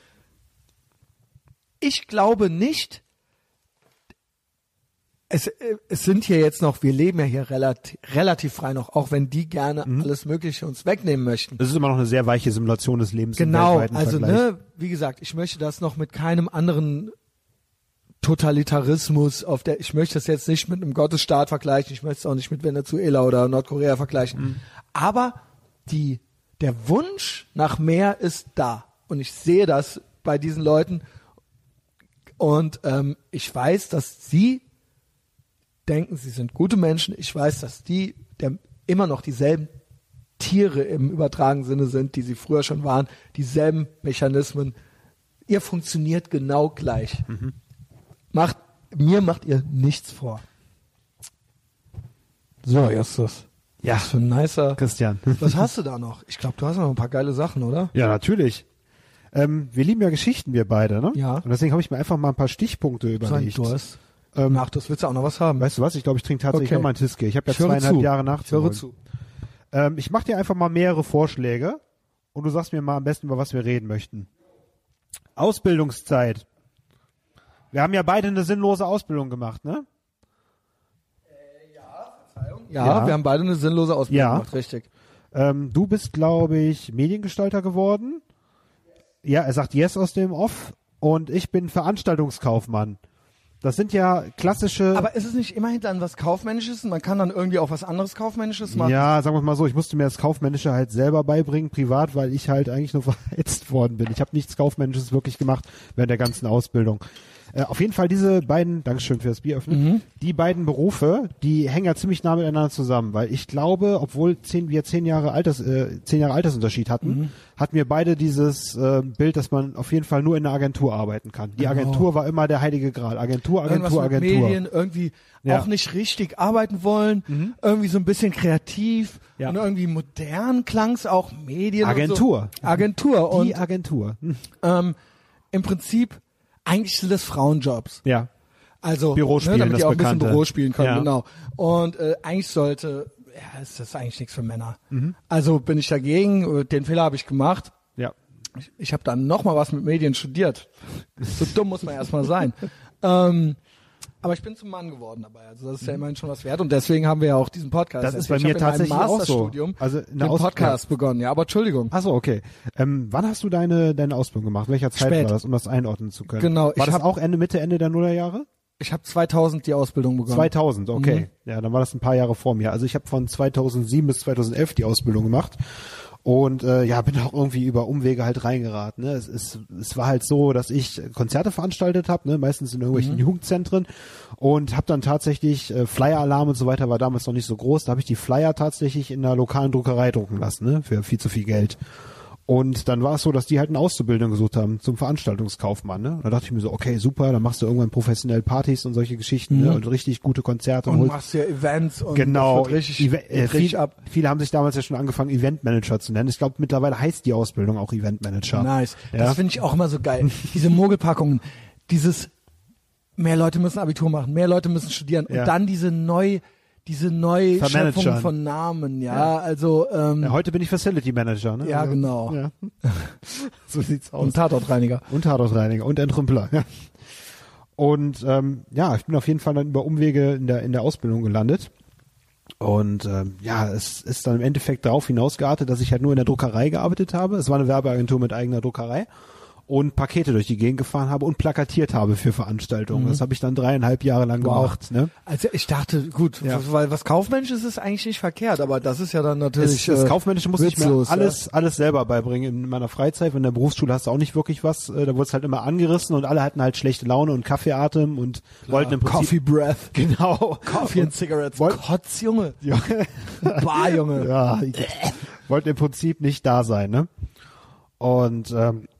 Ich glaube nicht, es sind hier jetzt noch, wir leben ja hier relativ frei noch, auch wenn die gerne alles Mögliche uns wegnehmen möchten. Das ist immer noch eine sehr weiche Simulation des Lebens. Genau, im weltweiten also Vergleich. wie gesagt, ich möchte das noch mit keinem anderen Totalitarismus ich möchte das jetzt nicht mit einem Gottesstaat vergleichen, ich möchte es auch nicht mit Venezuela oder Nordkorea vergleichen. Aber der Wunsch nach mehr ist da. Und ich sehe das bei diesen Leuten. Und ich weiß, dass sie denken, sie sind gute Menschen. Ich weiß, dass die immer noch dieselben Tiere im übertragenen Sinne sind, die sie früher schon waren. Dieselben Mechanismen. Ihr funktioniert genau gleich. Mir macht ihr nichts vor. So, Justus. Ja. Was für ein nicer. Christian. Was hast du da noch? Ich glaube, du hast noch ein paar geile Sachen, oder? Ja, natürlich. Wir lieben ja Geschichten, wir beide, ne? Ja. Und deswegen habe ich mir einfach mal ein paar Stichpunkte überlegt. So ein Durst. Nach, das willst du auch noch was haben. Weißt du was? Ich glaube, ich trinke tatsächlich Okay. noch mal einen Tüske. Ich habe ja Ich höre 2,5 zu. Jahre Ich nachzuholen. höre zu. Ich mache dir einfach mal mehrere Vorschläge und du sagst mir mal am besten, über was wir reden möchten. Ausbildungszeit. Wir haben ja beide eine sinnlose Ausbildung gemacht, ne? Ja, Ja. wir haben beide eine sinnlose Ausbildung Ja. gemacht, richtig. Du bist, glaube ich, Mediengestalter geworden. Ja, er sagt Yes aus dem Off. Und ich bin Veranstaltungskaufmann. Das sind ja klassische... Aber ist es nicht immerhin dann was Kaufmännisches? Und man kann dann irgendwie auch was anderes Kaufmännisches machen? Ja, sagen wir mal so, ich musste mir das Kaufmännische halt selber beibringen, privat, weil ich halt eigentlich nur verheizt worden bin. Ich habe nichts Kaufmännisches wirklich gemacht während der ganzen Ausbildung. Auf jeden Fall diese beiden, Dankeschön für das Bier öffnen, die beiden Berufe, die hängen ja ziemlich nah miteinander zusammen, weil ich glaube, obwohl wir 10 Jahre Altersunterschied hatten, hatten wir beide dieses Bild, dass man auf jeden Fall nur in einer Agentur arbeiten kann. Die Agentur war immer der heilige Gral. Agentur. Irgendwas mit Medien, irgendwie Ja. auch nicht richtig arbeiten wollen, irgendwie so ein bisschen kreativ Ja. und irgendwie modern klang's auch Medien Agentur. Und so. Agentur. Und Die Agentur. im Prinzip eigentlich sind das Frauenjobs. Ja. Also Bürospielen, damit die das auch ein bisschen Bekannte. Büro spielen können, Ja. genau. Und eigentlich ist das eigentlich nichts für Männer. Also bin ich dagegen, den Fehler habe ich gemacht. Ja. Ich habe dann noch mal was mit Medien studiert. So dumm muss man erstmal sein. Aber ich bin zum Mann geworden dabei. Also das ist ja immerhin schon was wert. Und deswegen haben wir ja auch diesen Podcast. Das ist erzählt. bei mir Ich hab tatsächlich in meinem auch so. Masterstudium Also in der den Podcast begonnen. Ja, aber Entschuldigung. Ach so, okay. Wann hast du deine Ausbildung gemacht? Welcher Zeit Spät. war das, um das einordnen zu können? Genau, War ich das hab- auch Mitte der Nullerjahre? Ich habe 2000 die Ausbildung begonnen. 2000, okay. Ja, dann war das ein paar Jahre vor mir. Also ich habe von 2007 bis 2011 die Ausbildung gemacht. Und bin auch irgendwie über Umwege halt reingeraten. Ne? Es war halt so, dass ich Konzerte veranstaltet habe, ne? Meistens in irgendwelchen Jugendzentren, und habe dann tatsächlich Flyer-Alarm und so weiter war damals noch nicht so groß. Da habe ich die Flyer tatsächlich in einer lokalen Druckerei drucken lassen, ne? Für viel zu viel Geld. Und dann war es so, dass die halt einen Auszubildenden gesucht haben zum Veranstaltungskaufmann. Ne? Da dachte ich mir so, okay, super, dann machst du irgendwann professionell Partys und solche Geschichten, ne? Und richtig gute Konzerte. Und holst- machst ja Events und Genau. das wird richtig, richtig ab. Viele haben sich damals ja schon angefangen, Eventmanager zu nennen. Ich glaube, mittlerweile heißt die Ausbildung auch Eventmanager. Nice. Ja. Das finde ich auch immer so geil. Diese Mogelpackungen, mehr Leute müssen Abitur machen, mehr Leute müssen studieren Ja. und dann diese Neuschöpfung Vermanagern. von Namen, ja. Also Ja, heute bin ich Facility Manager. Ne? Ja, genau. Ja. So sieht's aus. und Tatortreiniger. Und Tatortreiniger und Entrümpler. Ja. Und ich bin auf jeden Fall dann über Umwege in der Ausbildung gelandet. Und es ist dann im Endeffekt darauf hinausgeartet, dass ich halt nur in der Druckerei gearbeitet habe. Es war eine Werbeagentur mit eigener Druckerei. Und Pakete durch die Gegend gefahren habe und plakatiert habe für Veranstaltungen. Das habe ich dann 3,5 Jahre lang gemacht. Ne? Also ich dachte, gut, Ja. weil was Kaufmännisches ist eigentlich nicht verkehrt, aber das ist ja dann natürlich Das Kaufmännische muss ich mir witzlos, alles selber beibringen in meiner Freizeit. In der Berufsschule hast du auch nicht wirklich was. Da wurde es halt immer angerissen und alle hatten halt schlechte Laune und Kaffeeatem und wollten im Prinzip... Coffee Breath, Genau. Coffee and Cigarettes, Woll- Kotz, Junge, Ja. Bar, Junge. Ja, wollten im Prinzip nicht da sein, ne? Und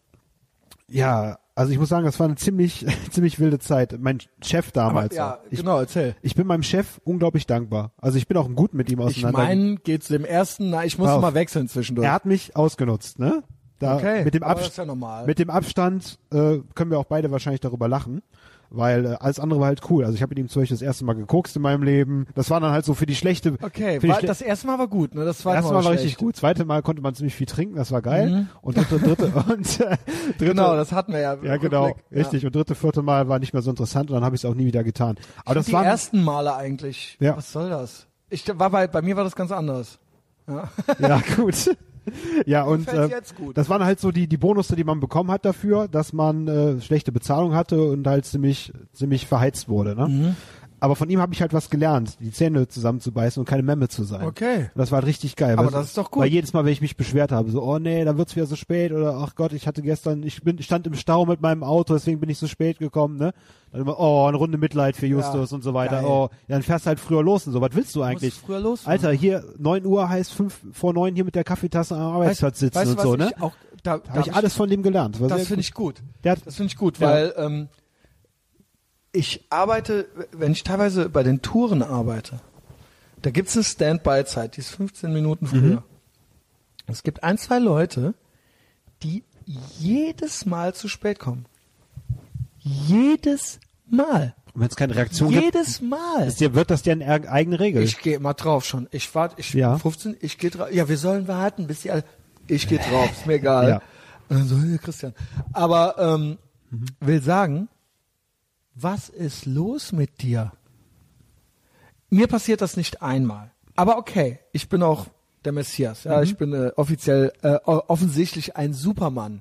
also ich muss sagen, das war eine ziemlich wilde Zeit. Mein Chef damals. Ja, genau, erzähl. Ich bin meinem Chef unglaublich dankbar. Also ich bin auch gut mit ihm Ich auseinander. meine, geht's dem ersten, ich musste Pass auf. mal wechseln zwischendurch. Er hat mich ausgenutzt, ne? Da Okay, mit dem aber das ist ja normal. Mit dem Abstand können wir auch beide wahrscheinlich darüber lachen, weil alles andere war halt cool. Also ich habe mit ihm zum Beispiel das erste Mal gekokst in meinem Leben. Das war dann halt so für die schlechte. Okay, für die das erste Mal war gut, ne? Das zweite erste Mal war schlecht. richtig gut. Zweite Mal konnte man ziemlich viel trinken, das war geil. Und dritte Genau, das hatten wir ja. ja genau, Rückblick. richtig. Und vierte Mal war nicht mehr so interessant und dann habe ich es auch nie wieder getan. Aber das Die war ersten Male eigentlich. Ja. Was soll das? Bei mir war das ganz anders. ja gut. Ja, und gefällt's jetzt gut. das waren halt so die Bonusse, die man bekommen hat dafür, dass man schlechte Bezahlung hatte und halt ziemlich verheizt wurde. Ne? Aber von ihm habe ich halt was gelernt, die Zähne zusammenzubeißen und keine Memme zu sein. Okay. Und das war halt richtig geil. Aber weil, das ist doch gut. Weil jedes Mal, wenn ich mich beschwert habe, so, oh nee, dann wird's wieder so spät oder ach Gott, ich stand im Stau mit meinem Auto, deswegen bin ich so spät gekommen, ne? Dann immer, oh, eine Runde Mitleid für Justus Ja, und so weiter. geil. Oh, ja, dann fährst du halt früher los und so. Was willst du eigentlich? früher los. Alter, hier 9 Uhr heißt 5 vor 9 hier mit der Kaffeetasse am Arbeitsplatz sitzen weißt du, und was so, ne? ich auch, da Habe ich alles von dem gelernt. War Das sehr finde gut. ich gut. Der hat- Das finde ich gut, Ja. weil ich arbeite, wenn ich teilweise bei den Touren arbeite, Da gibt's eine Standby-Zeit, die ist 15 Minuten früher. Es gibt 1, 2 Leute, die jedes Mal zu spät kommen. Jedes Mal. Und wenn es keine Reaktion gibt, Jedes Mal. wird das dir eine eigene Regel. Ich gehe immer drauf schon. Ich warte, Ja. 15, ich gehe drauf. Ja, wir sollen warten, bis die alle. Ich gehe drauf, ist mir egal. Ja. Und dann so, hey, Christian. Aber will sagen, was ist los mit dir? Mir passiert das nicht einmal. Aber okay, ich bin auch der Messias. Ja, ich bin offensichtlich ein Supermann.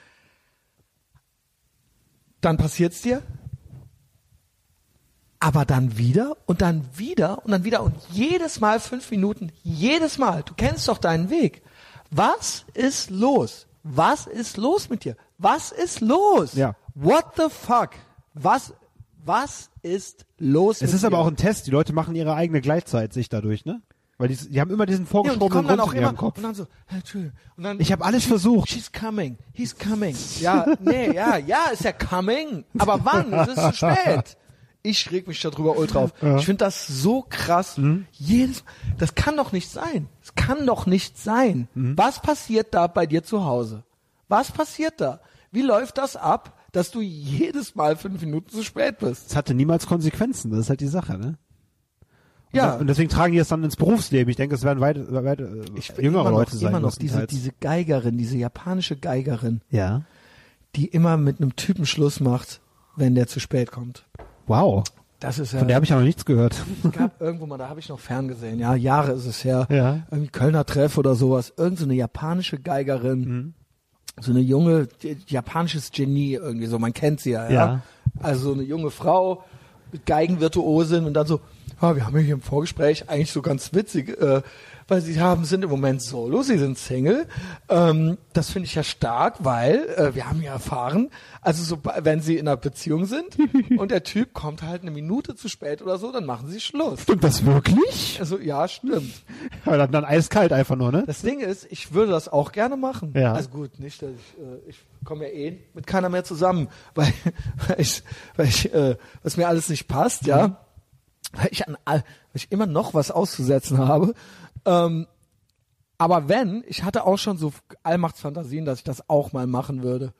Dann passiert's dir. Aber dann wieder und dann wieder und dann wieder und jedes Mal 5 Minuten, jedes Mal. Du kennst doch deinen Weg. Was ist los? Was ist los mit dir? Was ist los? Ja. What the fuck? Was ist los mit dir? Es ist aber auch ein Test. Die Leute machen ihre eigene Gleitzeit sich dadurch, ne? Weil die haben immer diesen Ja, und die vorgeschobenen kommen dann Grund auch in ihrem immer Kopf. und dann so, Entschuldigung. Und dann, Ich habe alles versucht. She's coming. He's coming. Ja, nee, ja, ist ja coming. Aber wann? Es ist zu spät. Ich reg mich darüber ultra auf. Ja. Ich finde das so krass. Das kann doch nicht sein. Das kann doch nicht sein. Was passiert da bei dir zu Hause? Was passiert da? Wie läuft das ab, dass du jedes Mal 5 Minuten zu spät bist? Es hatte niemals Konsequenzen. Das ist halt die Sache, ne? Ja. Und deswegen tragen die es dann ins Berufsleben. Ich denke, es werden weit jüngere Leute sein. Immer noch größtenteils. diese Geigerin, diese japanische Geigerin, Ja. die immer mit einem Typen Schluss macht, wenn der zu spät kommt. Wow. Das ist ja. Von der habe ich ja noch nichts gehört. Es gab irgendwo mal, da habe ich noch ferngesehen, ja, Jahre ist es her, Ja. irgendwie Kölner Treff oder sowas, irgend so eine japanische Geigerin, so eine junge, japanisches Genie irgendwie so, man kennt sie ja. Ja. Also so eine junge Frau, Geigenvirtuosin und dann so, wir haben ja hier im Vorgespräch eigentlich so ganz witzig, weil sind im Moment solo, sie sind Single. Das finde ich ja stark, weil wir haben ja erfahren, also so, wenn sie in einer Beziehung sind und der Typ kommt halt eine Minute zu spät oder so, dann machen sie Schluss. Stimmt das wirklich? Also ja, stimmt. Ja, dann eiskalt einfach nur, ne? Das Ding ist, ich würde das auch gerne machen. Ja. Also gut, nicht, dass ich komme ja mit keiner mehr zusammen, weil was mir alles nicht passt, ja. Weil ich immer noch was auszusetzen habe. Aber ich hatte auch schon so Allmachtsfantasien, dass ich das auch mal machen würde.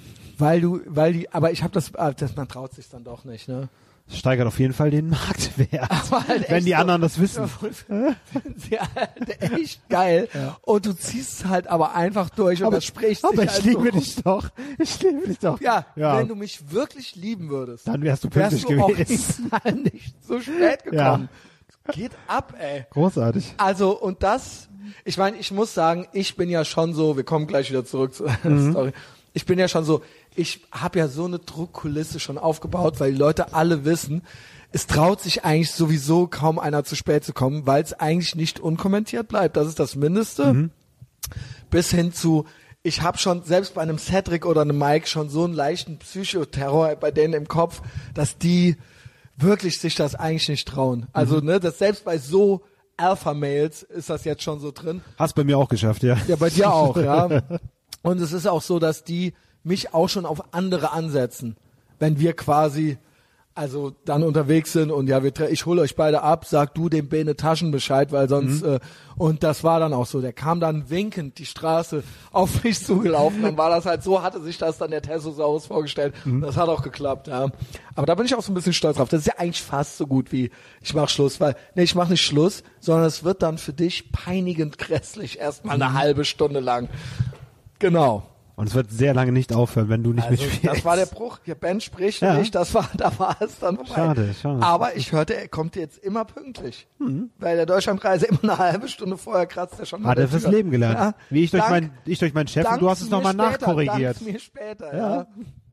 Aber ich habe das, man traut sich dann doch nicht, ne? Das steigert auf jeden Fall den Marktwert. Aber halt wenn echt die so. anderen das wissen. Sie halt echt geil. Ja. Und du ziehst es halt aber einfach durch und das spricht aber sich ich halt liebe so. dich doch. Ich liebe dich doch. Ja, wenn du mich wirklich lieben würdest, dann wärst du pünktlich auch gewesen. nicht so spät gekommen. Ja. Geht ab, ey. Großartig. Also, und das, ich meine, ich muss sagen, ich bin ja schon so, wir kommen gleich wieder zurück zur Story. Ich bin ja schon so, ich habe ja so eine Druckkulisse schon aufgebaut, weil die Leute alle wissen, es traut sich eigentlich sowieso kaum einer zu spät zu kommen, weil es eigentlich nicht unkommentiert bleibt. Das ist das Mindeste. Bis hin zu, ich habe schon selbst bei einem Cedric oder einem Mike schon so einen leichten Psychoterror bei denen im Kopf, dass die wirklich sich das eigentlich nicht trauen. Also, ne, das selbst bei so Alpha-Males ist das jetzt schon so drin. Hast bei mir auch geschafft, ja. Ja, bei dir auch, ja. Und es ist auch so, dass die mich auch schon auf andere ansetzen. Wenn wir quasi, also dann unterwegs sind und ja, ich hole euch beide ab, sag du dem Bene Taschen Bescheid, weil sonst, und das war dann auch so. Der kam dann winkend die Straße auf mich zugelaufen. Dann war das halt so, hatte sich das dann der Tessosaurus vorgestellt. Das hat auch geklappt, ja. Aber da bin ich auch so ein bisschen stolz drauf. Das ist ja eigentlich fast so gut wie, ich mach Schluss, weil, ich mach nicht Schluss, sondern es wird dann für dich peinigend grässlich, erstmal eine halbe Stunde lang. Genau. Und es wird sehr lange nicht aufhören, wenn du nicht mitspielst. Das war der Bruch. Hier Ben spricht nicht, da war es dann vorbei. Schade. Aber ich hörte, er kommt jetzt immer pünktlich. Bei der Deutschlandreise immer eine halbe Stunde vorher kratzt er schon mal. Hat er fürs Leben gelernt. Ja. Wie ich durch meinen Chef und du hast es nochmal nachkorrigiert. Dank mir später, ja.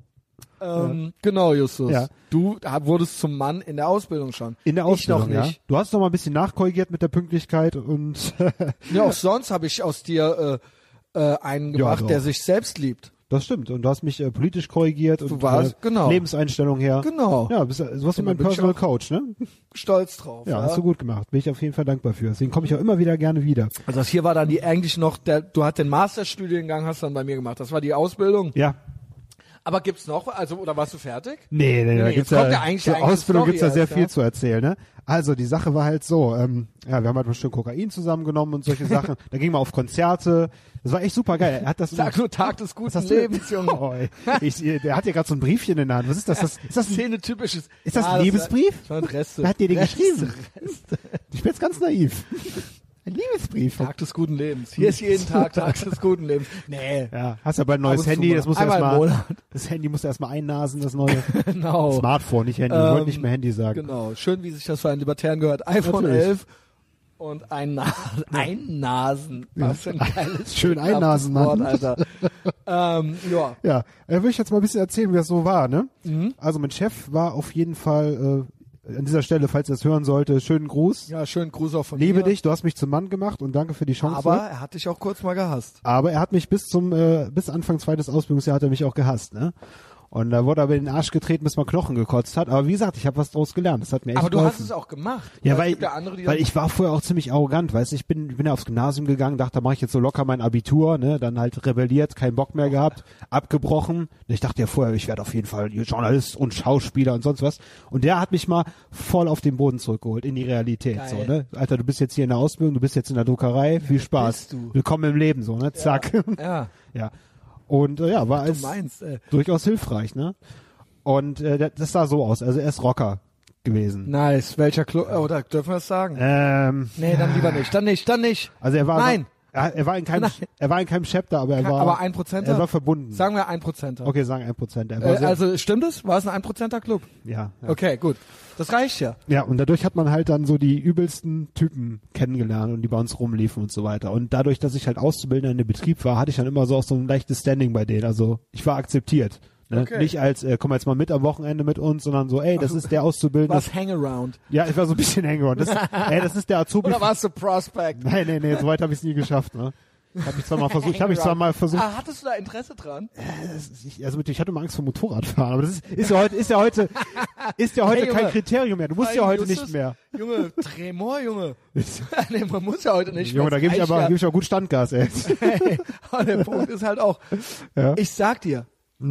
Genau, Justus. Ja. Du wurdest zum Mann in der Ausbildung schon. In der Ausbildung, ich noch nicht. ja. Du hast noch mal ein bisschen nachkorrigiert mit der Pünktlichkeit und Ja, auch sonst habe ich aus dir einen gemacht, der sich selbst liebt. Das stimmt. Und du hast mich politisch korrigiert und genau. Lebenseinstellung her. Genau. Ja, du warst wie mein Personal Coach, ne? Stolz drauf. Ja, hast du gut gemacht. Bin ich auf jeden Fall dankbar für. Deswegen komme ich auch immer wieder gerne wieder. Also das hier war dann du hast den Masterstudiengang, hast dann bei mir gemacht. Das war die Ausbildung. Ja. Aber gibt's noch, also, oder warst du fertig? Nee, da jetzt gibt's kommt ja, ja eigentlich zur die eigentliche Ausbildung Story gibt's da sehr erst, viel ja. zu erzählen, ne? Also, die Sache war halt so, wir haben halt ein Stück Kokain zusammengenommen und solche Sachen. Da ging man auf Konzerte. Das war echt super geil. Er hat das Sag nur Tag des guten hast du- Lebens, Junge. Oh, ey. Der hat ja gerade so ein Briefchen in der Hand. Was ist das? Ist das ein, Szene-typisches. ist das ein Liebesbrief? Das waren Reste. Wer hat dir den Reste, geschrieben? Reste. Ich bin jetzt ganz naiv. Ein Liebesbrief. Tag des guten Lebens. Hier ist jeden Tag Tag des guten Lebens. Nee. Ja, hast ja bald ein neues Ab und zu Handy, mal. das muss Einmal im erstmal, Monat. das Handy musst du erstmal einnasen, das neue Genau. Smartphone, nicht Handy. Ich wollte nicht mehr Handy sagen. Genau. Schön, wie sich das für einen Libertären gehört. iPhone Natürlich. 11 und Einnasen. Was für ein geiles Schön einnasen, Wort, Mann. Alter. Ja. Ja, will ich jetzt mal ein bisschen erzählen, wie das so war, ne? Mhm. Also mein Chef war auf jeden Fall, an dieser Stelle, falls er es hören sollte, schönen Gruß. Ja, schönen Gruß auch von Liebe mir. dich, du hast mich zum Mann gemacht und danke für die Chance. Aber er hat dich auch kurz mal gehasst. Aber er hat mich bis Anfang zweites Ausbildungsjahr hat er mich auch gehasst, ne? Und da wurde aber in den Arsch getreten, bis man Knochen gekotzt hat. Aber wie gesagt, ich habe was draus gelernt. Das hat mir echt Aber du geholfen. hast es auch gemacht. Ja, es weil, gibt ja andere, die weil dann- ich war vorher auch ziemlich arrogant, weißt du, ich bin ja aufs Gymnasium gegangen, dachte, da mache ich jetzt so locker mein Abitur, ne, dann halt rebelliert, keinen Bock mehr gehabt, abgebrochen. Und ich dachte ja vorher, ich werde auf jeden Fall Journalist und Schauspieler und sonst was. Und der hat mich mal voll auf den Boden zurückgeholt, in die Realität, Geil. so, ne. Alter, du bist jetzt hier in der Ausbildung, du bist jetzt in der Druckerei, viel Spaß. bist du. Willkommen im Leben, so, ne, zack. Ja, Ja. Und ja, war du als meinst, durchaus hilfreich, ne. Und das sah so aus, also er ist Rocker gewesen. Nice. Welcher Club, oder dürfen wir das sagen? Nee, dann lieber nicht. Dann nicht. Also er war Nein. Er war in keinem, Nein. er war in keinem Chapter, aber er war, Aber 1%er? er war verbunden. Sagen wir 1%er. Okay, sagen 1%. Er war sehr, Also stimmt es? War es ein 1%er Club? ja. Okay, gut. Das reicht ja. Ja, und dadurch hat man halt dann so die übelsten Typen kennengelernt und die bei uns rumliefen und so weiter. Und dadurch, dass ich halt Auszubildender in dem Betrieb war, hatte ich dann immer so auch so ein leichtes Standing bei denen. Also ich war akzeptiert. Ne? Okay. Nicht als, komm jetzt mal mit am Wochenende mit uns, sondern so, ey, das ist der Auszubildende. Was Hangaround? Ja, ich war so ein bisschen Hangaround. Das ist der Azubi. Oder warst du Prospect? Nee, so weit habe ich es nie geschafft, ne? Ich habe mich zwar mal versucht. Ah, hattest du da Interesse dran? Ich hatte immer Angst vor Motorradfahren, aber das ist ja heute Hey, kein Junge. Kriterium mehr. Du musst ja heute Justus, nicht mehr. Junge, Tremor, Junge. Nee, man muss ja heute nicht mehr. Junge, da gebe ich Das aber reicht auch gut Standgas, ey. Hey, aber der Punkt ist halt auch, Ja. ich sag dir,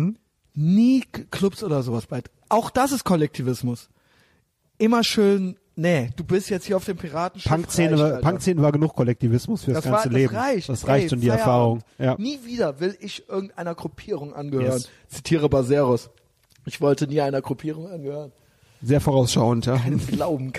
nie Clubs oder sowas bleibt. Auch das ist Kollektivismus. Immer schön, du bist jetzt hier auf dem Piratenschiff. Punkszene war genug Kollektivismus fürs ganze Leben. Das reicht. Das reicht schon, die Feierabend. Erfahrung. Ja. Nie wieder will ich irgendeiner Gruppierung angehören. Yes. Zitiere Baseros. Ich wollte nie einer Gruppierung angehören. Sehr vorausschauend, ja. Keinen Glauben,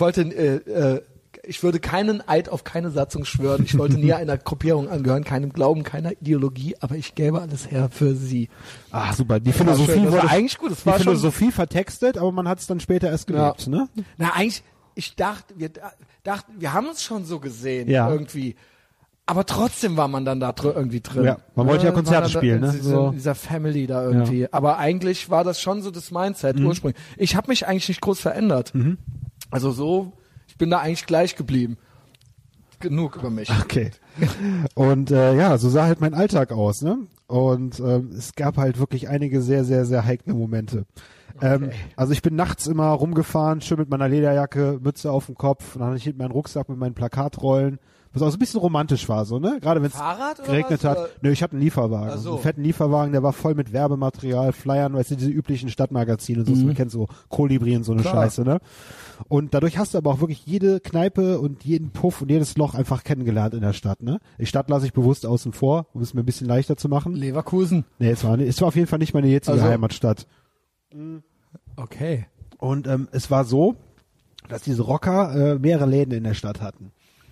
ich würde keinen Eid auf keine Satzung schwören. Ich wollte nie einer Gruppierung angehören, keinem Glauben, keiner Ideologie, aber ich gäbe alles her für sie. Ah, super. Die Das war Philosophie schön. Das war wurde eigentlich gut. Das die war schon, Philosophie vertextet, aber man hat es dann später erst gelebt, ne? na eigentlich, ich dachte, wir haben es schon so gesehen, Ja. irgendwie. Aber trotzdem war man dann da irgendwie drin. Ja, man wollte ja War Konzerte dann da spielen, ne? in So. dieser Family da irgendwie. Aber eigentlich war das schon so das Mindset ursprünglich. Ich habe mich eigentlich nicht groß verändert. Also so, ich bin da eigentlich gleich geblieben. Genug über mich. Okay. Und ja, so sah halt mein Alltag aus, ne? Und es gab halt wirklich einige sehr, sehr, sehr heikle Momente. Also ich bin nachts immer rumgefahren, schön mit meiner Lederjacke, Mütze auf dem Kopf, und dann hatte ich hinten meinen Rucksack mit meinen Plakatrollen, was auch so ein bisschen romantisch war, so, ne? Gerade wenn es Fahrrad oder geregnet was, hat. oder? Nö, ich hatte einen Lieferwagen. Ach so. Einen fetten Lieferwagen, der war voll mit Werbematerial, Flyern, weißt du, diese üblichen Stadtmagazine und so, man kennt so Kolibri und so eine Klar. Scheiße, ne? Und dadurch hast du aber auch wirklich jede Kneipe und jeden Puff und jedes Loch einfach kennengelernt in der Stadt, ne? Die Stadt lasse ich bewusst außen vor, um es mir ein bisschen leichter zu machen. Leverkusen. Nee, es war auf jeden Fall nicht meine jetzige Also. Heimatstadt. Okay. Und es war so, dass diese Rocker mehrere Läden in der Stadt hatten.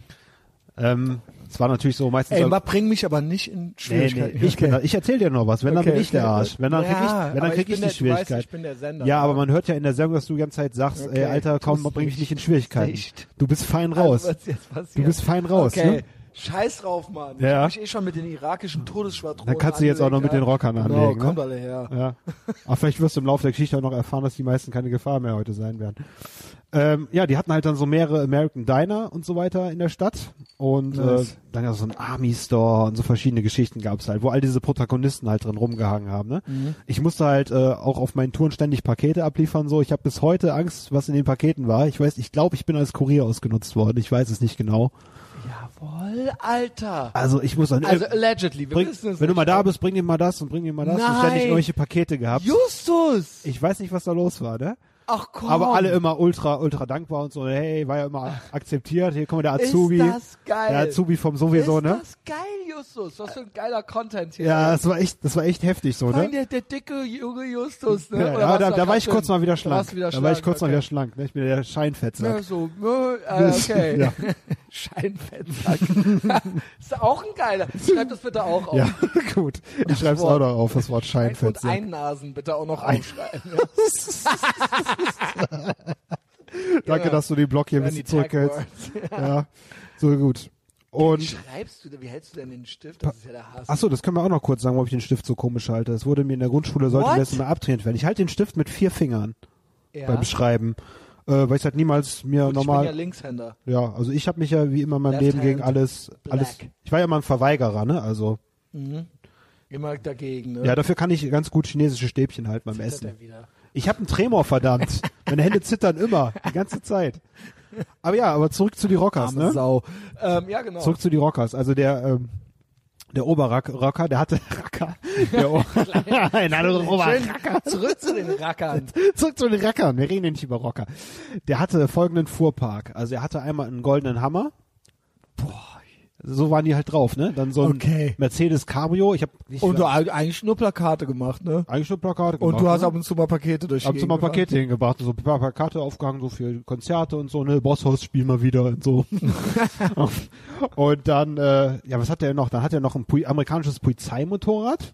Es war natürlich so meistens... Ey, bring mich aber nicht in Schwierigkeiten. Ich erzähl dir noch was. Wenn, dann bin ich der Arsch. Wenn, dann krieg ich die Schwierigkeit. Ich bin der Sender. Ja, aber man hört ja in der Sendung, dass du die ganze Zeit sagst, Okay, ey, Alter, komm, tu's bring mich nicht in nicht. Schwierigkeiten. Nicht. Du bist fein raus. Was jetzt passiert? Du bist fein raus, Okay. ne? Scheiß drauf, Mann. Ja. Ich hab mich schon mit den irakischen Todesschwadronen Dann kannst du jetzt auch noch mit den Rockern Genau, anlegen. kommt Ne? alle her. Ja. Aber vielleicht wirst du im Laufe der Geschichte auch noch erfahren, dass die meisten keine Gefahr mehr heute sein werden. Ja, die hatten halt dann so mehrere American Diner und so weiter in der Stadt. Und Nice. dann ja so ein Army Store und so verschiedene Geschichten gab's halt, wo all diese Protagonisten halt drin rumgehangen haben. Ne? Ich musste halt auch auf meinen Touren ständig Pakete abliefern. So, ich habe bis heute Angst, was in den Paketen war. Ich glaube, ich bin als Kurier ausgenutzt worden. Ich weiß es nicht genau. Voll, Alter. Also ich muss sagen, Also allegedly. Wir wissen es wenn du nicht, mal da aber- bist, bring dir mal das und bring dir mal das. Nein. Und ständig irgendwelche Pakete gehabt. Justus! Ich weiß nicht, was da los war, ne? Ach komm. Aber alle immer ultra dankbar und so, hey, war ja immer akzeptiert. Hier, guck mal, der Azubi. Ist das geil. Der Azubi vom sowieso, ist ne? das geil, Justus. Was für ein geiler Content hier. Ja, das war echt heftig so, Vor allem ne? der dicke junge Justus, ne? Ja, Oder ja, warst du da war ich grad kurz drin? mal wieder Da schlank. warst du wieder Da war ich kurz mal okay. wieder schlank, ne? Ich bin der Scheinfettsack. Ja, so, okay. Ja. Scheinfettsack. Ist auch ein geiler. Schreib das bitte auch auf. Ja, gut. Ich schreib's auch noch auf, das Wort Und Scheinfettsack. Einnasen bitte auch noch aufschreiben. Ja. Danke, dass du den Block hier ein Werden bisschen die zurückhältst. Tagwords. Ja, so gut. Wie Und schreibst du, wie hältst du denn den Stift? Das ist ja der Hass. achso, das können wir auch noch kurz sagen, warum ich den Stift so komisch halte. Es wurde mir in der Grundschule, sollte What? mir das immer abtrainiert werden. Ich halte den Stift mit 4 Fingern Ja. beim Schreiben, weil ich halt niemals mir Gut, normal... ich bin ja Linkshänder. Ja, also ich habe mich ja wie immer in meinem Left Leben gegen hand, alles... Ich war ja immer ein Verweigerer, ne? Also Immer dagegen, ne? ja, dafür kann ich ganz gut chinesische Stäbchen halten beim Zittert Essen. er wieder. Ich habe einen Tremor, verdammt. Meine Hände zittern immer, die ganze Zeit. Aber zurück zu die Rockers, Arme ne? Sau. Ja, genau. Zurück zu die Rockers. Also der Oberrocker, der hatte Racker. Nein, Schön, zurück zu den Rackern. Zurück zu den Rackern. Wir reden ja nicht über Rocker. Der hatte folgenden Fuhrpark. Also er hatte einmal einen goldenen Hammer. So waren die halt drauf, ne? Dann so ein Okay. Mercedes Cabrio. Ich habe Und du hast eigentlich nur Plakate gemacht, ne? eigentlich nur Plakate Und gemacht. du hast ne? ab und zu mal Pakete durch die Ab und zu mal Gegend Pakete hingebracht, so ein paar Plakate aufgehangen, so für Konzerte und so, ne, Bosshaus spiel mal wieder und so. Und dann, was hat der noch? Dann hat er noch ein amerikanisches Polizeimotorrad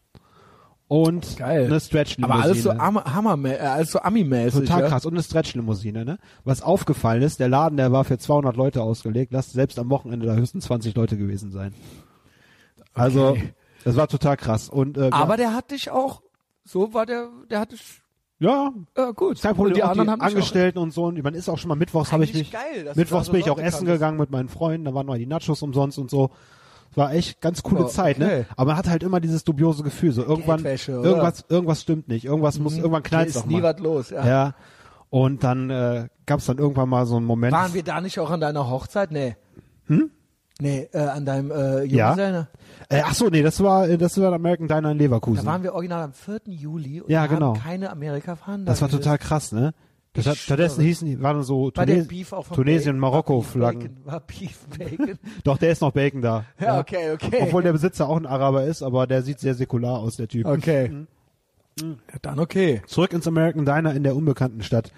und Geil. eine Stretch-Limousine. Aber alles so alles so Ami-mäßig. Total ja? krass. Und eine Stretch-Limousine, ne? Was aufgefallen ist, der Laden, der war für 200 Leute ausgelegt. Lass selbst am Wochenende da höchstens 20 Leute gewesen sein. Also, das war total krass. Und, Aber der hat dich auch, so war der hat dich, ja, gut. kein Problem. Und die Auch anderen haben dich Angestellten und so. Und man ist auch schon mal mittwochs, habe ich Eigentlich mich, geil, dass du mittwochs da so bin ich auch Leute essen kanntest. gegangen mit meinen Freunden. Da waren noch die Nachos umsonst und so. War echt ganz coole Oh, Zeit, okay. ne? Aber man hat halt immer dieses dubiose Gefühl, so irgendwann, Geldwäsche, oder? irgendwas stimmt nicht. Irgendwann knallt's ist doch nie mal. was los. Ja. Ja. Und dann gab's dann irgendwann mal so einen Moment. Waren wir da nicht auch an deiner Hochzeit? Nee. Nee, an deinem Junggesellen? Ach so, nee, das war American Diner in Leverkusen. Da waren wir original am 4. Juli und Ja, wir genau. haben keine Amerika-Fahnen. Das war total krass, ne? Stattdessen waren so War der Beef auch von Tunesien, Bacon? Marokko-Flaggen. War Beef Bacon? Doch, der ist noch Bacon da. Ja, okay. Obwohl der Besitzer auch ein Araber ist, aber der sieht sehr säkular aus, der Typ. Okay. Ja, dann okay. Zurück ins American Diner in der unbekannten Stadt.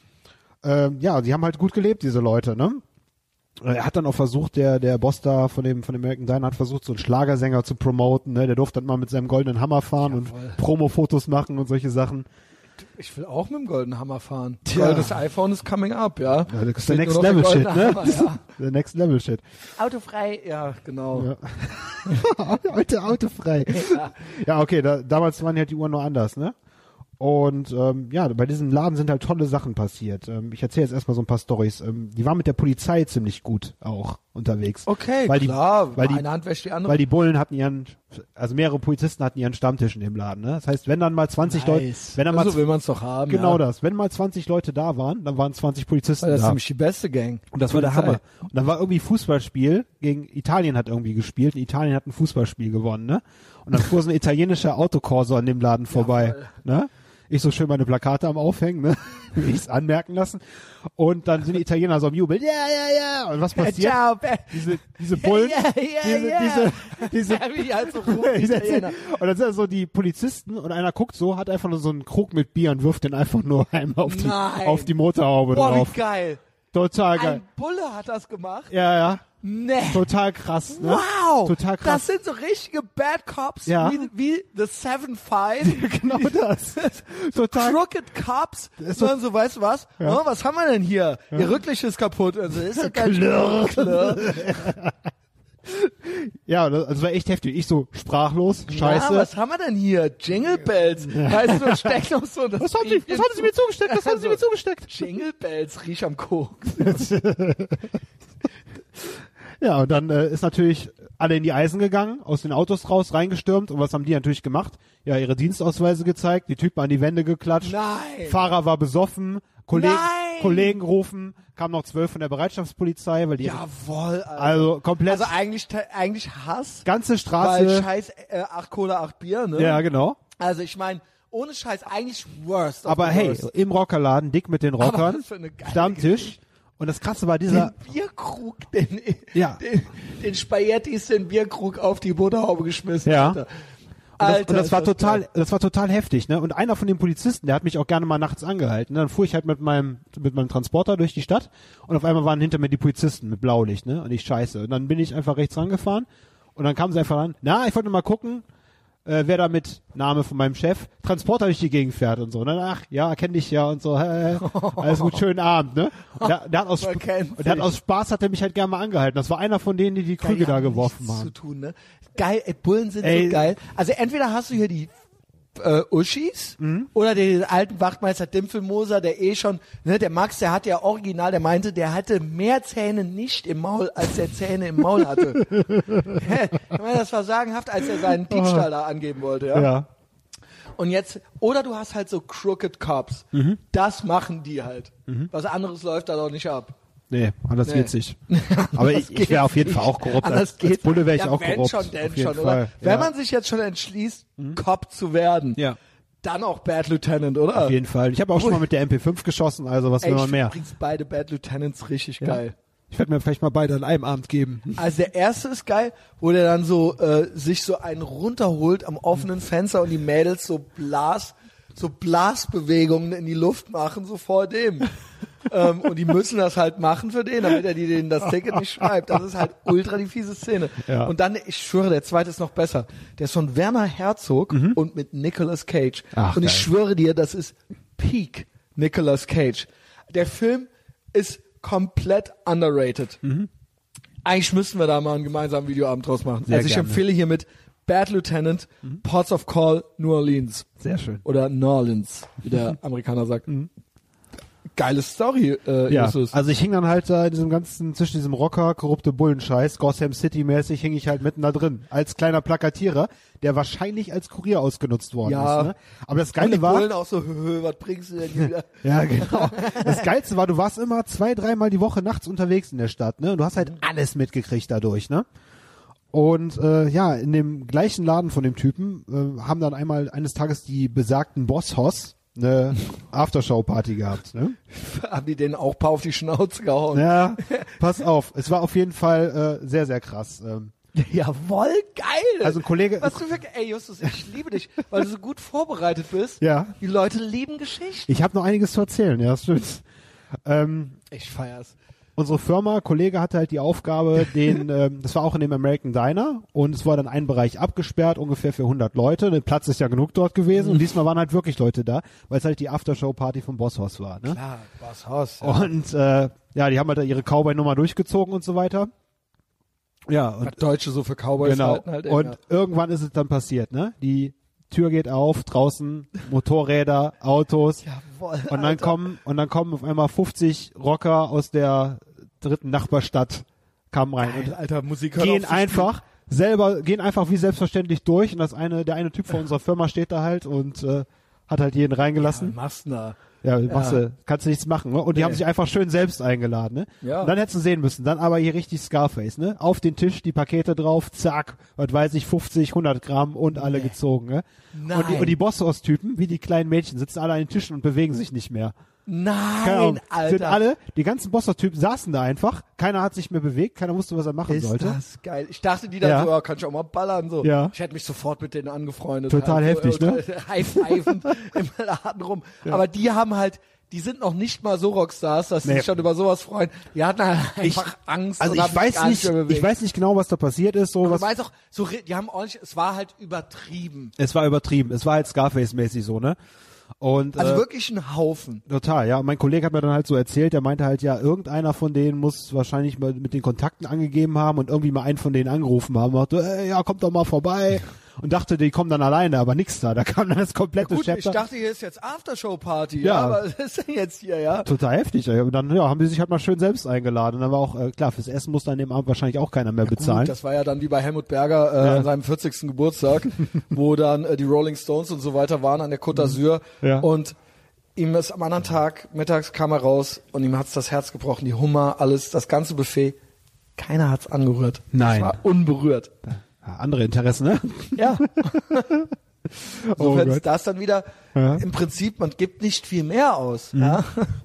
Ja, die haben halt gut gelebt, diese Leute, ne? Er hat dann auch versucht, der Boss da von dem American Diner hat versucht, so einen Schlagersänger zu promoten, ne? Der durfte dann mal mit seinem goldenen Hammer fahren und Promo-Fotos machen und solche Sachen. Ich will auch mit dem goldenen Hammer fahren. Tja. Goldenes iPhone ist coming up, ja. Ja, das ist der Fehlt Next nur noch Level der Shit, goldene ne? Hammer, ja. Der Next Level Shit. Autofrei, ja, genau. Ja. Heute autofrei. Ja, okay, damals waren halt die Uhren noch anders, ne? Und bei diesem Laden sind halt tolle Sachen passiert. Ich erzähle jetzt erstmal so ein paar Storys. Die waren mit der Polizei ziemlich gut auch unterwegs. Okay, weil klar. weil die, eine Hand wäscht die andere. weil die Bullen hatten mehrere Polizisten hatten ihren Stammtisch in dem Laden. Ne? Das heißt, wenn dann mal 20 Leute, so will man es doch haben. genau ja. das, wenn mal 20 Leute da waren, dann waren 20 Polizisten Weil das ist da. nämlich die beste Gang. Und das war der Polizei. Hammer. Und dann war irgendwie Fußballspiel gegen Italien hat irgendwie gespielt. Und Italien hat ein Fußballspiel gewonnen, ne? Und dann fuhr so ein italienischer Autokorso an dem Laden vorbei, ne? Ich so schön meine Plakate am Aufhängen, ne? Will ich's anmerken lassen. Und dann sind die Italiener so am Jubeln. Ja. Und was passiert? Ciao, Diese Bullen, diese Wie halt so rufen, die Italiener. und dann sind da so die Polizisten und einer guckt so, hat einfach nur so einen Krug mit Bier und wirft den einfach nur einmal Nein. auf die Motorhaube Boah, drauf. wie geil. Total geil. Ein Bulle hat das gemacht. Ja. Nee. Total krass, ne? Wow. Total krass. Das sind so richtige Bad Cops, Ja. wie The 7-5. Genau das. Total. Crooked Cops. ist So, so, weißt du was? Oh, was haben wir denn hier? Ihr Rücklicht ist kaputt. Also ist das ganz Klirr. Ja, das war echt heftig. Ich so sprachlos, scheiße. Ja, was haben wir denn hier? Jingle Bells. Weißt du, steckt noch so das was haben Sie mir zugesteckt? Was haben Sie mir zugesteckt? Jingle Bells, riech am Koks. Ja, und dann ist natürlich alle in die Eisen gegangen, aus den Autos raus, reingestürmt. Und was haben die natürlich gemacht? Ja, ihre Dienstausweise gezeigt, die Typen an die Wände geklatscht. Nein. Fahrer war besoffen, Kollegen rufen, kamen noch 12 von der Bereitschaftspolizei, weil die Jawohl, Alter. also komplett Also eigentlich Hass. ganze Straße. Weil scheiß 8 Cola, 8 Bier, ne? Ja, genau. Also ich meine, ohne Scheiß, eigentlich worst. of Aber the hey, worst. im Rockerladen, dick mit den Aber Rockern, was für eine geile Stammtisch. Geschichte. Und das Krasse war dieser, Den Bierkrug, den Spaghettis, den Bierkrug auf die Butterhaube geschmissen. Ja. Alter. und das war ist das total heftig, ne? Und einer von den Polizisten, der hat mich auch gerne mal nachts angehalten. Dann fuhr ich halt mit meinem Transporter durch die Stadt und auf einmal waren hinter mir die Polizisten mit Blaulicht, ne? Und ich scheiße. Und dann bin ich einfach rechts rangefahren und dann kamen sie einfach ran. Na, ich wollte mal gucken, wer da mit Name von meinem Chef Transporter durch die Gegend fährt und so. Und dann, ach, ja, kenn dich ja und so. Alles gut, schönen Abend, ne? Und der hat aus Spaß hat er mich halt gerne mal angehalten. Das war einer von denen, die Krüge da geworfen nichts haben. zu tun, ne? Geil, Bullen sind Ey. so geil. Also entweder hast du hier die Uschis oder den alten Wachtmeister Dimpfelmoser, der schon, ne, der Max, der hat ja original, der meinte, der hatte mehr Zähne nicht im Maul, als er Zähne im Maul hatte. Ich meine, das war sagenhaft, als er seinen Diebstahl da angeben wollte, ja. Ja. Und jetzt, oder du hast halt so Crooked Cops. Das machen die halt. Was anderes läuft da doch nicht ab. Nee, anders Nee. geht's nicht. Aber ich wäre auf jeden Fall auch korrupt. Anders Als geht's. Bulle wäre ich Ja, auch wenn korrupt. schon, denn auf jeden schon, Fall. oder? Wenn man sich jetzt schon entschließt, Cop zu werden, Ja. dann auch Bad Lieutenant, oder? Auf jeden Fall. Ich habe auch schon mal mit der MP5 geschossen, also was will Ey, man ich mehr? finde übrigens beide Bad Lieutenants richtig geil. Ich werde mir vielleicht mal beide an einem Abend geben. Also der erste ist geil, wo der dann so sich so einen runterholt am offenen Fenster und die Mädels so Blasbewegungen in die Luft machen, so vor dem. Und die müssen das halt machen für den, damit er denen das Ticket nicht schreibt. Das ist halt ultra die fiese Szene. Ja. Und dann, ich schwöre, der zweite ist noch besser. Der ist von Werner Herzog und mit Nicolas Cage. Ach, und ich geil. schwöre dir, das ist Peak Nicolas Cage. Der Film ist komplett underrated. Eigentlich müssten wir da mal einen gemeinsamen Videoabend draus machen. Sehr also ich gerne. empfehle hiermit Bad Lieutenant, Ports of Call, New Orleans. Sehr schön. Oder New Orleans, wie der Amerikaner sagt. Geile Story, Ja, Justus. also ich hing dann halt da in diesem ganzen, zwischen diesem Rocker, korrupte Bullenscheiß, Gotham City-mäßig hing ich halt mitten da drin. Als kleiner Plakatierer, der wahrscheinlich als Kurier ausgenutzt worden Ja. ist. Ne? Aber das Und die Geile war, Bullen auch so, was bringst du denn hier wieder? ja genau, das Geilste war, du warst immer 2-3 Mal die Woche nachts unterwegs in der Stadt, ne? Und du hast halt alles mitgekriegt dadurch, ne? Und ja, in dem gleichen Laden von dem Typen haben dann eines Tages die besagten Boss-Hoss eine Aftershow-Party gehabt, ne? Haben die denen auch ein paar auf die Schnauze gehauen? Ja, pass auf. Es war auf jeden Fall sehr, sehr krass. Jawohl, geil! Also ein Kollege, Was du für, ey Justus, ich liebe dich, weil du so gut vorbereitet bist. Ja. Die Leute lieben Geschichten. ich habe noch einiges zu erzählen, ja, das stimmt. Ich feier's. Unsere Firma, Kollege hatte halt die Aufgabe, das war auch in dem American Diner und es war dann ein Bereich abgesperrt, ungefähr für 100 Leute. Der Platz ist ja genug dort gewesen und diesmal waren halt wirklich Leute da, weil es halt die Aftershow-Party vom Bosshaus war, ne? Klar, was Haus. Und ja, die haben halt da ihre Cowboy-Nummer durchgezogen und so weiter. Ja, und Was Deutsche so für Cowboys genau. halten halt. Und irgendwann ist es dann passiert, ne? Die Tür geht auf, draußen Motorräder, Autos. Jawohl, Und dann Alter. kommen auf einmal 50 Rocker aus der dritten Nachbarstadt kamen rein und Alter, Musik hört gehen auf zu einfach wie selbstverständlich durch und der eine Typ von unserer Firma steht da halt und hat halt jeden spielen. reingelassen. Ja, machst du da? Ja, kannst du nichts machen, ne? Und die Nee. haben sich einfach schön selbst eingeladen, ne? Ja. Und dann hättest du sehen müssen, dann aber hier richtig Scarface, ne? Auf den Tisch, die Pakete drauf, zack, was weiß ich, 50, 100 Gramm und alle gezogen, ne? Nein. Und die Boss-Typen, wie die kleinen Mädchen, sitzen alle an den Tischen und bewegen sich nicht mehr. Keine Ahnung. Nein, Alter. Die ganzen Boss-Typen saßen da einfach, keiner hat sich mehr bewegt, keiner wusste, was er machen Ist sollte. das geil. Ich dachte, die dann Ja. so, kann ich auch mal ballern, so. Ja. Ich hätte mich sofort mit denen angefreundet. Total halt, heftig, ne? High-fivend im Laden rum. Aber die haben halt, die sind noch nicht mal so Rockstars, dass sie Nee. sich schon über sowas freuen. Die hatten halt einfach Angst Also und ich haben sich gar weiß mehr bewegt. ich weiß nicht genau, was da passiert ist, so Aber was. du meinst auch, so, die haben ordentlich, es war halt übertrieben. Es war übertrieben, es war halt Scarface-mäßig so, ne? Und Also wirklich ein Haufen. total, ja. Und mein Kollege hat mir dann halt so erzählt, der meinte halt, ja, irgendeiner von denen muss wahrscheinlich mal mit den Kontakten angegeben haben und irgendwie mal einen von denen angerufen haben und dachte, ja, kommt doch mal vorbei. Und dachte, die kommen dann alleine, aber nix da. Da kam dann das komplette Gut, ich Chapter. dachte, hier ist jetzt Aftershow-Party. Ja. Aber was ist denn jetzt hier, ja? Total heftig. Ey. Und dann haben die sich halt mal schön selbst eingeladen. Und dann war auch, klar, fürs Essen muss dann an dem Abend wahrscheinlich auch keiner mehr bezahlen. Gut, das war ja dann wie bei Helmut Berger an seinem 40. Geburtstag, wo dann die Rolling Stones und so weiter waren an der Côte d'Azur. Ja. Und ihm ist am anderen Tag, mittags kam er raus und ihm hat's das Herz gebrochen, die Hummer, alles, das ganze Buffet. Keiner hat's angerührt. Nein. Es war unberührt. Ja, andere Interessen, ne? Ja. So, Oh wenn Gott. das dann wieder, Ja. im Prinzip, man gibt nicht viel mehr aus. Ja.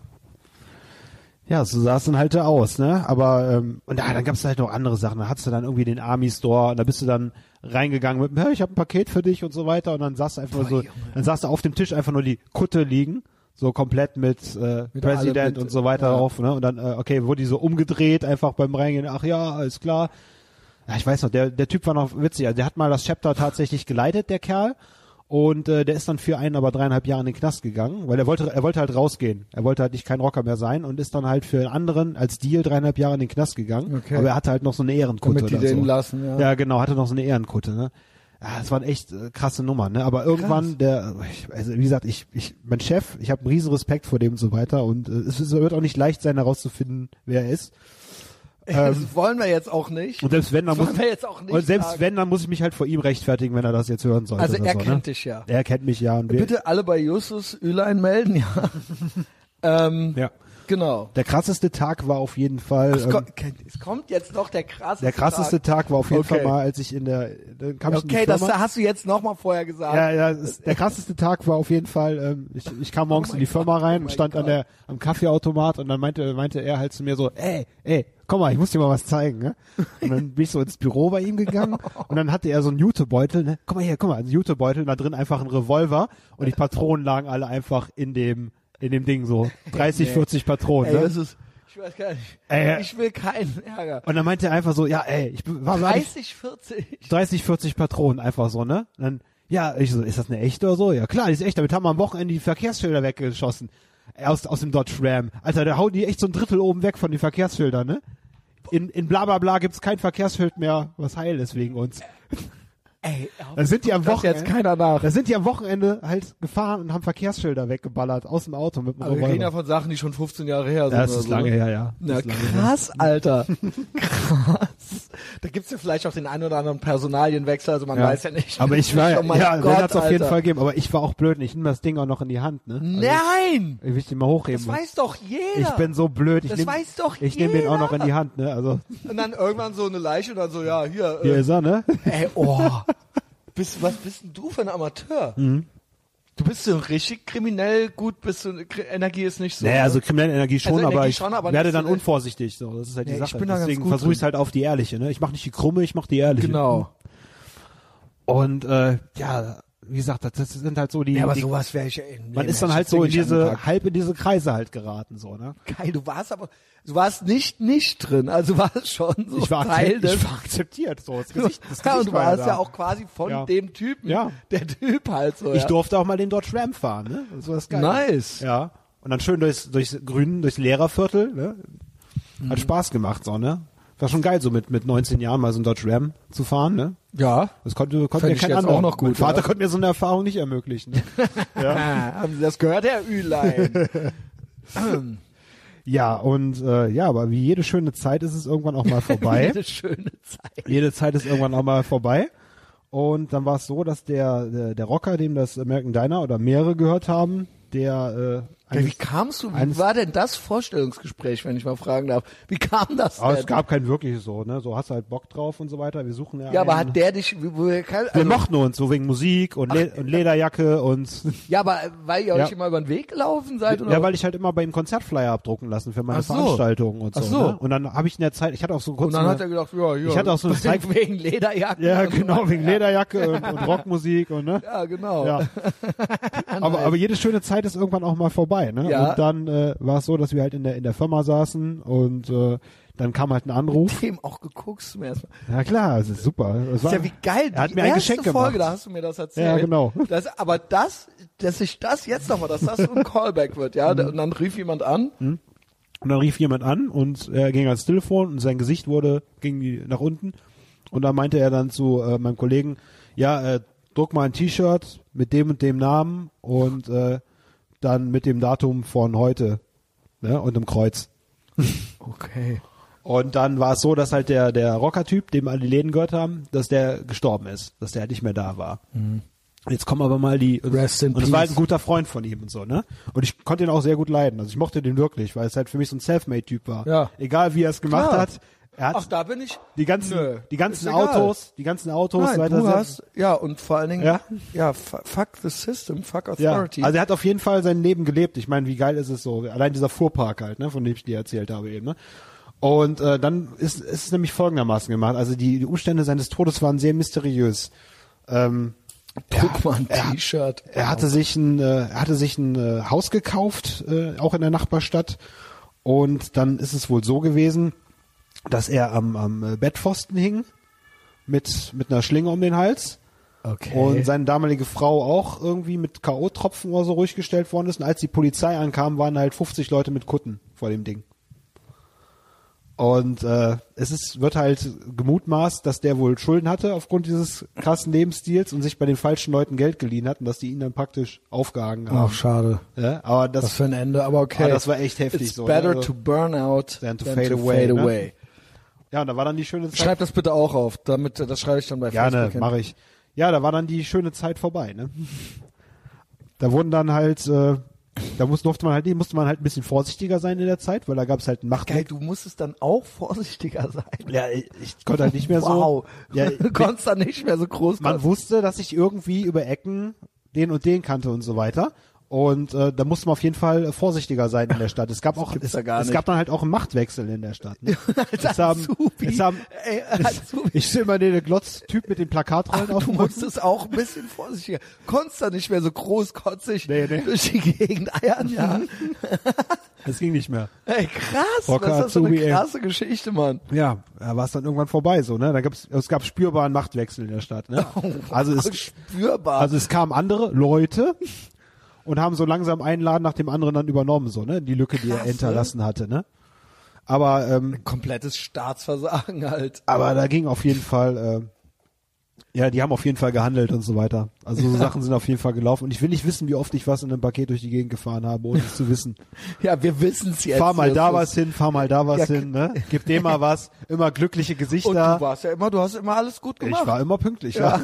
Ja, so sah es dann halt da aus, ne? Aber und dann gab's halt noch andere Sachen. Da hattest du dann irgendwie den Army Store und da bist du dann reingegangen mit, hey, ich habe ein Paket für dich und so weiter und dann saß du einfach nur so, Junge. dann saß du auf dem Tisch einfach nur die Kutte liegen, so komplett mit President alle mit, und so weiter ja. drauf, ne? Und dann okay, wurde die so umgedreht einfach beim Reingehen. Ach ja, alles klar. Ja, ich weiß noch, der Typ war noch witzig. Also der hat mal das Chapter tatsächlich geleitet, der Kerl. Und der ist dann für aber 3,5 Jahre in den Knast gegangen, weil er wollte halt rausgehen. Er wollte halt nicht kein Rocker mehr sein und ist dann halt für einen anderen als Deal 3,5 Jahre in den Knast gegangen. Okay. Aber er hatte halt noch so eine Ehrenkutte Damit die oder den so. lassen, ja. Ja, genau, hatte noch so eine Ehrenkutte, ne? Ja, das waren echt krasse Nummern, ne? Aber irgendwann, also wie gesagt, mein Chef, ich habe einen riesen Respekt vor dem und so weiter und es wird auch nicht leicht sein, herauszufinden, wer er ist. Das wollen wir jetzt auch nicht. Und selbst wenn, dann Wollen wir jetzt auch nicht sagen. dann muss ich mich halt vor ihm rechtfertigen, wenn er das jetzt hören sollte. Also oder er so, kennt ne? dich ja. Er kennt mich ja. Und wir, Bitte alle bei Justus Ülein melden, ja. ja. Genau. Der krasseste Tag war auf jeden Fall. Es kommt jetzt noch der krasseste Der krasseste Tag war auf jeden Okay. Fall mal, als ich dann kam ich in die Okay, das Firma. hast du jetzt nochmal vorher gesagt. Ja, der krasseste Tag war auf jeden Fall, ich kam morgens in die Firma rein und stand am Kaffeeautomat und dann meinte er halt zu mir so, ey, komm mal, ich muss dir mal was zeigen, ne? Und dann bin ich so ins Büro bei ihm gegangen und dann hatte er so einen Jutebeutel, ne? Guck mal, ein Jutebeutel, da drin einfach ein Revolver und die Patronen lagen alle einfach in dem Ding so. 30, 40 Patronen, Ey, ne? das ist, ich weiß gar nicht. Ey, Ich will keinen Ärger. und dann meinte er einfach so, ja, ey, ich war 30, 40. 30, 40 Patronen einfach so, ne? Und dann, ja, ich so, ist das eine echte oder so? Ja klar, die ist echt, damit haben wir am Wochenende die Verkehrsschilder weggeschossen. Aus dem Dodge Ram. Alter, da hauen die echt so ein Drittel oben weg von den Verkehrsschildern, ne? In bla bla bla gibt's kein Verkehrsschild mehr, was heil ist wegen uns. Ey, Da sind die am das Wochenende, jetzt keiner nach. da sind die am Wochenende halt gefahren und haben Verkehrsschilder weggeballert aus dem Auto mit dem Aber wir reden ja Revolver. von Sachen, die schon 15 Jahre her sind. Ja, das oder ist so, lange ne? her, ja. Na Das ist lange her. krass, Alter. Krass. Da gibt's ja vielleicht auch den einen oder anderen Personalienwechsel, also man weiß ja nicht. Aber ich war, Oh mein ja, Gott, den hat's auf jeden Alter. Fall gegeben, aber ich war auch blöd, ich nehme das Ding auch noch in die Hand, ne? Also Nein! ich will den mal hochheben. Das weiß doch jeder. Ich bin so blöd, Das weiß doch ich nehme den auch noch in jeder. die Hand, ne? Also, Und dann irgendwann so eine Leiche und dann so, ja, hier. hier ist er, ne? Ey, was bist denn du für ein Amateur? Du bist so richtig kriminell gut, Energie ist nicht so. Naja, ne? also kriminelle Energie schon, Also aber Energie ich schon, aber werde nicht dann so- unvorsichtig, so. Das ist halt die Ja, ich Sache. bin da ganz Deswegen gut versuche ich drin. halt auf die ehrliche, ne? Ich mache nicht die krumme, ich mache die ehrliche. Genau. Und, ja, wie gesagt, das sind halt so die, Ja, aber die sowas wäre ich ja man ist dann halt so halb in diese Kreise halt geraten, so, ne? Geil, du warst nicht drin, also warst schon so Ich war Teil des... akzeptiert, so. Das Gesicht Ja, und du war warst da. ja auch quasi von Ja. dem Typen, Ja. der Typ halt so. Ich ja. durfte auch mal den Dodge Ram fahren, ne? Das war das geil. Nice. Ja. Und dann schön durchs Lehrerviertel, ne? Hat Spaß gemacht, so, ne? War schon geil, so mit 19 Jahren mal so ein Dodge Ram zu fahren, ne? Ja. Das konnte Fänd mir ich kein jetzt anderer. auch noch gut, Mein Vater ja. konnte mir so eine Erfahrung nicht ermöglichen. Ne? Haben Sie das gehört, Herr Ülein? Ja, und aber wie jede schöne Zeit ist es irgendwann auch mal vorbei. Eine schöne Zeit. Jede Zeit ist irgendwann auch mal vorbei. Und dann war es so, dass der Rocker, dem das American Diner oder mehrere gehört haben, der Wie kamst du? Wie war denn das Vorstellungsgespräch, wenn ich mal fragen darf? Wie kam das aber denn? es gab kein wirkliches so, ne? So hast du halt Bock drauf und so weiter. Wir suchen Ja, aber einen. hat der dich, Wir mochten uns so wegen Musik und Lederjacke und ja, aber weil ihr Ja. euch immer über den Weg gelaufen seid? Oder? ja, weil ich halt immer bei ihm Konzertflyer abdrucken lassen für meine Ach so. Veranstaltungen und so. Ach so. Ne? Und dann habe ich in der Zeit, ich hatte auch so kurz und dann hat er gedacht, ja, ich hatte auch so eine Zeit, wegen Lederjacken. ja und so genau, weiter. wegen Lederjacke und Rockmusik und ne. Ja, genau. Ja. aber jede schöne Zeit ist irgendwann auch mal vorbei, ne? Ja. Und dann war es so, dass wir halt in der Firma saßen und dann kam halt ein Anruf. Dem auch geguckt zum ersten Mal. Ja klar, das ist super. Das Das ist ja wie geil. Er hat Die mir ein erste Geschenk Folge, gemacht. da hast du mir das erzählt. Ja, genau. Aber dass ich das jetzt nochmal, dass das so ein Callback wird, ja. Und dann rief jemand an. Und dann rief jemand an und er ging ans Telefon und sein Gesicht ging nach unten. Und dann meinte er dann zu meinem Kollegen, ja, druck mal ein T-Shirt mit dem und dem Namen und dann mit dem Datum von heute, ne, und einem Kreuz. Okay. Und dann war es so, dass halt der Rocker-Typ, dem alle Läden gehört haben, dass der gestorben ist, dass der halt nicht mehr da war. Jetzt kommen aber mal die, Rest in und das war halt peace. ein guter Freund von ihm und so, ne? Und ich konnte ihn auch sehr gut leiden. Also ich mochte den wirklich, weil es halt für mich so ein Selfmade-Typ war. Ja. Egal wie er es gemacht Klar. hat. Er hat Ach, da bin ich. die ganzen Nö, ist egal. Autos, Nein, weiter du hast, ja, und vor allen Dingen, Ja. fuck the system, fuck ja. authority. Also er hat auf jeden Fall sein Leben gelebt. Ich meine, wie geil ist es so? Allein dieser Fuhrpark halt, ne, von dem ich dir erzählt habe eben, ne? Und dann ist es nämlich folgendermaßen gemacht. Also die Umstände seines Todes waren sehr mysteriös. Guck mal ein T-Shirt. Er hatte sich ein Haus gekauft, auch in der Nachbarstadt. Und dann ist es wohl so gewesen, dass er am Bettpfosten hing mit einer Schlinge um den Hals. Okay. Und seine damalige Frau auch irgendwie mit K.O.-Tropfen oder so ruhig gestellt worden ist. Und als die Polizei ankam, waren halt 50 Leute mit Kutten vor dem Ding. Und wird halt gemutmaßt, dass der wohl Schulden hatte aufgrund dieses krassen Lebensstils und sich bei den falschen Leuten Geld geliehen hat und dass die ihn dann praktisch aufgehangen haben. Ach, schade. Ja, aber Was für ein Ende, aber okay. Aber das war echt heftig. It's so. better Also, to burn out than to fade away, ne? Ja, und da war dann die schöne Zeit. Schreib das bitte auch auf, das schreibe ich dann bei Gerne, Facebook hin. mache ich. Ja, da war dann die schöne Zeit vorbei, ne? Da wurden dann halt, musste man halt ein bisschen vorsichtiger sein in der Zeit, weil da gab es halt einen Geil, Machtwechsel. du musstest dann auch vorsichtiger sein. Ja, ich konnte halt nicht mehr Wow. so. Ja, Du konntest dann nicht mehr so groß man kosten. wusste, dass ich irgendwie über Ecken den und den kannte und so weiter. Und da musste man auf jeden Fall vorsichtiger sein in der Stadt. Es gab gibt's ja gar es nicht. gab dann halt auch einen Machtwechsel in der Stadt. Ne? Als Azubi. Ey, Azubi. Ich sehe immer den Glotz-Typ mit den Plakatrollen auf Du dem Rücken. musstest auch ein bisschen vorsichtiger. Konntest dann nicht mehr so großkotzig Nee. durch die Gegend eiern, ja. Das ging nicht mehr. Ey, krass. Rocker Was ist das für eine Azubi, ey. krasse Geschichte, Mann. Ja, da war es dann irgendwann vorbei so, ne? Es gab spürbaren Machtwechsel in der Stadt, ne? Also Spürbar. Also es kamen andere Leute und haben so langsam einen Laden nach dem anderen dann übernommen, so, ne? Die Lücke, die er Krass, hinterlassen hatte, ne? Aber komplettes Staatsversagen halt. aber da ging auf jeden Fall, die haben auf jeden Fall gehandelt und so weiter. Also so Sachen sind auf jeden Fall gelaufen. Und ich will nicht wissen, wie oft ich was in einem Paket durch die Gegend gefahren habe, ohne es zu wissen. Ja, wir wissen es jetzt. Fahr mal da Das was ist- hin, fahr mal da was Ja, hin, ne? Gib dem mal was. Immer glückliche Und Gesichter. du hast immer alles gut gemacht. Ich war immer pünktlich, ja.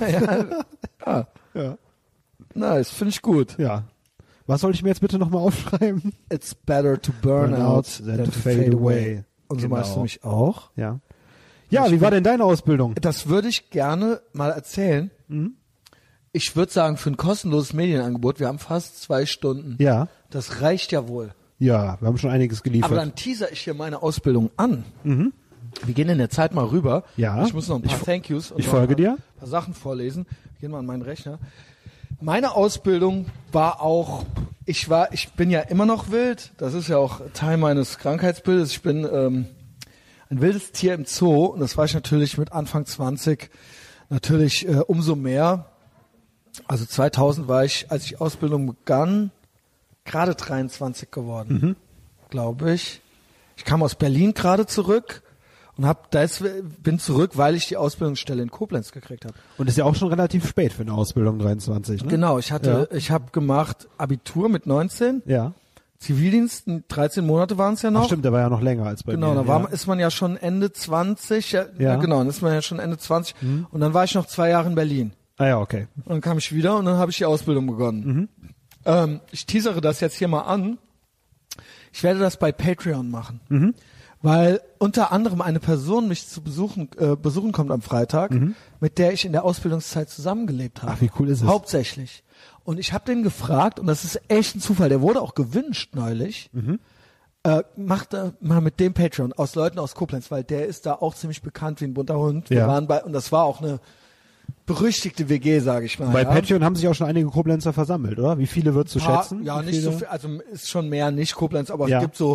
Ja. Nice, finde ich gut. Ja. Was soll ich mir jetzt bitte nochmal aufschreiben? It's better to burn out than to fade away. Und so Genau. meinst du mich auch? Ja. Ja, wie war denn deine Ausbildung? Das würde ich gerne mal erzählen. Ich würde sagen, für ein kostenloses Medienangebot, wir haben fast 2 Stunden. Ja. Das reicht ja wohl. Ja, wir haben schon einiges geliefert. Aber dann teaser ich hier meine Ausbildung an. Wir gehen in der Zeit mal rüber. Ja. Ich muss noch ein paar Thank Yous und ich noch folge ein dir. paar Sachen vorlesen. Wir gehen mal an meinen Rechner. Meine Ausbildung war auch, ich bin ja immer noch wild. Das ist ja auch Teil meines Krankheitsbildes. Ich bin ein wildes Tier im Zoo und das war ich natürlich mit Anfang 20 natürlich umso mehr. Also 2000 war ich, als die Ausbildung begann, gerade 23 geworden, glaube ich. Ich kam aus Berlin gerade zurück und bin zurück, weil ich die Ausbildungsstelle in Koblenz gekriegt habe. Und ist ja auch schon relativ spät für eine Ausbildung, 23, ne? Genau, ich habe gemacht Abitur mit 19, Ja. Zivildienst, 13 Monate waren es ja noch. Ach stimmt, der war ja noch länger als bei Genau, mir. da ist man ja schon Ende 20, ja. Genau, dann ist man ja schon Ende 20 und dann war ich noch 2 Jahre in Berlin. Ah ja, okay. Und dann kam ich wieder und dann habe ich die Ausbildung begonnen. Ich teasere das jetzt hier mal an. Ich werde das bei Patreon machen. Weil unter anderem eine Person mich zu besuchen kommt am Freitag, mit der ich in der Ausbildungszeit zusammengelebt habe. Ach, wie cool ist es? Hauptsächlich. Und ich habe den gefragt, und das ist echt ein Zufall, der wurde auch gewünscht neulich, macht mal mit dem Patreon aus Leuten aus Koblenz, weil der ist da auch ziemlich bekannt wie ein bunter Hund. Wir Ja. waren und das war auch eine berüchtigte WG, sage ich mal. Bei ja. Patreon haben sich auch schon einige Koblenzer versammelt, oder? Wie viele wird zu schätzen? Ja, Wie nicht viele? so viel, also ist schon mehr, nicht Koblenz, aber Ja. es gibt so,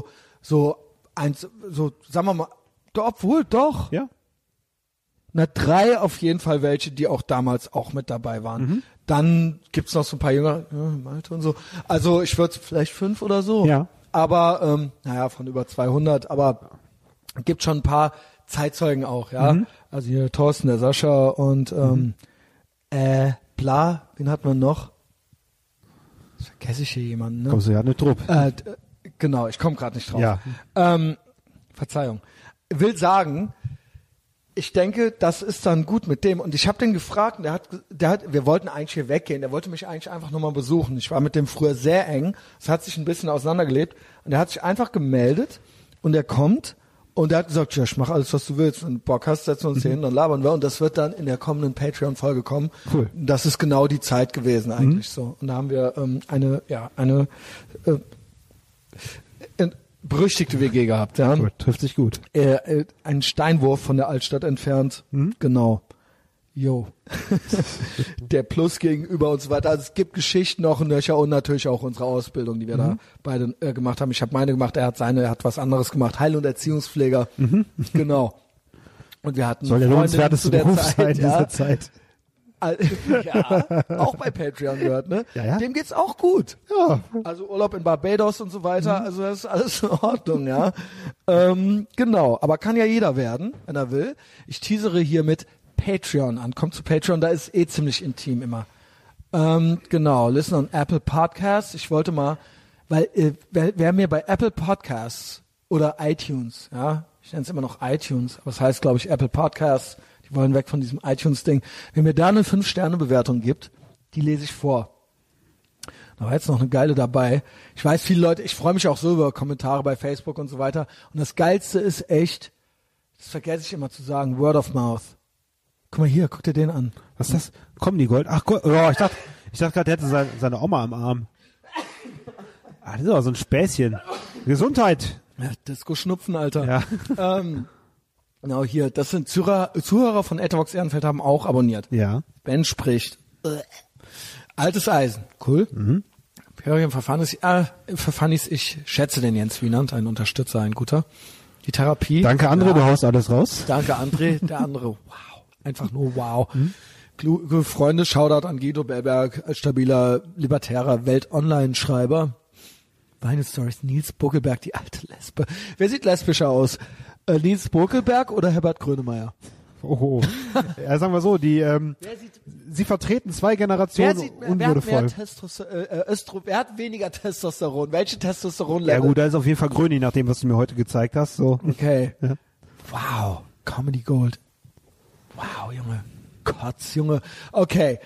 sagen wir mal, obwohl doch. Ja. 3 auf jeden Fall welche, die auch damals auch mit dabei waren. Dann gibt's noch so ein paar Jünger, Malte und so. Also ich würde vielleicht 5 oder so. Ja. Aber, von über 200, aber gibt schon ein paar Zeitzeugen auch, ja. Also hier Thorsten, der Sascha und wen hat man noch? Jetzt vergesse ich hier jemanden, ne? Kommst du ja eine Truppe. Genau, ich komme gerade nicht drauf. Ja. Verzeihung. Will sagen, ich denke, das ist dann gut mit dem. Und ich habe den gefragt, und wir wollten eigentlich hier weggehen. Der wollte mich eigentlich einfach nur mal besuchen. Ich war mit dem früher sehr eng. Es hat sich ein bisschen auseinandergelebt. Und er hat sich einfach gemeldet und er kommt und er hat gesagt, ja, ich mach alles, was du willst. Und Bock hast, setzen wir uns hier hin und labern wir. Und das wird dann in der kommenden Patreon-Folge kommen. Cool. Das ist genau die Zeit gewesen eigentlich so. Und da haben wir eine berüchtigte WG gehabt, ja. Gut, trifft sich gut. Ein Steinwurf von der Altstadt entfernt. Genau. Jo. Der Plus gegenüber und so weiter. Also es gibt Geschichten noch und Nöcher und natürlich auch unsere Ausbildung, die wir da beide gemacht haben. Ich habe meine gemacht, er hat was anderes gemacht. Heil- und Erziehungspfleger. Genau. Und wir hatten soll der lohnenswerteste Beruf sein in dieser Zeit. Ja, auch bei Patreon gehört, ne? Ja. Dem geht's auch gut. Ja. Also Urlaub in Barbados und so weiter, also das ist alles in Ordnung, ja. Genau, aber kann ja jeder werden, wenn er will. Ich teasere hier mit Patreon an. Kommt zu Patreon, da ist ziemlich intim immer. Genau, listen on Apple Podcasts. Ich wollte mal, weil wer mir bei Apple Podcasts oder iTunes, ja, ich nenne es immer noch iTunes, aber es heißt, glaube ich, Apple Podcasts. Die wollen weg von diesem iTunes-Ding. Wenn mir da eine 5-Sterne-Bewertung gibt, die lese ich vor. Da war jetzt noch eine geile dabei. Ich weiß, viele Leute, ich freue mich auch so über Kommentare bei Facebook und so weiter. Und das Geilste ist echt, das vergesse ich immer zu sagen, Word of Mouth. Guck mal hier, guck dir den an. Was ist das? Comedy Gold? Ach Gott, oh, ich dachte gerade, der hätte seine Oma am Arm. Ah, das ist aber so ein Späßchen. Gesundheit. Ja, Disco-Schnupfen, Alter. Ja. Genau hier, das sind Zuhörer von Etavox Ehrenfeld, haben auch abonniert. Ja. Ben spricht. Altes Eisen, cool. Perium Verfannis, ich schätze den Jens Wienand, ein Unterstützer, ein guter. Die Therapie. Danke André, du haust alles raus. Danke André, der andere, wow. Einfach nur wow. Kluge Freunde, Shoutout an Guido Bellberg, stabiler, libertärer Welt-Online-Schreiber. Weine-Stories, Nils Buckelberg, die alte Lesbe. Wer sieht lesbischer aus? Nils Buckelberg oder Herbert Grönemeyer? Oh. Ja, sagen wir so, sie vertreten 2 Generationen unwürdevoll. Wer hat weniger Testosteron? Welche Testosteron-Level? Ja gut, da ist auf jeden Fall Gröni, nach dem, was du mir heute gezeigt hast. So. Okay. Ja. Wow, Comedy Gold. Wow, Junge. Kotz, Junge. Okay.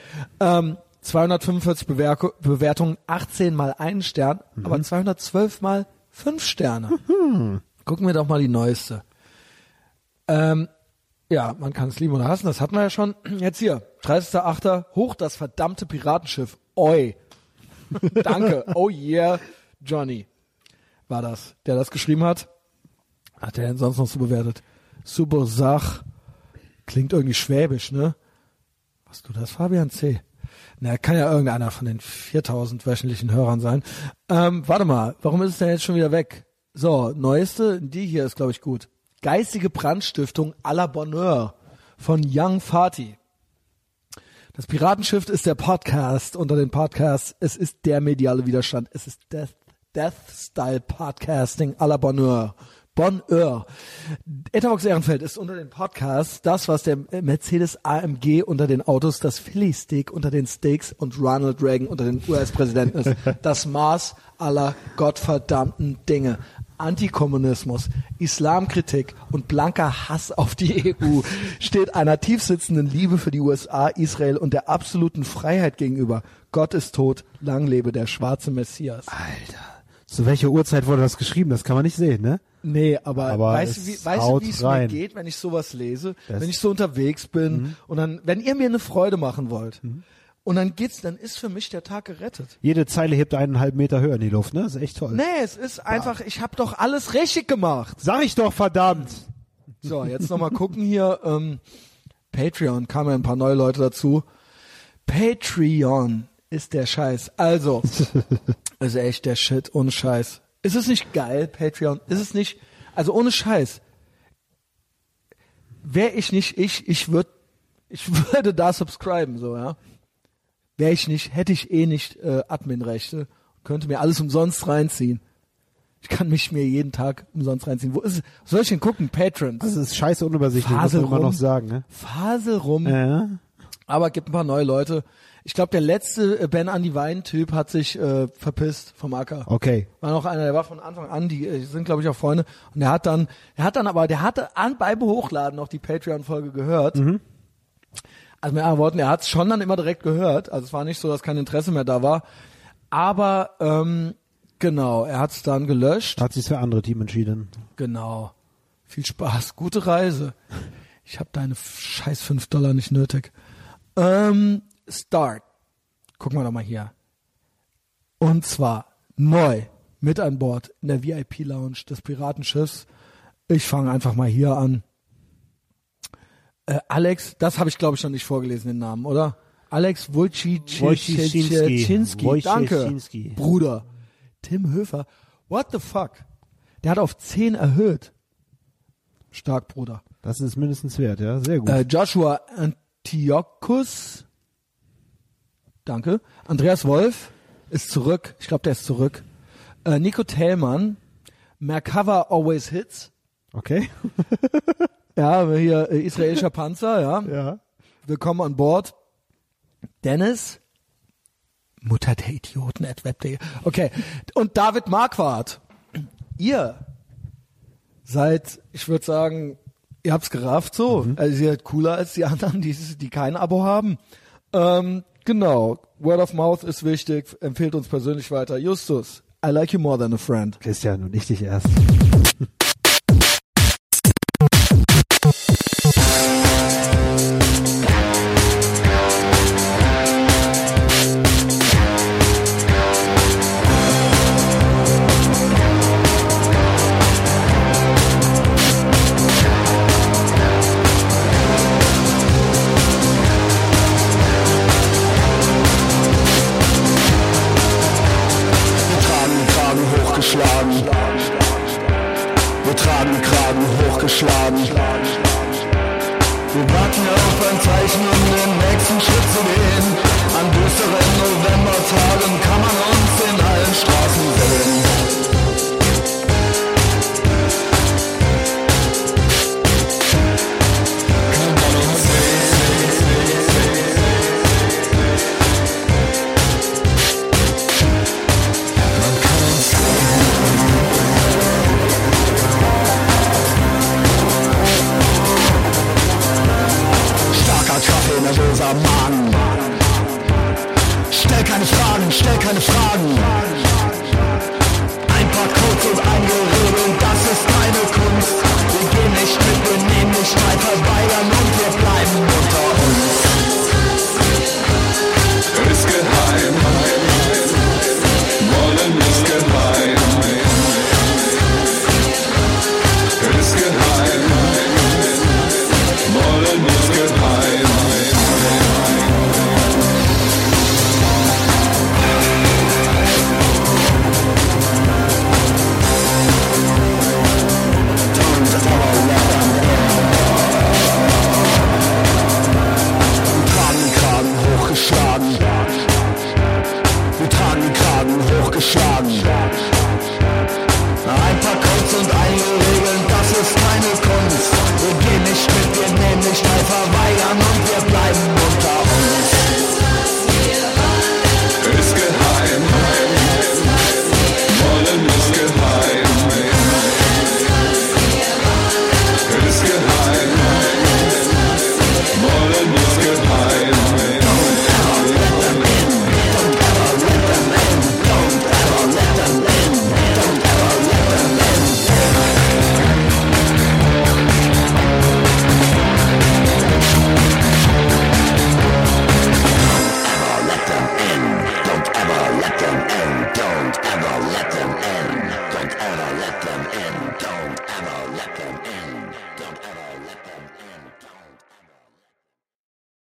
245 Bewertungen, 18 mal 1 Stern, aber 212 mal 5 Sterne. Gucken wir doch mal die neueste. Ja, man kann es lieben oder hassen, das hatten wir ja schon. Jetzt hier, 30.08. hoch das verdammte Piratenschiff. Oi. Danke. Oh yeah, Johnny. War das, der das geschrieben hat? Hat der denn sonst noch so bewertet? Super Sach. Klingt irgendwie schwäbisch, ne? Was du das, Fabian C.? Na, kann ja irgendeiner von den 4000 wöchentlichen Hörern sein. Warte mal, warum ist es denn jetzt schon wieder weg? So, neueste, die hier ist, glaube ich, gut. Geistige Brandstiftung à la Bonheur von Young Fatih. Das Piratenschiff ist der Podcast unter den Podcasts. Es ist der mediale Widerstand. Es ist Death-Style-Podcasting à la Bonheur. Bonheur. Etavox Ehrenfeld ist unter den Podcasts das, was der Mercedes AMG unter den Autos, das Philly Steak unter den Steaks und Ronald Reagan unter den US-Präsidenten ist. Das Maß aller gottverdammten Dinge. Antikommunismus, Islamkritik und blanker Hass auf die EU steht einer tiefsitzenden Liebe für die USA, Israel und der absoluten Freiheit gegenüber. Gott ist tot, lang lebe der schwarze Messias. Alter, zu welcher Uhrzeit wurde das geschrieben? Das kann man nicht sehen, ne? Nee, aber weißt du, wie es mir geht, wenn ich sowas lese, wenn ich so unterwegs bin und dann, wenn ihr mir eine Freude machen wollt, und dann ist für mich der Tag gerettet. Jede Zeile hebt 1,5 Meter höher in die Luft, ne? Das ist echt toll. Nee, es ist einfach, ich habe doch alles richtig gemacht. Sag ich doch, verdammt. So, jetzt nochmal gucken hier, Patreon, kamen ja ein paar neue Leute dazu. Patreon ist der Scheiß. Also, ist echt der Shit, ohne Scheiß. Ist es nicht geil, Patreon? Ist es nicht, also ohne Scheiß. Wäre ich nicht ich würde da subscriben, so, ja. Wäre ich nicht, hätte ich nicht Adminrechte, könnte mir alles umsonst reinziehen. Ich kann mich mir jeden Tag umsonst reinziehen. Wo ist es? Soll ich denn gucken? Patrons. Das ist scheiße unübersichtlich, muss man immer noch sagen, ne? Phase rum. Ja. Aber gibt ein paar neue Leute. Ich glaube, der letzte Ben Andy Wein-Typ hat sich verpisst vom Acker. Okay. War noch einer, der war von Anfang an, die sind, glaube ich, auch Freunde. Und der hatte beim Hochladen noch die Patreon-Folge gehört. Mhm. Also mit anderen Worten, er hat es schon dann immer direkt gehört. Also es war nicht so, dass kein Interesse mehr da war. Aber genau, er hat es dann gelöscht. Hat sich für andere Team entschieden. Genau. Viel Spaß. Gute Reise. Ich habe deine scheiß $5 nicht nötig. Start. Gucken wir doch mal hier. Und zwar neu mit an Bord in der VIP-Lounge des Piratenschiffs. Ich fange einfach mal hier an. Alex, das habe ich glaube ich noch nicht vorgelesen, den Namen, oder? Alex Wojciechowski. Danke, Bruder. Tim Höfer. What the fuck? Der hat auf 10 erhöht. Stark, Bruder. Das ist mindestens wert, ja. Sehr gut. Joshua Antiochus. Danke. Andreas Wolf ist zurück. Ich glaube, der ist zurück. Nico Thälmann. Merkava Always Hits. Okay. Ja, hier israelischer Panzer, ja. Ja. Willkommen an Bord. Dennis. Mutter der Idioten @web.de. Okay. Und David Marquardt. Ihr seid, ich würde sagen, ihr habt's gerafft so. Also ihr seid cooler als die anderen, die kein Abo haben. Genau. Word of Mouth ist wichtig. Empfehlt uns persönlich weiter. Justus, I like you more than a friend. Christian, und ich dich erst. Wir tragen den Kragen hochgeschlagen. Wir warten auf ein Zeichen, um den nächsten Schritt zu gehen. An düsteren Novembertagen kann man uns in allen Straßen sehen. Kann man uns Kaffee, nervöser Magen. Stell keine Fragen, stell keine Fragen.